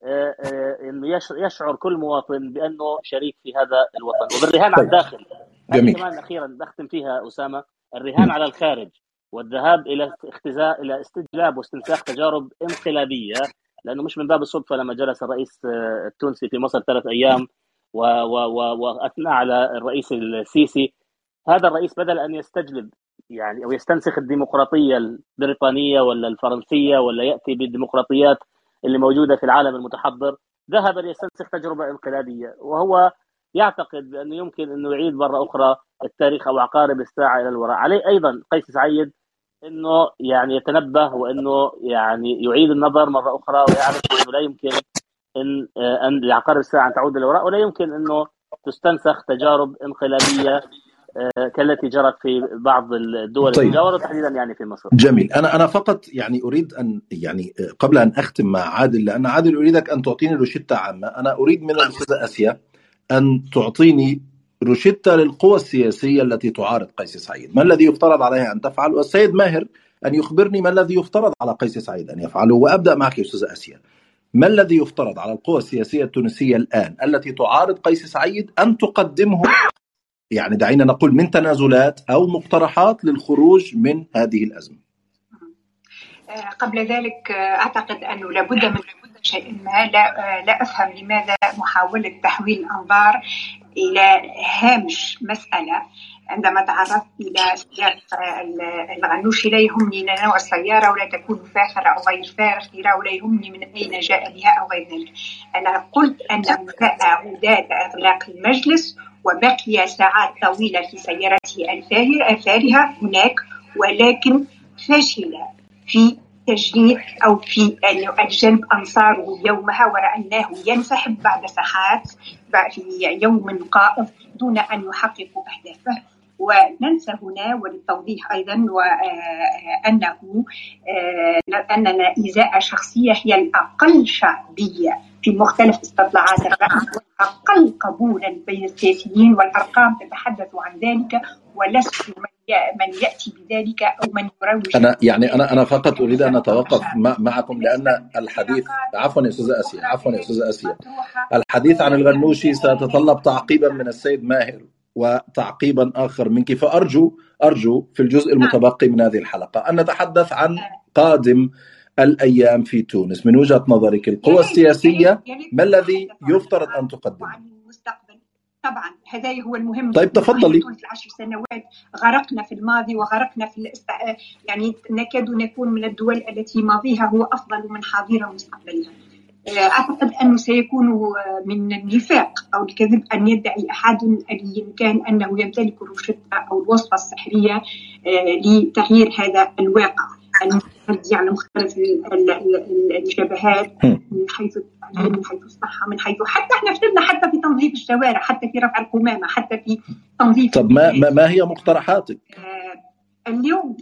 انه يشعر كل مواطن بانه شريك في هذا الوطن، وبالرهان على الداخل. هذه كمان اخيرا بختم فيها اسامه، الرهان على الخارج والذهاب الى اختزاء الى استجلاب واستنساخ تجارب انقلابيه، لانه مش من باب الصدفه لما جلس الرئيس التونسي في مصر ثلاث ايام و و و واثنى على الرئيس السيسي. هذا الرئيس بدل ان يستجلب يعني او يستنسخ الديمقراطيه البريطانيه ولا الفرنسيه ولا ياتي بالديمقراطيات اللي موجوده في العالم المتحضر، ذهب ليستنسخ تجربه انقلابيه، وهو يعتقد بانه يمكن انه يعيد مره اخرى التاريخ او عقارب الساعه الى الوراء. عليه ايضا قيس سعيد انه يعني يتنبه وانه يعني يعيد النظر مره اخرى ويعرف انه لا يمكن ان ان لعقارب الساعه ان تعود الى الوراء، ولا يمكن انه تستنسخ تجارب انقلابيه كالتي جرت في بعض الدول طيب. المجاوره تحديدا يعني في مصر. جميل. انا انا فقط يعني اريد ان يعني قبل ان اختم مع عادل، لان عادل اريدك ان تعطيني روشته عامه، انا اريد من الاستاذه اسيا ان تعطيني روشته للقوى السياسيه التي تعارض قيس سعيد، ما الذي يفترض عليها ان تفعل، والسيد ماهر ان يخبرني ما الذي يفترض على قيس سعيد ان يفعله. وابدا معك يا استاذه اسيا، ما الذي يفترض على القوى السياسيه التونسيه الان التي تعارض قيس سعيد ان تقدمه، يعني دعينا نقول من تنازلات أو مقترحات للخروج من هذه الأزمة؟ قبل ذلك أعتقد أنه لابد من شيء ما. لا, لا أفهم لماذا محاولة تحويل الأنظار إلى هامش مسألة. عندما تعرضت إلى سياق الغنوشي لا يهمني نوع السيارة ولا تكون فاخرة أو غير فاخرة ولا يهمني من أين جاء بها أو غير ذلك. أنا قلت أن جاء عداد إغلاق المجلس وبقي ساعات طويلة في سيارته الفارهة هناك، ولكن فشل في تجنيد أو في الجنب أنصاره يومها، ورأيناه ينسحب بعد ساعات في يوم قائض دون أن يحقق أهدافه. وننسى هنا وللتوضيح أيضا وأنه أننا إزاء شخصية هي الأقل شعبية في مختلف استطلاعات الرأي والأقل قبولا بين السياسيين، والأرقام تتحدث عن ذلك، ولست من يأتي بذلك أو من يروج. أنا يعني أنا أنا فقط أريد أن أتوقف معكم لأن الحديث عفوا يا أستاذة آسيا عفوا يا أستاذة آسيا الحديث عن الغنوشي سيتطلب تعقيبا من السيد ماهر وتعقيبا آخر منك، فأرجو أرجو في الجزء المتبقي من هذه الحلقة أن نتحدث عن قادم الأيام في تونس من وجهة نظرك القوى السياسية، ما الذي يفترض أن تقدم؟ طبعا هذا هو المهم. طيب تفضلي. في العشر سنوات غرقنا في الماضي وغرقنا في الاست... يعني نكاد نكون من الدول التي ماضيها هو أفضل من حاضرها ومستقبلها. أعتقد أنه سيكون من النفاق أو الكذب أن يدعي أحد كان أنه يمتلك الروشتة أو الوصفة السحرية لتغيير هذا الواقع، أن على مختلف الجبهات من حيث التعليم، من حيث الصحة، من حيث حتى احنا فتنا حتى في تنظيف الشوارع، حتى في رفع القمامة، حتى في تنظيف. طب ما ما هي مقترحاتك؟ آه اليوم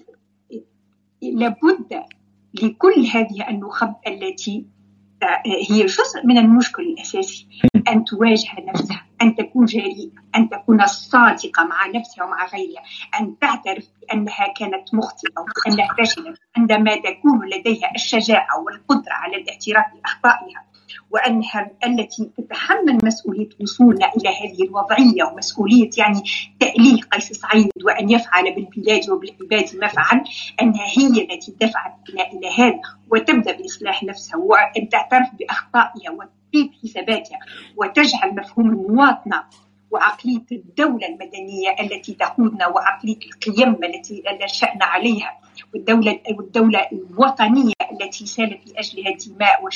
لابد لكل هذه النخب التي هي جزء من المشكل الأساسي أن تواجه نفسها، أن تكون جريئة، أن تكون صادقة مع نفسها ومع غيرها، أن تعترف بأنها كانت مخطئة وأنها فشلت عندما تكون لديها الشجاعة والقدرة على الاعتراف بأخطائها، وأنها التي تتحمل مسؤولية وصولنا إلى هذه الوضعية ومسؤولية يعني تأليه قيس سعيد وأن يفعل بالبلاد وبالعباد ما فعل، أنها هي التي دفعت إلى هذا وتبدأ بإصلاح نفسها وأن تعترف بأخطائها وتعيد حساباتها وتجعل مفهوم المواطنة وعقلية الدولة المدنية التي تقودنا وعقلية القيم التي نشأنا عليها والدولة والدولة الوطنية التي سالت لأجلها الدماء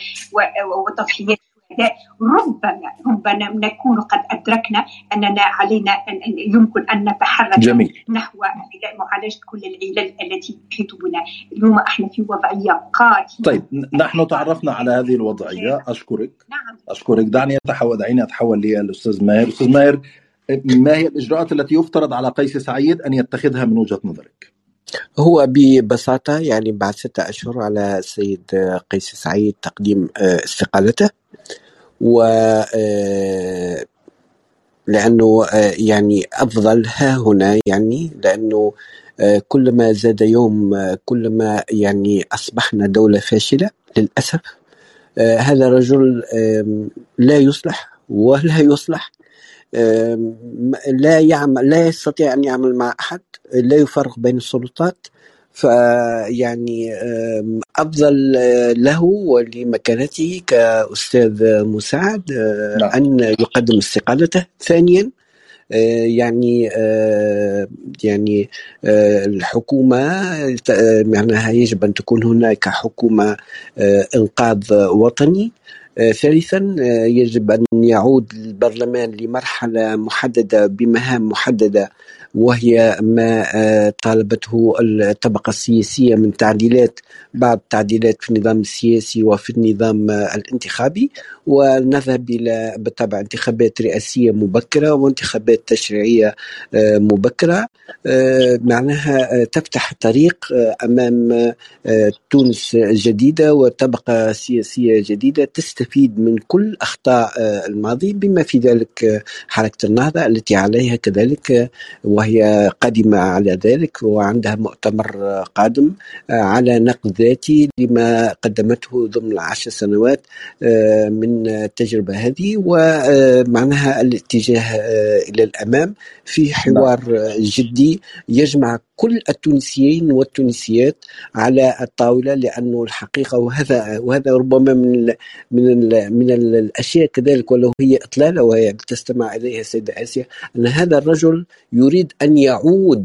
وتضحيات الشهداء. ربما ربما نكون قد أدركنا أننا علينا أن يمكن أن نتحرك جميل. نحو معالجة كل العلل التي تحيط بنا. اليوم احنا في وضعية قاتلة. طيب نحن تعرفنا على هذه الوضعية. أشكرك. نعم. أشكرك. دعني أتحول دعيني أتحول للأستاذ ماهر. أستاذ ماهر، ما هي الإجراءات التي يفترض على قيس سعيد أن يتخذها من وجهة نظرك؟ هو ببساطة يعني بعد ستة أشهر على السيد قيس سعيد تقديم استقالته، و لأنه يعني أفضل ها هنا، يعني لأنه كلما زاد يوم كلما يعني أصبحنا دولة فاشلة للأسف. هذا الرجل لا يصلح ولا يصلح، لا يعمل، لا يستطيع أن يعمل مع أحد، لا يفرق بين السلطات. فيعني أفضل له ولمكانته كأستاذ مساعد أن يقدم استقالته. ثانيا يعني يعني الحكومة معناها يجب أن تكون هناك حكومة إنقاذ وطني. ثالثا يجب أن يعود البرلمان لمرحلة محددة بمهام محددة، وهي ما طالبته الطبقة السياسية من تعديلات، بعض التعديلات في النظام السياسي وفي النظام الانتخابي، ونذهب إلى بالطبع انتخابات رئاسية مبكرة وانتخابات تشريعية مبكرة، معناها تفتح طريق أمام تونس جديدة وطبقة سياسية جديدة تستفيد من كل أخطاء الماضي، بما في ذلك حركة النهضة التي عليها كذلك وهي قادمة على ذلك، وعندها مؤتمر قادم على نقد ذاتي لما قدمته ضمن العشر سنوات من التجربة هذه، ومعناها الاتجاه إلى الأمام في حوار جدي يجمع كل التونسيين والتونسيات على الطاولة. لأنه الحقيقة وهذا وهذا ربما من من من الأشياء كذلك، ولو هي إطلالة وهي تستمع إليها السيدة آسيا، أن هذا الرجل يريد أن يعود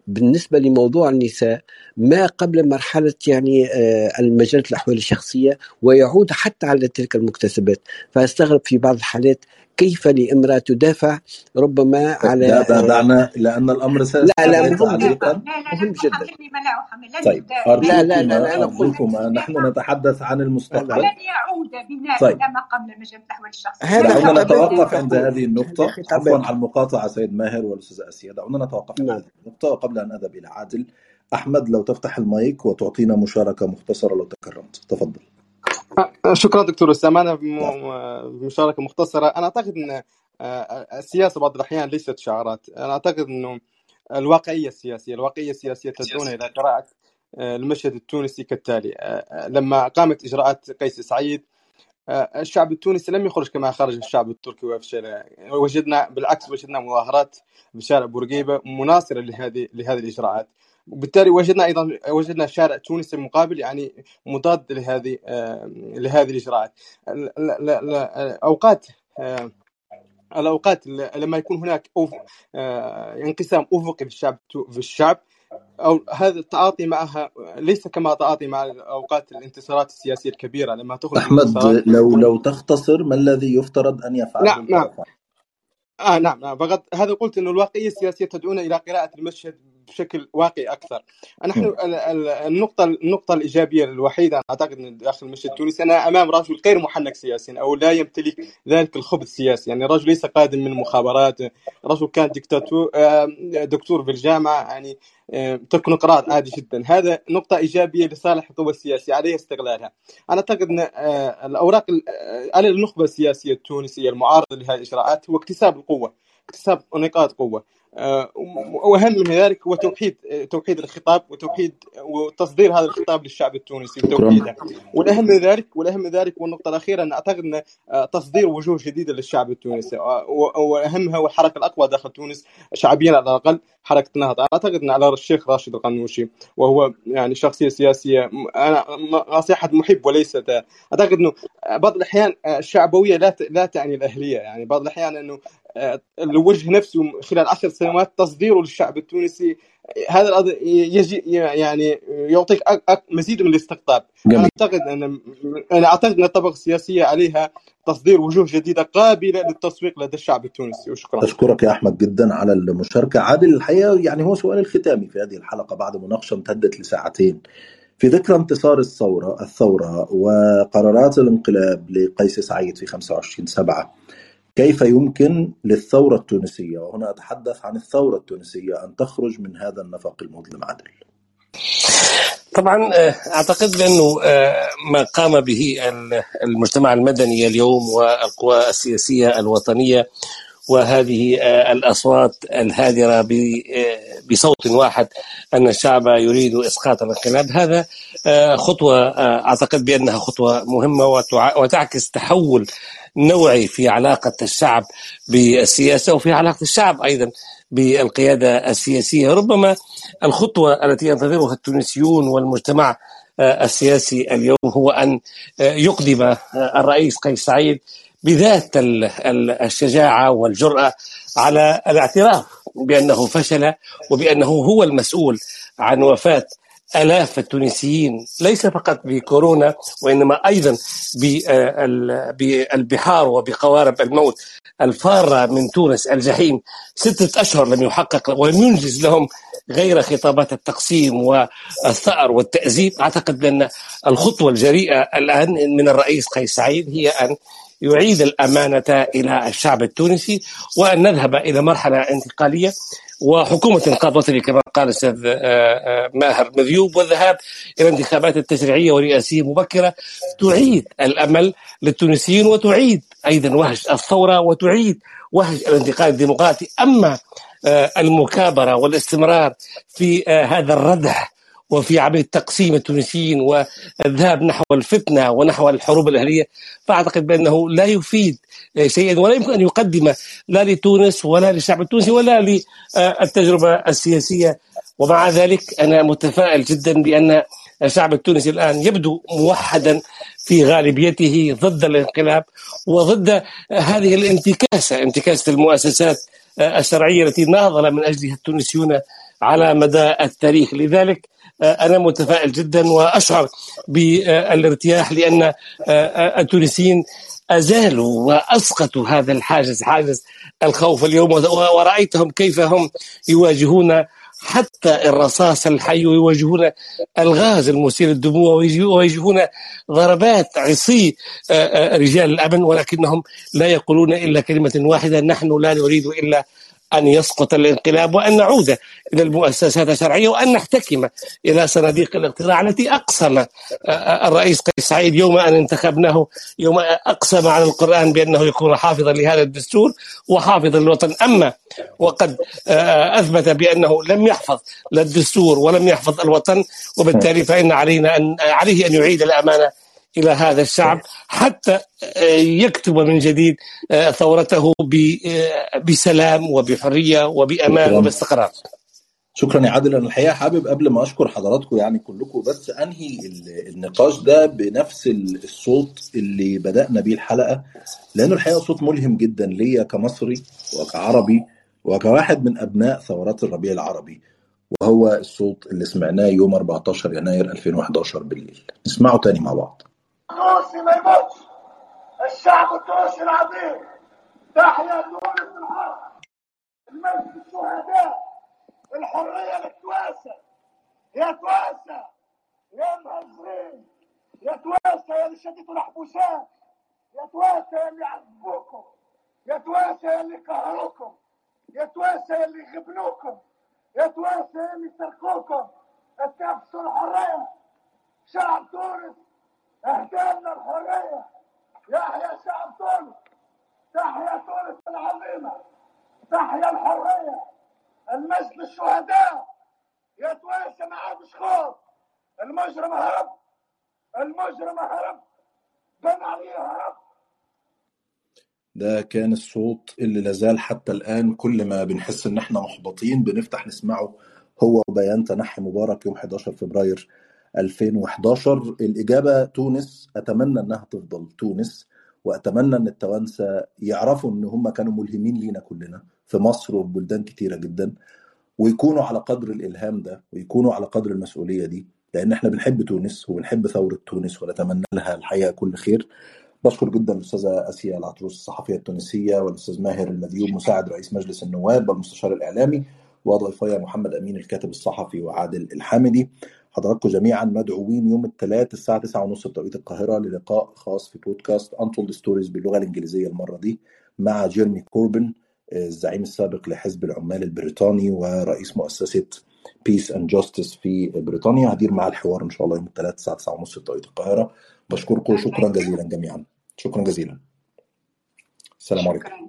بالنسبة لموضوع النساء ما قبل مرحلة يعني المجلة الأحوال الشخصية ويعود حتى على تلك المكتسبات. فأستغرب في بعض الحالات كيف لامرأة تدافع ربما على لا دعنا لأن الأمر سيستعيد تعليقا مهم جدا. طيب لا لا لا أرجوكما نحن نتحدث عن المستقبل. لن يعود بناء طيب. ما قبل مجلة الأحوال الشخصية. دعونا نتوقف عند هذه النقطة. عفوا على المقاطعة سيد ماهر والأستاذة آسيا، دعونا نتوقف عند هذه النقطة. وقبل أن أذهب إلى عادل، أحمد لو تفتح المايك وتعطينا مشاركة مختصرة لو تكرمت، تفضل. شكرا دكتور أسامة. أنا بمشاركة مختصرة، أنا أعتقد أن السياسة بعض الأحيان ليست شعارات. أنا أعتقد أنه الواقعية السياسية الواقعية السياسية تدعونا إلى قراءة المشهد التونسي كالتالي. لما قامت إجراءات قيس سعيد الشعب التونسي لم يخرج كما خرج الشعب التركي وفشل. وجدنا بالعكس، وجدنا مظاهرات بشارع بورقيبة مناصرة لهذه لهذه الإجراءات، وبالتالي وجدنا أيضا وجدنا شارع تونس المقابل يعني مضاد لهذه لهذه الإجراءات. أوقات الأوقات لما يكون هناك انقسام أفقي في الشعب في الشعب أو هذا التعاطي معها ليس كما تعاطي مع أوقات الانتصارات السياسية الكبيرة لما تخرج. أحمد لو لو تختصر ما الذي يفترض أن يفعله؟ نعم نعم آه نعم نعم فقط هذا قلت إنه الواقعية السياسية تدعونا إلى قراءة المشهد بشكل واقعي أكثر. نحن النقطة النقطة الإيجابية الوحيدة أعتقد أن داخل المشهد التونسي أنا أمام رجل غير محنك سياسيا أو لا يمتلك ذلك الخبث السياسي. يعني رجل ليس قادم من المخابرات، رجل كان دكتاتور دكتور في الجامعة، يعني تكنوقراط عادي جدا. هذا نقطة إيجابية لصالح القوى السياسية عليه استغلالها. أنا أعتقد أن الأوراق على النخبة السياسية التونسية المعارضة لهذه الإجراءات هو اكتساب القوة، اكتساب نقاط قوة، وأهم من ذلك هو توحيد توحيد الخطاب وتوحيد وتصدير هذا الخطاب للشعب التونسي وتوحيده. والأهم من ذلك والأهم من ذلك والنقطة الأخيرة أن أعتقد أن تصدير وجوه جديدة للشعب التونسي، وأهمها هو الحركة الأقوى داخل تونس شعبيا على الأقل، حركة النهضة. أعتقد أن على الشيخ راشد القنوشي وهو يعني شخصية سياسية، أنا نصيحة محب وليس أعتقد أنه بعض الأحيان الشعبوية لا لا تعني الأهلية. يعني بعض الأحيان أنه الوجه نفسه خلال عشر سنوات تصديره للشعب التونسي هذا يجي يعني يعطيك مزيد من الاستقطاب. أنا أعتقد أن أنا أعتقد أن الطبقة السياسية عليها تصدير وجوه جديدة قابلة للتسويق لدى الشعب التونسي. وشكرا. أشكرك يا أحمد جدا على المشاركة. عادل، الحقيقة يعني هو سؤال الختامي في هذه الحلقة بعد مناقشة امتدت لساعتين في ذكرى انتصار الثورة الثورة وقرارات الانقلاب لقيس سعيد في خمسة وعشرين سبعة. كيف يمكن للثورة التونسية، وهنا أتحدث عن الثورة التونسية، أن تخرج من هذا النفق المظلم؟ عادل. طبعا أعتقد بأنه ما قام به المجتمع المدني اليوم والقوى السياسية الوطنية وهذه الأصوات الهادرة بصوت واحد أن الشعب يريد إسقاط الانقلاب، هذا خطوة أعتقد بأنها خطوة مهمة وتعكس تحول نوعي في علاقة الشعب بالسياسة وفي علاقة الشعب أيضا بالقيادة السياسية. ربما الخطوة التي ينتظرها التونسيون والمجتمع السياسي اليوم هو أن يقدم الرئيس قيس سعيد بذات الشجاعة والجرأة على الاعتراف بأنه فشل وبأنه هو المسؤول عن وفاة آلاف التونسيين ليس فقط بكورونا وإنما أيضا بالبحار وبقوارب الموت الفارة من تونس الجحيم. ستة أشهر لم يحقق ولم ينجز لهم غير خطابات التقسيم والثأر والتأزيم. أعتقد بأن الخطوة الجريئة الآن من الرئيس قيس سعيد هي أن يعيد الأمانة إلى الشعب التونسي وأن نذهب إلى مرحلة انتقالية وحكومة إنقاذ وطني كما قال الأستاذ ماهر مذيوب، والذهاب إلى انتخابات التشريعية ورئاسية مبكرة تعيد الأمل للتونسيين وتعيد أيضا وهج الثورة وتعيد وهج الانتقال الديمقراطي. أما المكابرة والاستمرار في هذا الردح وفي عملية تقسيم التونسيين والذهاب نحو الفتنة ونحو الحروب الأهلية فأعتقد بأنه لا يفيد شيئا ولا يمكن أن يقدم لا لتونس ولا للشعب التونسي ولا للتجربة السياسية. ومع ذلك أنا متفائل جدا بأن الشعب التونسي الآن يبدو موحدا في غالبيته ضد الانقلاب وضد هذه الانتكاسة انتكاسة المؤسسات الشرعية التي ناضل من أجلها التونسيون على مدى التاريخ. لذلك أنا متفائل جدا وأشعر بالارتياح، لأن التونسيين أزالوا وأسقطوا هذا الحاجز، حاجز الخوف اليوم، ورأيتهم كيف هم يواجهون حتى الرصاص الحي، ويواجهون الغاز المثير للدموع، ويواجهون ضربات عصي رجال الأمن، ولكنهم لا يقولون إلا كلمة واحدة: نحن لا نريد إلا أن يسقط الانقلاب، وأن نعود إلى المؤسسات الشرعية، وأن نحتكم إلى صناديق الاقتراع التي أقسم الرئيس قيس سعيد يوم أن انتخبناه، يوم أقسم على القرآن بأنه يكون حافظا لهذا الدستور وحافظا للوطن. أما وقد أثبت بأنه لم يحفظ لا الدستور ولم يحفظ الوطن، وبالتالي فإن علينا أن عليه أن يعيد الأمانة إلى هذا الشعب حتى يكتب من جديد ثورته بسلام وبحرية وبأمان وباستقرار. شكرا يا عادل. أنا الحقيقة حابب قبل ما أشكر حضراتكم يعني كلكم بس أنهي النقاش ده بنفس الصوت اللي بدأنا بيه الحلقة، لأنه الحقيقة صوت ملهم جدا ليا كمصري وكعربي وكواحد من أبناء ثورات الربيع العربي، وهو الصوت اللي سمعناه يوم أربعة عشر يناير ألفين وإحدى عشر بالليل. نسمعه تاني مع بعض. التونسي ما يموتش، الشعب التونسي العظيم، تحيا تونس الحر، المجد الشهداء، الحرية للتواسى، يا تواسى يا مهزرين، يا تواسى يا اللي شديتوا الحبوسات، يا تواسى يا اللي عذبوكم، يا تواسى يا اللي قهروكم، يا تواسى يا اللي غبنوكم، يا تواسى يا اللي تركوكم، اتنفسوا الحرية. شعب تونس اهدالنا الحرية، يحيى شعب تونس، تحيا تونس العظيمة، تحيا الحرية، المجد الشهداء، يا تواسى ما عادش خوف، المجرم هرب، المجرم هرب، بن عليه هرب. ده كان الصوت اللي لازال حتى الآن كل ما بنحس ان احنا محبطين بنفتح نسمعه، هو بيان تنحي مبارك يوم أحد عشر فبراير ألفين وإحدى عشر. الإجابة تونس. أتمنى أنها تفضل تونس، وأتمنى أن التوانسة يعرفوا أن هم كانوا ملهمين لينا كلنا في مصر وفي بلدان كتيرة جدا، ويكونوا على قدر الإلهام ده ويكونوا على قدر المسؤولية دي، لأن احنا بنحب تونس وبنحب ثورة تونس ونتمنى لها الحقيقة كل خير. بشكر جدا الأستاذة آسيا العطروس الصحفية التونسية، والأستاذ ماهر المديوب مساعد رئيس مجلس النواب والمستشار الإعلامي، وضيفي محمد أمين الكاتب الصحفي وعادل الحامدي. حضراتكم جميعا مدعوين يوم الثلاث الساعة تسعة ونص بتوقيت القاهرة للقاء خاص في بودكاست Untold Stories باللغة الإنجليزية المرة دي مع جيرمي كوربن، الزعيم السابق لحزب العمال البريطاني ورئيس مؤسسة Peace and Justice في بريطانيا. هدير مع الحوار إن شاء الله يوم الثلاث الساعة تسعة ونص بتوقيت القاهرة. بشكركم شكرا جزيلا جميعا، شكرا جزيلا. السلام عليكم.